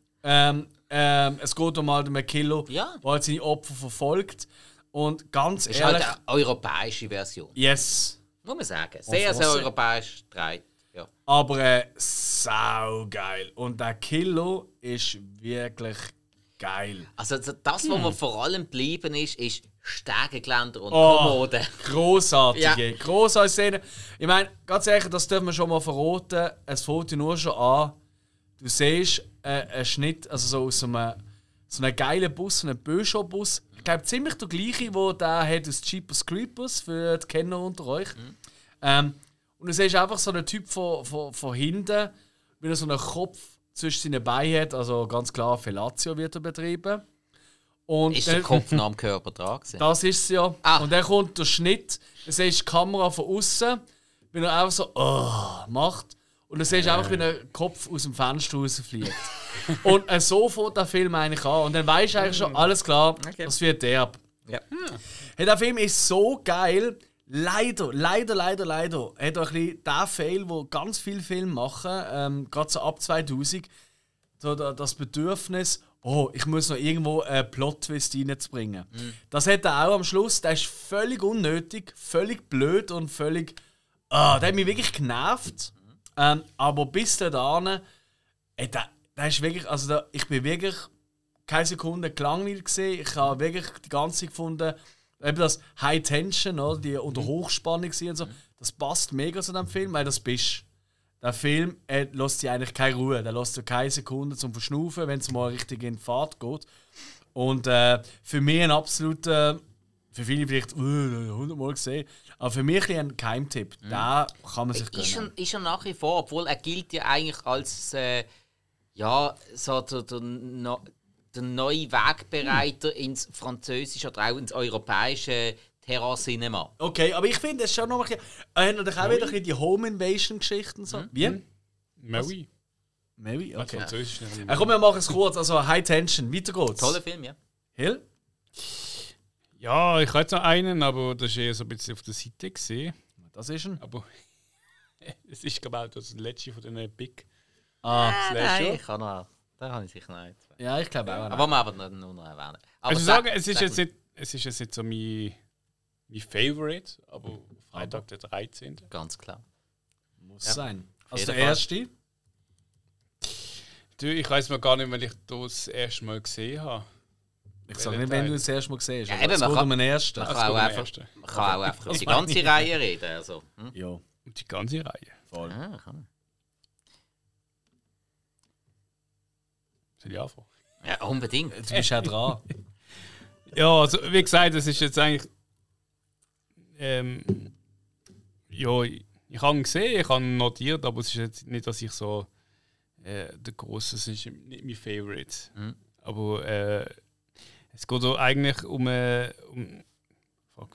[SPEAKER 2] Es geht um halt einen Killer, der halt seine Opfer verfolgt. Und ganz
[SPEAKER 1] ehrlich...
[SPEAKER 2] Ist
[SPEAKER 1] halt eine europäische Version.
[SPEAKER 2] Yes.
[SPEAKER 1] Muss man sagen. Sehr, sehr europäisch getragen. Ja.
[SPEAKER 2] Aber saugeil. Und der Killer ist wirklich geil.
[SPEAKER 1] Also das, was mir vor allem geblieben ist Stegengeländer und Kommoden.
[SPEAKER 2] Grossartige, grossartige Szene. Ich meine, ganz ehrlich, das dürfen wir schon mal verraten. Es fängt nur schon an. Du siehst einen Schnitt, also so aus so einem geilen Bus, so einem Peugeot-Bus. Ich glaube, ziemlich der gleiche, den der hat aus Jeepers Creepers, für die Kenner unter euch. Und du siehst einfach so einen Typ von hinten, wie er so einen Kopf zwischen seinen Beinen hat. Also ganz klar, Fellatio wird er betrieben. Und
[SPEAKER 1] ist der Kopf noch am Körper dran gewesen?
[SPEAKER 2] Das ist es ja. Und dann kommt der Schnitt, dann siehst du die Kamera von außen, wie er einfach so macht. Und dann siehst du einfach, wie der Kopf aus dem Fenster rausfliegt. Und so fängt der Film eigentlich an. Und dann weißt du eigentlich schon, alles klar, das wird derb.
[SPEAKER 1] Ja.
[SPEAKER 2] Hey, der Film ist so geil. Leider hat er ein bisschen den Fail, den ganz viele Filme machen, gerade so ab 2000, so das Bedürfnis, ich muss noch irgendwo einen Plot-Twist reinzubringen. Das hat er auch am Schluss. Der ist völlig unnötig, völlig blöd und völlig... der hat mich wirklich genervt. Aber bis dahin, der ist wirklich... Also ich bin wirklich keine Sekunde gelangweilt gewesen. Ich habe wirklich die ganze Zeit gefunden, eben das High Tension, oder, die unter Hochspannung sind und so, das passt mega zu dem Film, weil das bist. Der Film lässt dir eigentlich keine Ruhe. Der lässt dir keine Sekunde zum Verschnaufen, wenn es mal richtig in die Fahrt geht. Und für mich ein absoluter, für viele vielleicht 100-mal gesehen, aber für mich ein Keimtipp. Da kann man sich gönnen.
[SPEAKER 1] Ist er nach wie vor, obwohl er gilt ja eigentlich als so der neue Wegbereiter ins Französische oder auch ins europäische Terror-Cinema.
[SPEAKER 2] Okay, aber ich finde es schon noch ein bisschen... natürlich auch wieder ein bisschen die Home-Invasion-Geschichten. So. Wie?
[SPEAKER 3] Maui.
[SPEAKER 2] Maui? Okay.
[SPEAKER 3] Französisch nicht.
[SPEAKER 2] Komm, wir machen es kurz. Also High Tension, weiter geht's.
[SPEAKER 1] Toller Film, ja.
[SPEAKER 2] Hill?
[SPEAKER 3] Ja, ich habe jetzt noch einen, aber das war eher so ein bisschen auf der Seite gesehen.
[SPEAKER 2] Das ist ein.
[SPEAKER 3] Aber es ist glaube ich auch das letzte von den Big
[SPEAKER 1] Nein,
[SPEAKER 3] Slasher.
[SPEAKER 1] ich kann noch. Da habe ich sicher noch nicht.
[SPEAKER 2] Ja, ich glaube auch.
[SPEAKER 1] Aber wir aber nur noch erwähnen. Aber
[SPEAKER 3] Also sagen, es ist jetzt nicht so mein Favorite, aber Freitag der 13.
[SPEAKER 1] Ganz klar.
[SPEAKER 2] Muss sein. Also
[SPEAKER 1] Jeder
[SPEAKER 2] der erste.
[SPEAKER 3] Du, ich weiß mal gar nicht, wenn ich das erste Mal gesehen habe.
[SPEAKER 2] Ich sage nicht, wenn du das erste Mal siehst.
[SPEAKER 1] Ja,
[SPEAKER 2] aber
[SPEAKER 1] eben,
[SPEAKER 2] es
[SPEAKER 1] man
[SPEAKER 2] geht
[SPEAKER 1] kann-
[SPEAKER 2] um den ersten.
[SPEAKER 1] Man kann auch einfach über die ganze Reihe reden. Also.
[SPEAKER 2] Ja,
[SPEAKER 3] Und die ganze Reihe.
[SPEAKER 2] voll.
[SPEAKER 1] Ah, kann.
[SPEAKER 3] Soll ich anfangen?
[SPEAKER 1] Ja, unbedingt.
[SPEAKER 2] Du bist auch dran.
[SPEAKER 3] Ja, also, wie gesagt, das ist jetzt eigentlich. Ja, ich habe ihn gesehen, ich habe ihn notiert, aber es ist jetzt nicht, dass ich so. Der grosse, das ist nicht mein Favorite.
[SPEAKER 1] Mhm.
[SPEAKER 3] Aber es geht auch eigentlich um. Fuck.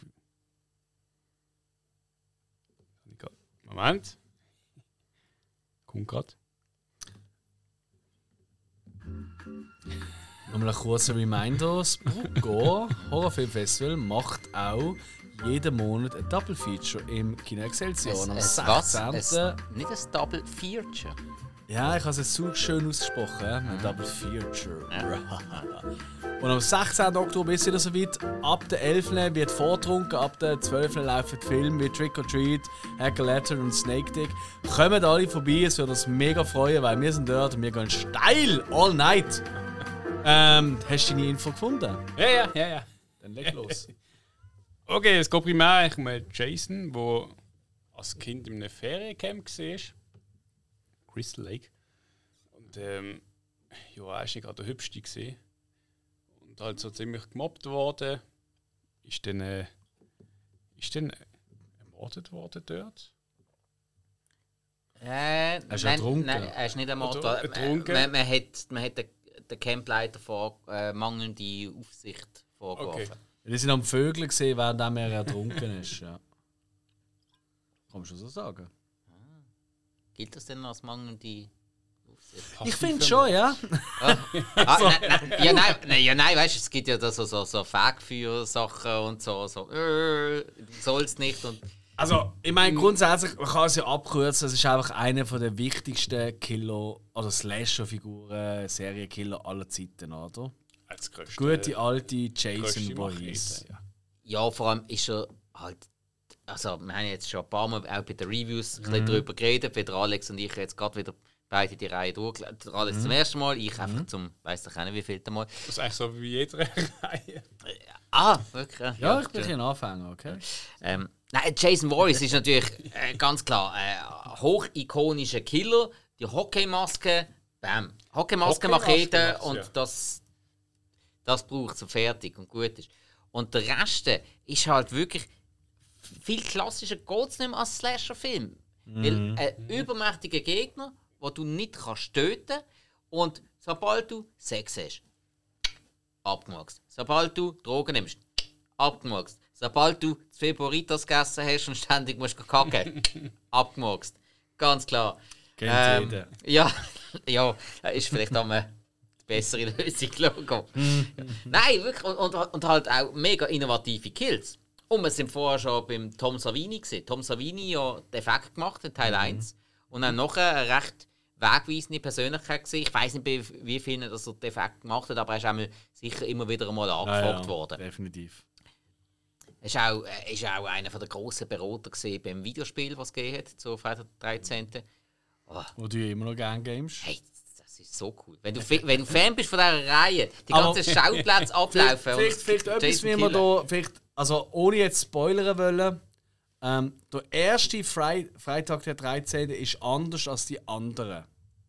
[SPEAKER 3] Moment. Kommt gerade.
[SPEAKER 2] Nochmal ein kurzer Reminder: das Brucko Horrorfilm Festival macht auch jeden Monat ein Double Feature im Kino Excelsior. Am 16.
[SPEAKER 1] Nicht ein Double Feature.
[SPEAKER 2] Ja, ich habe es jetzt zu schön ausgesprochen. Ein Double Feature. Und am 16. Oktober ist es wieder soweit. Ab der 11. wird vorgetrunken, ab der 12. laufen die Filme wie Trick or Treat, Hack a Lantern und Snake Dick. Kommt alle vorbei, es würde uns mega freuen, weil wir sind dort und wir gehen steil, all night. Hast du deine Info gefunden?
[SPEAKER 3] Ja.
[SPEAKER 2] Dann leg los.
[SPEAKER 3] Okay, es geht primär eigentlich um Jason, der als Kind in einem Feriencamp war. Crystal Lake. Und ja, er war nicht gerade der Hübschste gewesen. Und halt so ziemlich gemobbt worden. Ist dann ermordet worden dort.
[SPEAKER 1] Nein,
[SPEAKER 2] ertrunken?
[SPEAKER 1] Nein, er ist nicht ermordet.
[SPEAKER 3] Oder ertrunken?
[SPEAKER 1] Man hat den Campleiter vor mangelnde Aufsicht vorgeworfen.
[SPEAKER 3] Okay.
[SPEAKER 2] Wir sind am Vögeln gesehen, während er ertrunken ist. Ja. Kann man schon so sagen.
[SPEAKER 1] Gilt das denn als mangelnde Aufsicht?
[SPEAKER 2] Ich finde schon, ja.
[SPEAKER 1] Nein, weißt du, es gibt ja da so Fegfeuer-Sachen und so soll es nicht. Und
[SPEAKER 2] Also, ich meine, grundsätzlich, man kann es ja abkürzen, es ist einfach einer der wichtigsten Killer, also Slasher-Figuren, Serienkiller aller Zeiten, oder?
[SPEAKER 3] Als größte,
[SPEAKER 2] Gute alte Jason
[SPEAKER 3] größte
[SPEAKER 2] Voorhees.
[SPEAKER 3] Machete, ja.
[SPEAKER 1] ja, vor allem ist er halt. Also, wir haben jetzt schon ein paar Mal auch bei den Reviews ein bisschen darüber geredet, wie der Alex und ich jetzt gerade wieder beide die Reihe durchgelesen. Der Alex zum ersten Mal, ich einfach zum, weiss ich auch nicht wie viel Mal.
[SPEAKER 3] Das ist eigentlich so wie jeder Reihe.
[SPEAKER 1] Wirklich?
[SPEAKER 2] Ja, ich bin ein Anfänger, okay?
[SPEAKER 1] Nein, Jason Voorhees ist natürlich ganz klar ein hochikonischer Killer. Die Hockeymaske, bam. Hockeymaske, Machete und
[SPEAKER 3] ja.
[SPEAKER 1] das braucht so fertig und gut ist. Und der Rest ist halt wirklich. Viel klassischer geht es nicht mehr als Slasher-Film. Weil ein übermächtiger Gegner, den du nicht kannst töten und sobald du Sex hast, abgemurkst. Sobald du Drogen nimmst, abgemurkst. Sobald du zu viel Burritos gegessen hast und ständig musst kacken, abgemurkst. Ganz klar.
[SPEAKER 2] Kennt jeder.
[SPEAKER 1] Ja, ist vielleicht auch eine bessere Lösung. Logo. Nein, wirklich. Und halt auch mega innovative Kills. Und wir sind vorher schon beim Tom Savini gesehen. Tom Savini ja den Effekt gemacht in Teil 1. Und dann nachher eine recht wegweisende Persönlichkeit gesehen. Ich weiß nicht, wie vielen das er den Effekt gemacht hat, aber er ist auch sicher immer wieder einmal angefragt worden.
[SPEAKER 2] Definitiv.
[SPEAKER 1] Er ist auch einer der grossen Berater gesehen beim Videospiel, das es gegeben hat, zu Freitag der 13.
[SPEAKER 2] Wo du immer noch gerne gamest.
[SPEAKER 1] Hey, das ist so cool. Wenn du Fan bist von dieser Reihe, die ganzen Schauplätze ablaufen.
[SPEAKER 2] Vielleicht etwas, wie wir da. Also, ohne jetzt spoilern wollen, der erste Freitag der 13. ist anders als die anderen.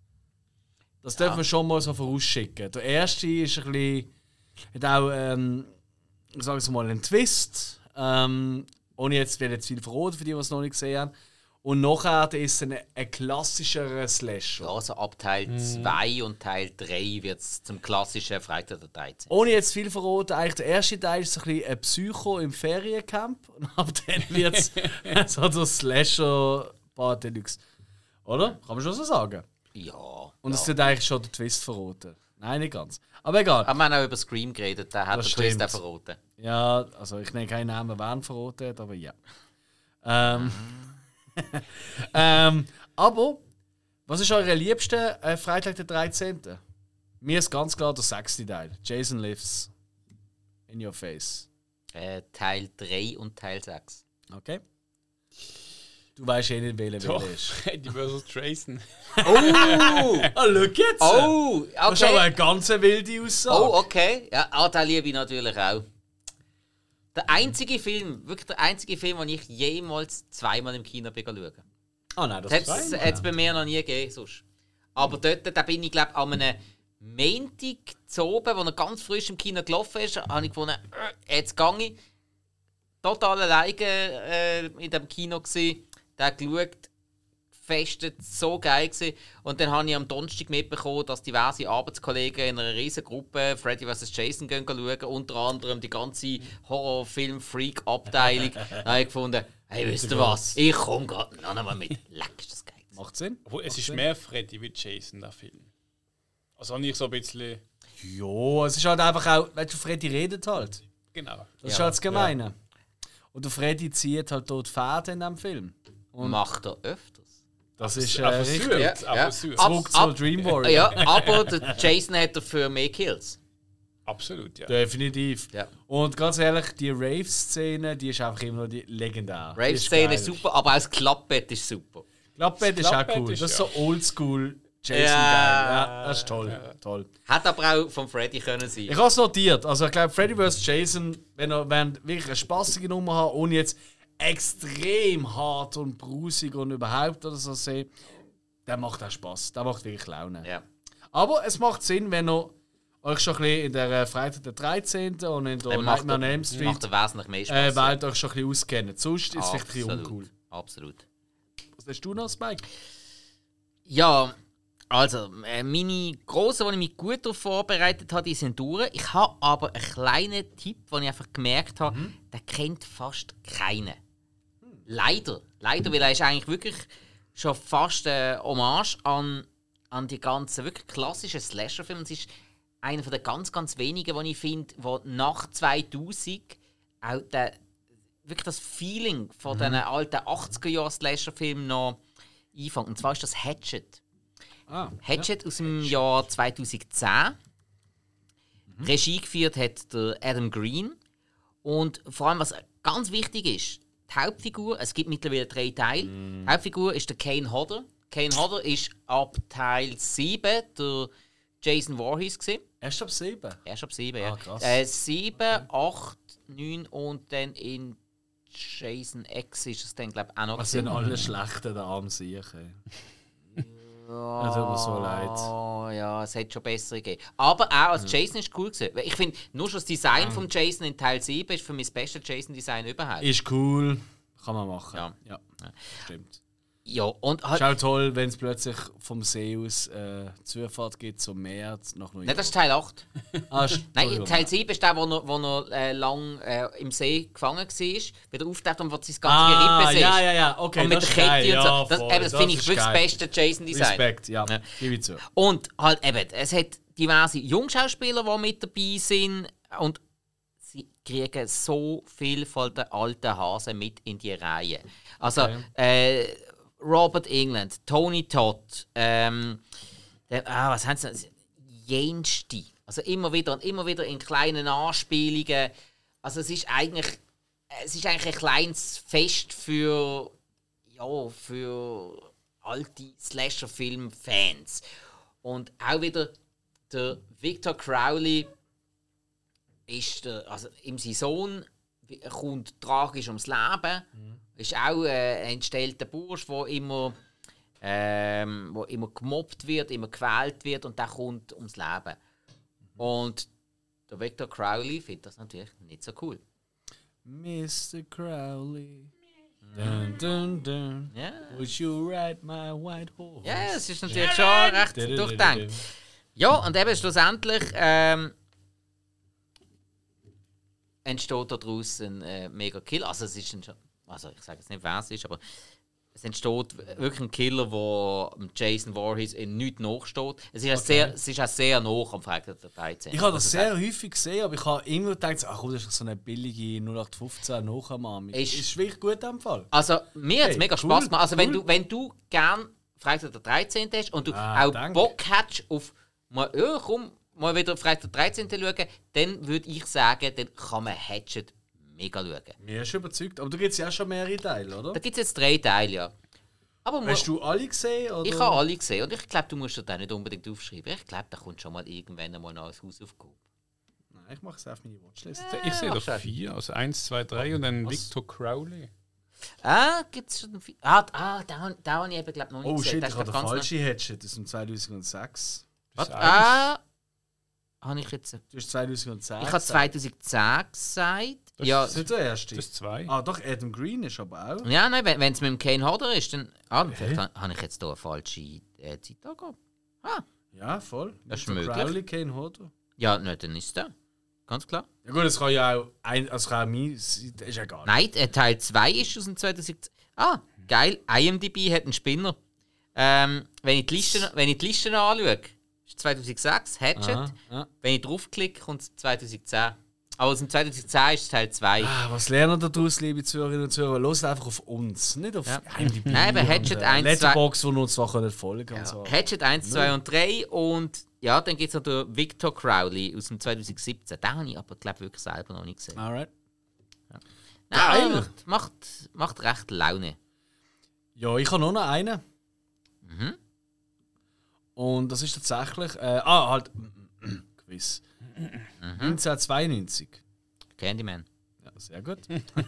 [SPEAKER 2] Das dürfen wir schon mal so vorausschicken. Der erste ist ein bisschen. Hat auch, sagen wir mal, einen Twist. Ohne jetzt viel verraten für die, die es noch nicht gesehen haben. Und nachher ist es ein klassischerer Slasher.
[SPEAKER 1] Ja, also ab Teil 2 und Teil 3 wird es zum klassischen Freitag der 13.
[SPEAKER 2] Ohne jetzt viel verraten, eigentlich der erste Teil ist so ein bisschen ein Psycho im Feriencamp. Und ab dann wird es so der Slasher-Bar Deluxe. Oder? Kann man schon so sagen.
[SPEAKER 1] Ja.
[SPEAKER 2] Und es wird eigentlich schon der Twist verraten. Nein, nicht ganz. Aber egal.
[SPEAKER 1] Aber wir haben auch über Scream geredet, der hat
[SPEAKER 2] Das
[SPEAKER 1] den Twist
[SPEAKER 2] stimmt.
[SPEAKER 1] auch verraten.
[SPEAKER 2] Ja, also ich nenne keinen Namen, wer ihn verraten hat, aber ja. Aber, was ist eure liebste Freitag der 13.? Mir ist ganz klar der 6. Teil. Jason Lives. In your face.
[SPEAKER 1] Teil 3 und Teil 6.
[SPEAKER 2] Okay. Du weißt eh nicht, welcher
[SPEAKER 3] Doch,
[SPEAKER 2] ist.
[SPEAKER 3] Freddy vs. Jason.
[SPEAKER 1] Oh!
[SPEAKER 2] Ah, schau jetzt!
[SPEAKER 1] Oh! Okay.
[SPEAKER 2] Das ist aber eine ganz wilde Aussage.
[SPEAKER 1] Oh, okay. Ja, den liebe ich natürlich auch. Der einzige Film, den ich jemals zweimal im Kino schauen.
[SPEAKER 2] Ah nein, das
[SPEAKER 1] Das hat es bei mir noch nie gegeben. Sonst. Aber dort da bin ich, glaube ich, an einem Montag zu oben, wo er ganz frisch im Kino gelaufen ist, habe ich gefunden, jetzt gehe ich. Total alleine in dem Kino gewesen, den geschaut, gefestet, so geil gewesen. Und dann habe ich am Donnerstag mitbekommen, dass diverse Arbeitskollegen in einer riesen Gruppe Freddy vs. Jason gehen schauen, unter anderem die ganze Horrorfilm-Freak-Abteilung. Dann habe ich gefunden, hey, wisst ihr was, ich komme gerade noch einmal mit. Leck, ist das geil.
[SPEAKER 2] Macht Sinn.
[SPEAKER 3] Obwohl, es ist mehr Freddy wie Jason, der Film. Also habe ich so ein bisschen...
[SPEAKER 2] Ja, es ist halt einfach auch, weißt du, Freddy redet halt.
[SPEAKER 3] Genau.
[SPEAKER 2] Das ist halt das Gemeine. Und der Freddy zieht halt dort Fäden in diesem Film. Und
[SPEAKER 1] Macht er öfters.
[SPEAKER 2] das ist
[SPEAKER 3] Aber
[SPEAKER 2] richtig.
[SPEAKER 3] süß,
[SPEAKER 1] Ja,
[SPEAKER 3] aber
[SPEAKER 1] ja.
[SPEAKER 3] süß.
[SPEAKER 2] Zurück zu Dream Warrior.
[SPEAKER 1] Ja, aber der Jason hat dafür mehr Kills.
[SPEAKER 3] Absolut, ja.
[SPEAKER 2] Definitiv.
[SPEAKER 1] Ja.
[SPEAKER 2] Und ganz ehrlich, die Rave-Szene, die ist einfach immer noch die legendär. Die
[SPEAKER 1] Rave-Szene
[SPEAKER 2] geil.
[SPEAKER 1] ist super, aber auch das Klappbett ist super.
[SPEAKER 2] Klappbett ist auch
[SPEAKER 3] Klappbett
[SPEAKER 2] cool.
[SPEAKER 3] ist
[SPEAKER 2] Das ist
[SPEAKER 3] ja.
[SPEAKER 2] so oldschool Jason
[SPEAKER 1] Ja.
[SPEAKER 2] geil. Ja, das ist toll. Toll.
[SPEAKER 1] Hätte aber auch von Freddy können sein.
[SPEAKER 2] Ich habe es notiert. Also ich glaube, Freddy vs. Jason, wenn wirklich eine spaßige Nummer hat, ohne jetzt extrem hart und brusig und überhaupt oder so sehen, der macht auch Spaß. Der macht wirklich Laune.
[SPEAKER 1] Ja.
[SPEAKER 2] Aber es macht Sinn, wenn ihr euch schon ein bisschen in der Freitag der 13. und in der
[SPEAKER 1] Dann macht
[SPEAKER 2] Nightmare on Elm
[SPEAKER 1] macht
[SPEAKER 2] Street
[SPEAKER 1] er wesentlich mehr Spaß.
[SPEAKER 2] Welt euch schon ein bisschen auskennen. Sonst ist es vielleicht ein bisschen
[SPEAKER 1] Absolut.
[SPEAKER 2] uncool.
[SPEAKER 1] Absolut.
[SPEAKER 2] Was hast du noch, Spike?
[SPEAKER 1] Ja, also, meine Grossen, die ich mich gut darauf vorbereitet habe, die sind durch. Ich habe aber einen kleinen Tipp, den ich einfach gemerkt habe, den kennt fast keiner. Leider. Leider, weil er ist eigentlich wirklich schon fast eine Hommage an die ganzen wirklich klassischen Slasher-Filme. Es ist einer der ganz, ganz wenigen, die ich finde, wo nach 2000 auch wirklich das Feeling von diesen alten 80er-Jahr-Slasher-Filmen noch einfängt. Und zwar ist das Hatchet. Hatchet aus dem Jahr 2010. Regie geführt hat der Adam Green. Und vor allem, was ganz wichtig ist, die Hauptfigur, es gibt mittlerweile 3 Teile. Die Hauptfigur ist der Kane Hodder. Kane Hodder ist ab Teil 7 der Jason Voorhees gewesen.
[SPEAKER 2] Erst ab 7?
[SPEAKER 1] Erst ab 7, ja.
[SPEAKER 2] Krass.
[SPEAKER 1] 7, 8, 9 und dann in Jason X ist es dann, glaube ich, auch noch.
[SPEAKER 2] Was sind alle Schlechten, der arme Siechen. Das tut mir so leid.
[SPEAKER 1] Oh ja, es hätte schon bessere gegeben. Aber auch als Jason ist cool gewesen. Ich finde, nur schon das Design von Jason in Teil 7 ist für mich das beste Jason-Design überhaupt.
[SPEAKER 2] Ist cool. Kann man machen.
[SPEAKER 1] Ja.
[SPEAKER 2] Stimmt.
[SPEAKER 1] Ja, und
[SPEAKER 2] Ist
[SPEAKER 1] halt.
[SPEAKER 2] auch toll, wenn es plötzlich vom See aus Zufahrt gibt zum Meer nach New York.
[SPEAKER 1] Nein, das ist Teil 8. Nein,
[SPEAKER 2] Entschuldigung.
[SPEAKER 1] Teil 7 ist der, wo er lang im See gefangen war, wieder auftaucht und wo sein ganzes Gerippe ist.
[SPEAKER 2] Ja, okay,
[SPEAKER 1] Und mit
[SPEAKER 2] das
[SPEAKER 1] der
[SPEAKER 2] ist geil.
[SPEAKER 1] Kette und so.
[SPEAKER 2] Ja,
[SPEAKER 1] Das,
[SPEAKER 2] voll,
[SPEAKER 1] eben, das finde ich
[SPEAKER 2] ist
[SPEAKER 1] wirklich das
[SPEAKER 2] geil.
[SPEAKER 1] beste Jason-Design.
[SPEAKER 2] Respekt, ja.
[SPEAKER 1] Ja.
[SPEAKER 2] Gebe ich zu.
[SPEAKER 1] Und halt eben, es hat diverse Jungschauspieler, die mit dabei sind und sie kriegen so viel von den alten Hasen mit in die Reihe. Also Robert Englund, Tony Todd, was haben sie? Jensti. Also immer wieder und immer wieder in kleinen Anspielungen. Also es ist eigentlich ein kleines Fest für alte Slasher-Film-Fans. Und auch wieder der Victor Crowley ist also sein Sohn kommt tragisch ums Leben. Ist auch ein entstellter Bursch, der immer gemobbt wird, immer gequält wird und der kommt ums Leben. Und der Victor Crowley findet das natürlich nicht so cool.
[SPEAKER 2] Mr. Crowley. Dun, dun, dun.
[SPEAKER 1] Ja,
[SPEAKER 2] Would you ride my white horse?
[SPEAKER 1] ja es ist natürlich schon recht durchdenkt. Ja, und eben schlussendlich entsteht daraus ein mega Kill. Also es ist schon, also ich sage jetzt nicht, wer es ist, aber es entsteht wirklich ein Killer, der Jason Voorhees in nichts nachsteht. Es ist auch sehr nah am Freitag der 13.
[SPEAKER 2] Ich habe das sehr häufig gesehen, aber ich habe immer gedacht, ach, das ist so eine billige 0815 Nachahmung. Ist wirklich gut in dem Fall.
[SPEAKER 1] Also, mir hat es mega Spaß gemacht. Also,
[SPEAKER 2] cool.
[SPEAKER 1] wenn du gerne Freitag der 13. hast und du auch Bock hast auf mal wieder Freitag der 13. schauen, dann würde ich sagen, dann kann man Hatchet mega schauen.
[SPEAKER 2] Mir ist überzeugt. Aber da gibt es ja auch schon mehrere Teile, oder?
[SPEAKER 1] Da gibt es jetzt 3 Teile, ja. Aber
[SPEAKER 2] hast du alle gesehen? Oder?
[SPEAKER 1] Ich habe alle gesehen und ich glaube, du musst das nicht unbedingt aufschreiben. Ich glaube, da kommt schon mal irgendwann mal noch als Hausaufgabe.
[SPEAKER 2] Nein, ich mache es auf meine Watchlist.
[SPEAKER 3] Ich sehe doch 4, also 1, 2, 3 und dann Victor Crowley.
[SPEAKER 1] Gibt es schon 4? Da habe ich eben, glaube noch nicht
[SPEAKER 2] gesehen.
[SPEAKER 1] gesehen.
[SPEAKER 2] Oh shit, ich habe den falschen Hatchet, das ist im 2006.
[SPEAKER 1] Was? Habe ich jetzt...
[SPEAKER 2] Du hast 2010
[SPEAKER 1] Ich habe 2010 gesagt.
[SPEAKER 2] Das
[SPEAKER 1] ja,
[SPEAKER 2] ist nicht der erste.
[SPEAKER 3] Das ist 2.
[SPEAKER 2] Ah, doch, Adam Green ist aber auch.
[SPEAKER 1] Ja, nein, wenn es mit dem Kane Hodder ist, dann... vielleicht habe ich jetzt hier eine falsche Zeit angegeben.
[SPEAKER 2] Ja, voll.
[SPEAKER 1] Das ist
[SPEAKER 2] Victor
[SPEAKER 1] möglich.
[SPEAKER 2] Crowley, Kane Hodder.
[SPEAKER 1] Ja, nein, dann ist der. Ganz klar.
[SPEAKER 2] Ja gut, es kann ja auch also kann auch mein, ist egal.
[SPEAKER 1] Nein, Teil 2 ist aus dem 2010. Geil. IMDb hat einen Spinner. Wenn ich die Listen anschaue, ist 2006 Hatchet.
[SPEAKER 2] Ja.
[SPEAKER 1] Wenn ich draufklicke, kommt es 2010. Aber aus dem 2010 ist es Teil 2.
[SPEAKER 2] Was lernen wir daraus, liebe Zuhörerinnen und Zuhörer? Hört einfach auf uns, nicht auf IMDb.
[SPEAKER 1] Nein, aber Hatchet 1, 2...
[SPEAKER 2] Letterboxd, wo wir uns zwar folgen können.
[SPEAKER 1] Ja.
[SPEAKER 2] So.
[SPEAKER 1] Hatchet 1, 2 und 3 und ja, dann gibt es noch den Victor Crowley aus dem 2017. Den habe ich aber, glaube ich, wirklich selber noch nicht gesehen.
[SPEAKER 2] Alright.
[SPEAKER 1] Nein, macht recht Laune.
[SPEAKER 2] Ja, ich habe noch einen. Und das ist tatsächlich... Quiz. 1992.
[SPEAKER 1] Candyman.
[SPEAKER 2] Ja, sehr gut.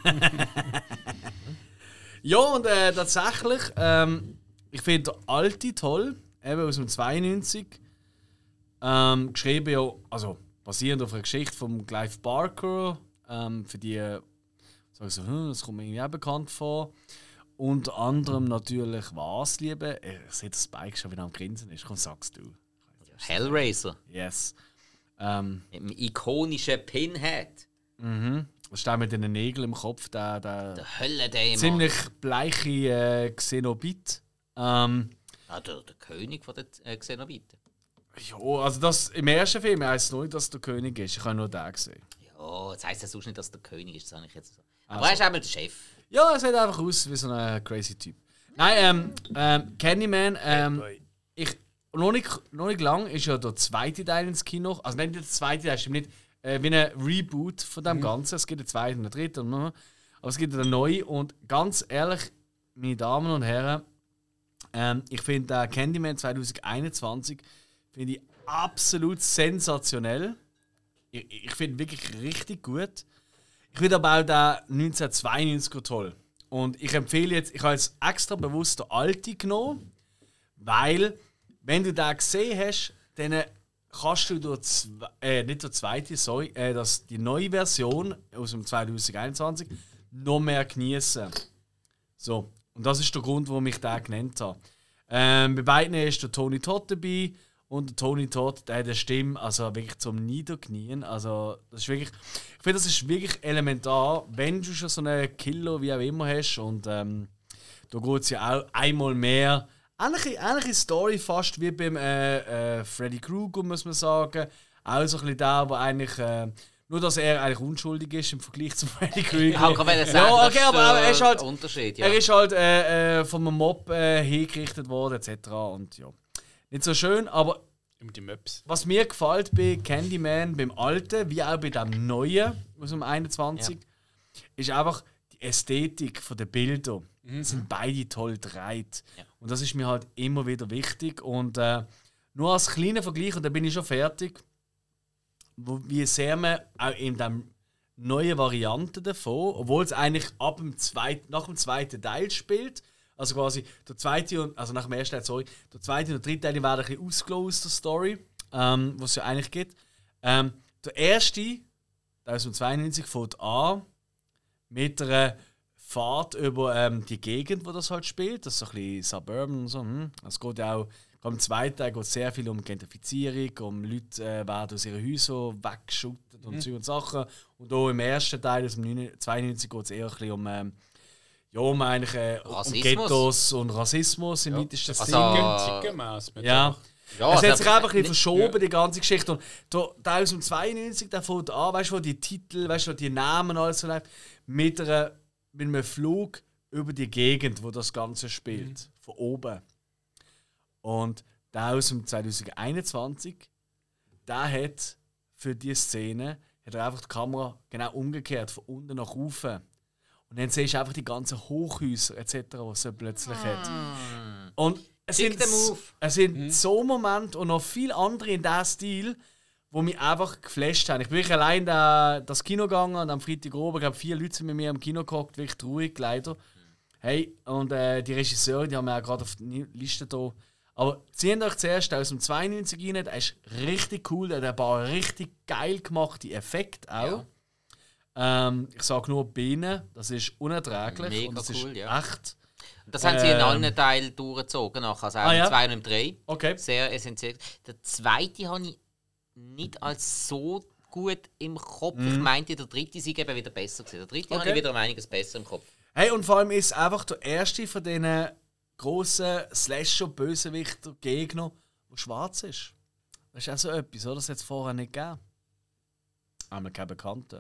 [SPEAKER 2] Ja, und tatsächlich, ich finde der alte toll, eben aus dem 92. Geschrieben ja, also basierend auf einer Geschichte von Clive Barker. Für die sagen so, das kommt mir irgendwie auch bekannt vor. Unter anderem natürlich was, liebe. Ich sehe, dass Spike schon wieder am Grinsen ist. Komm, sagst du.
[SPEAKER 1] Hellraiser.
[SPEAKER 2] Yes.
[SPEAKER 1] Mit einem ikonischen Pinhead.
[SPEAKER 2] Das steht mit den Nägeln im Kopf, der
[SPEAKER 1] Höllendämon.
[SPEAKER 2] ziemlich bleiche Xenobit.
[SPEAKER 1] Der König von den Xenobiten.
[SPEAKER 2] Ja, also das, im ersten Film heisst es noch nicht, dass der König ist. Ich habe nur den gesehen.
[SPEAKER 1] Ja, das heisst ja sonst nicht, dass der König ist. Das habe ich jetzt so. Aber er ist einmal der Chef.
[SPEAKER 2] Ja, er sieht einfach aus wie so ein crazy Typ. Nein, Candyman, noch nicht lang ist ja der zweite Teil ins Kino. Also nicht der zweite Teil, stimmt nicht. Wie ein Reboot von dem Ganzen. Es gibt einen zweiten und einen dritten. Aber es gibt einen neuen. Und ganz ehrlich, meine Damen und Herren, ich finde Candyman 2021 finde ich absolut sensationell. Ich finde wirklich richtig gut. Ich finde aber auch den 1992 toll. Und ich empfehle jetzt, ich habe jetzt extra bewusst den alten genommen, weil, wenn du den gesehen hast, dann kannst du nicht der zweite, sorry, die neue Version aus dem 2021 noch mehr genießen. So, und das ist der Grund, warum ich den genannt habe. Bei beiden ist der Tony Todd dabei. Und der Tony Todd, der hat eine Stimme, also wirklich zum Niederknien. Also, das ist wirklich, ich finde, das ist wirklich elementar, wenn du schon so einen Killer wie auch immer hast. Und da geht es ja auch einmal mehr. Ähnliche Story fast wie beim Freddy Krueger, muss man sagen. Auch so ein bisschen der, wo eigentlich. Nur, dass er eigentlich unschuldig ist im Vergleich zu Freddy Krueger.
[SPEAKER 1] Ich kann sagen,
[SPEAKER 2] ja, okay, aber er ist halt.
[SPEAKER 1] Unterschied, ja.
[SPEAKER 2] Er ist halt von einem Mob hingerichtet worden, etc. Und ja. Nicht so schön, aber
[SPEAKER 3] die Maps.
[SPEAKER 2] Was mir gefällt bei Candyman, beim alten, wie auch bei dem neuen aus dem 21, ist einfach die Ästhetik der Bilder. Sind beide toll gedreht. Ja. Und das ist mir halt immer wieder wichtig. Und nur als kleiner Vergleich, und dann bin ich schon fertig, wie sehr man auch in der neuen Variante davon, obwohl es eigentlich nach dem zweiten Teil spielt, also quasi der zweite und also nach dem ersten Teil, sorry, der zweite und der dritte Teil werden ein bisschen ausgelassen aus der Story, was es ja eigentlich gibt. Der erste, der aus dem 92, fängt an mit einer Fahrt über die Gegend, wo das halt spielt. Das ist so ein bisschen Suburban und so. Es geht ja auch, im zweiten Teil geht es sehr viel um Gentrifizierung, um Leute werden aus ihren Häusern weggeschüttet und Zeug und Sachen. Und auch im ersten Teil, aus dem 92, geht es eher ein bisschen um ja, meine ich, um Ghettos und Rassismus im weitesten Sinne. Ja. Ja, es hat sich einfach ein bisschen verschoben, die ganze Geschichte. Und da 1092, der fängt an, weißt du, wo die Titel, weißt du, die Namen alles so läuft, mit einem Flug über die Gegend, wo das Ganze spielt. Von oben. Und der aus dem 2021, der hat für diese Szene hat er einfach die Kamera genau umgekehrt, von unten nach oben. Und dann siehst du einfach die ganzen Hochhäuser etc., die er plötzlich hat. Und es sind so Momente und noch viele andere in diesem Stil, die mich einfach geflasht haben. Ich bin wirklich allein das Kino gegangen und am Freitag oben, ich glaube 4 Leute sind mit mir im Kino gehockt, wirklich traurig, leider. Hey, und die Regisseure, die haben wir ja gerade auf der Liste hier. Aber zieht euch zuerst aus dem 92 rein, der ist richtig cool, der hat ein paar richtig geil gemachte Effekte auch. Ja. Ich sage nur Bienen, das ist unerträglich.
[SPEAKER 1] Mega
[SPEAKER 2] und das
[SPEAKER 1] cool,
[SPEAKER 2] ist
[SPEAKER 1] ja.
[SPEAKER 2] echt.
[SPEAKER 1] Das haben sie in allen Teilen durchgezogen, also auch im 2 und im 3.
[SPEAKER 2] Okay.
[SPEAKER 1] Sehr essentiell. Der zweite habe ich nicht als so gut im Kopf. Ich meinte, der dritte sei eben wieder besser gewesen. Der dritte habe ich wieder um einiges besser im Kopf.
[SPEAKER 2] Hey, und vor allem ist einfach der erste von diesen grossen Slasher-Bösewichter-Gegner, der schwarz ist. Das ist auch so etwas, oder? Das hat es vorher nicht gegeben. Einmal keine Bekannten.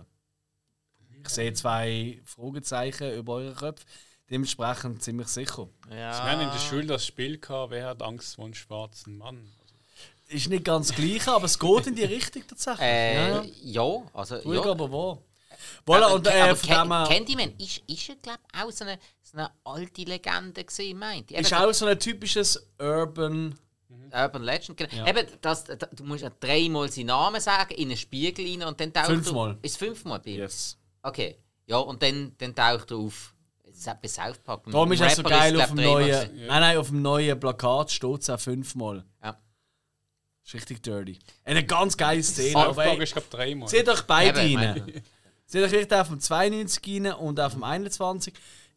[SPEAKER 2] Ich sehe 2 Fragezeichen über eure Köpfe. Dementsprechend ziemlich sicher.
[SPEAKER 3] Ja. Sie haben in der Schule das Spiel gehabt, wer hat Angst vor einem schwarzen Mann?
[SPEAKER 2] Ist nicht ganz gleich, aber es geht in die Richtung tatsächlich.
[SPEAKER 1] Ja, also.
[SPEAKER 2] Ruhig,
[SPEAKER 1] ja.
[SPEAKER 2] aber wo? Voilà, und
[SPEAKER 1] Candyman ist glaube ich, auch so eine alte Legende gewesen, meint ich.
[SPEAKER 2] Ist auch so ein typisches Urban
[SPEAKER 1] Legend. Genau. Ja. Eben, du musst ja 3-mal seinen Namen sagen, in einen Spiegel rein und dann taucht
[SPEAKER 2] 5-mal.
[SPEAKER 1] Ist 5-mal bei ihm?
[SPEAKER 2] Yes.
[SPEAKER 1] Okay. Ja, und dann taucht er auf. Bei South Park.
[SPEAKER 2] Darum ist es so geil auf dem neuen. Nein, auf dem neuen Plakat steht es auch 5-mal.
[SPEAKER 1] Ja.
[SPEAKER 2] Das ist richtig dirty. Eine ganz geile Szene.
[SPEAKER 3] South Park ist, glaube ich, 3-mal.
[SPEAKER 2] Seht euch beide rein. Seht euch richtig auf dem 92 rein und auf dem 21.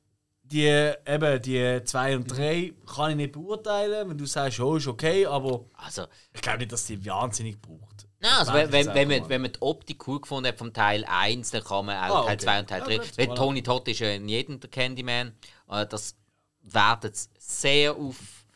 [SPEAKER 2] Die 2 und 3 kann ich nicht beurteilen, wenn du sagst, oh, ist okay, aber
[SPEAKER 1] also,
[SPEAKER 2] ich glaube nicht, dass die wahnsinnig braucht.
[SPEAKER 1] Nein, also wenn man die Optik cool gefunden hat vom Teil 1, dann kann man auch Teil 2 und Teil 3. Weil Tony Todd ist ja in jedem der Candyman. Das wertet sehr auf.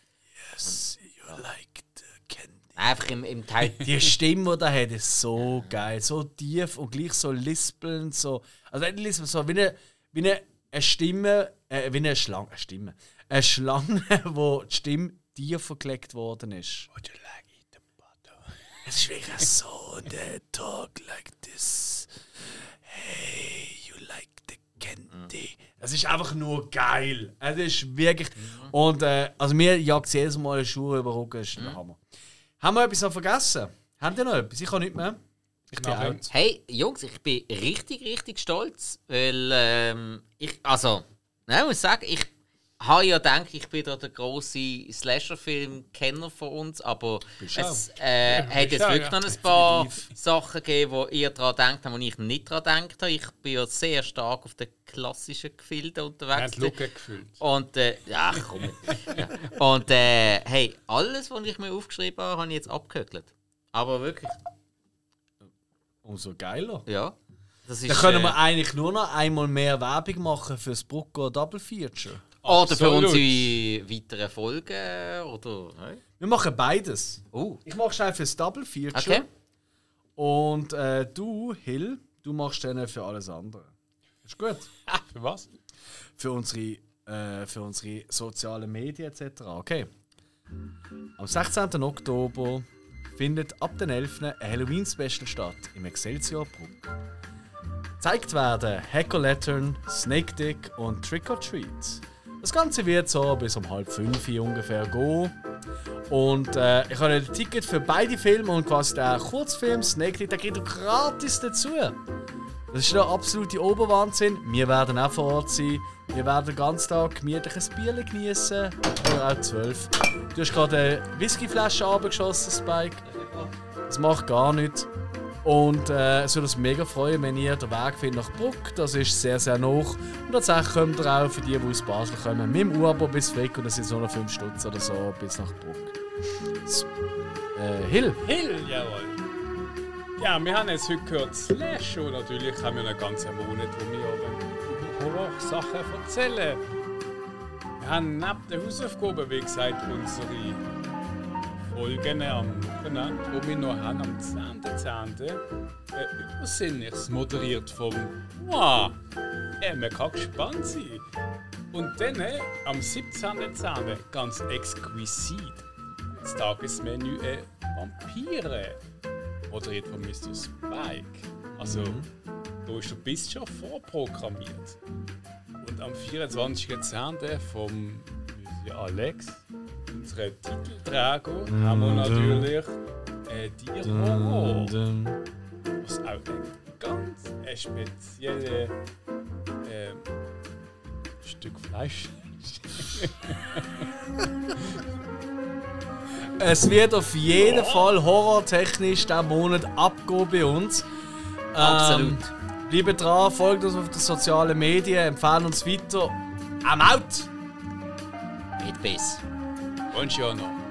[SPEAKER 2] Yes, you like the candy.
[SPEAKER 1] Einfach im Teil.
[SPEAKER 2] Die Stimme, die er hat, ist so geil. So tief und gleich so lispelnd. So, also nicht lispelnd, so wie eine Stimme, wie eine Schlange. Eine Schlange, wo die Stimme tiefer gelegt worden ist. Would you like eat the butter? Es ist wirklich so, they talk like this. Hey, you like the candy. Es ist einfach nur geil. Es ist wirklich. Und also mir jagt jedes Mal eine Schuhe über den Rücken. Das ist der Hammer. Haben wir etwas noch vergessen? Habt ihr noch etwas? Ich kann nicht mehr. Ich bin out.
[SPEAKER 1] Hey, Jungs, ich bin richtig stolz, weil ich muss sagen, ich habe ja gedacht, ich bin da der grosse Slasher-Film-Kenner von uns, aber es hat jetzt wirklich noch ein paar Sachen gegeben, wo ihr daran denkt habt, wo ich nicht daran gedacht habe. Ich bin ja sehr stark auf den klassischen Gefilden unterwegs. Und ja, komm. Ja. Und hey, alles, was ich mir aufgeschrieben habe, habe ich jetzt abgehökelt. Aber wirklich.
[SPEAKER 2] Umso geiler.
[SPEAKER 1] Ja. Das ist,
[SPEAKER 2] dann können wir eigentlich nur noch einmal mehr Werbung machen für das Brucko Double Feature.
[SPEAKER 1] Oder für unsere weiteren Folgen. Oder, hey.
[SPEAKER 2] Wir machen beides. Ich mache schnell für das Double Feature.
[SPEAKER 1] Okay.
[SPEAKER 2] Und du, Hill, du machst dann für alles andere. Ist gut.
[SPEAKER 3] Für was?
[SPEAKER 2] Für unsere sozialen Medien etc. Okay. Am 16. Oktober findet ab den 11. ein Halloween-Special statt im Excelsior Bruck. Gezeigt werden Hack-O-Lantern, Snake Dick und Trick or Treat. Das Ganze wird so bis um 4:30 ungefähr gehen. Und ich habe ein Ticket für beide Filme und quasi den Kurzfilm Snake Dick, der geht gratis dazu. Das ist der absolute Oberwahnsinn. Wir werden auch vor Ort sein. Wir werden den ganzen Tag gemütliches Bier genießen. Oder auch 12. Du hast gerade eine Whiskyflasche abgeschossen, Spike. Das macht gar nichts. Und es würde uns mega freuen, wenn ihr den Weg findet nach Bruck. Das ist sehr, sehr nah. Und tatsächlich kommt ihr auch für die aus Basel kommen, mit dem U-Abo bis Frick. Und das sind so noch 5 Stutz oder so bis nach Bruck. Hill.
[SPEAKER 3] Hill, jawohl. Ja, wir haben jetzt heute gehört Slasher. Natürlich haben wir einen ganzen Monat, wo wir Horrorsachen erzählen. Wir haben neben den Hausaufgaben, wie gesagt, unsere Folgen am Wochenende, die wir noch haben, am 10.10. Übersinnliches, moderiert vom Wow. Man kann gespannt sein. Und dann am 17.10. ganz exquisit das Tagesmenü Vampire, moderiert von Mr. Spike. Also, da ist der Biss schon vorprogrammiert. Und am 24.10. vom Monsieur Alex, unseren Titelträger, haben wir natürlich die Horror. Was auch ein ganz spezielles Stück Fleisch.
[SPEAKER 2] Es wird auf jeden Fall horrortechnisch diesen Monat abgehen bei uns.
[SPEAKER 1] Absolut.
[SPEAKER 2] Bleibt dran, folgt uns auf den sozialen Medien, empfehlen uns weiter. Am Out!
[SPEAKER 1] Mit Biss.
[SPEAKER 3] Buongiorno.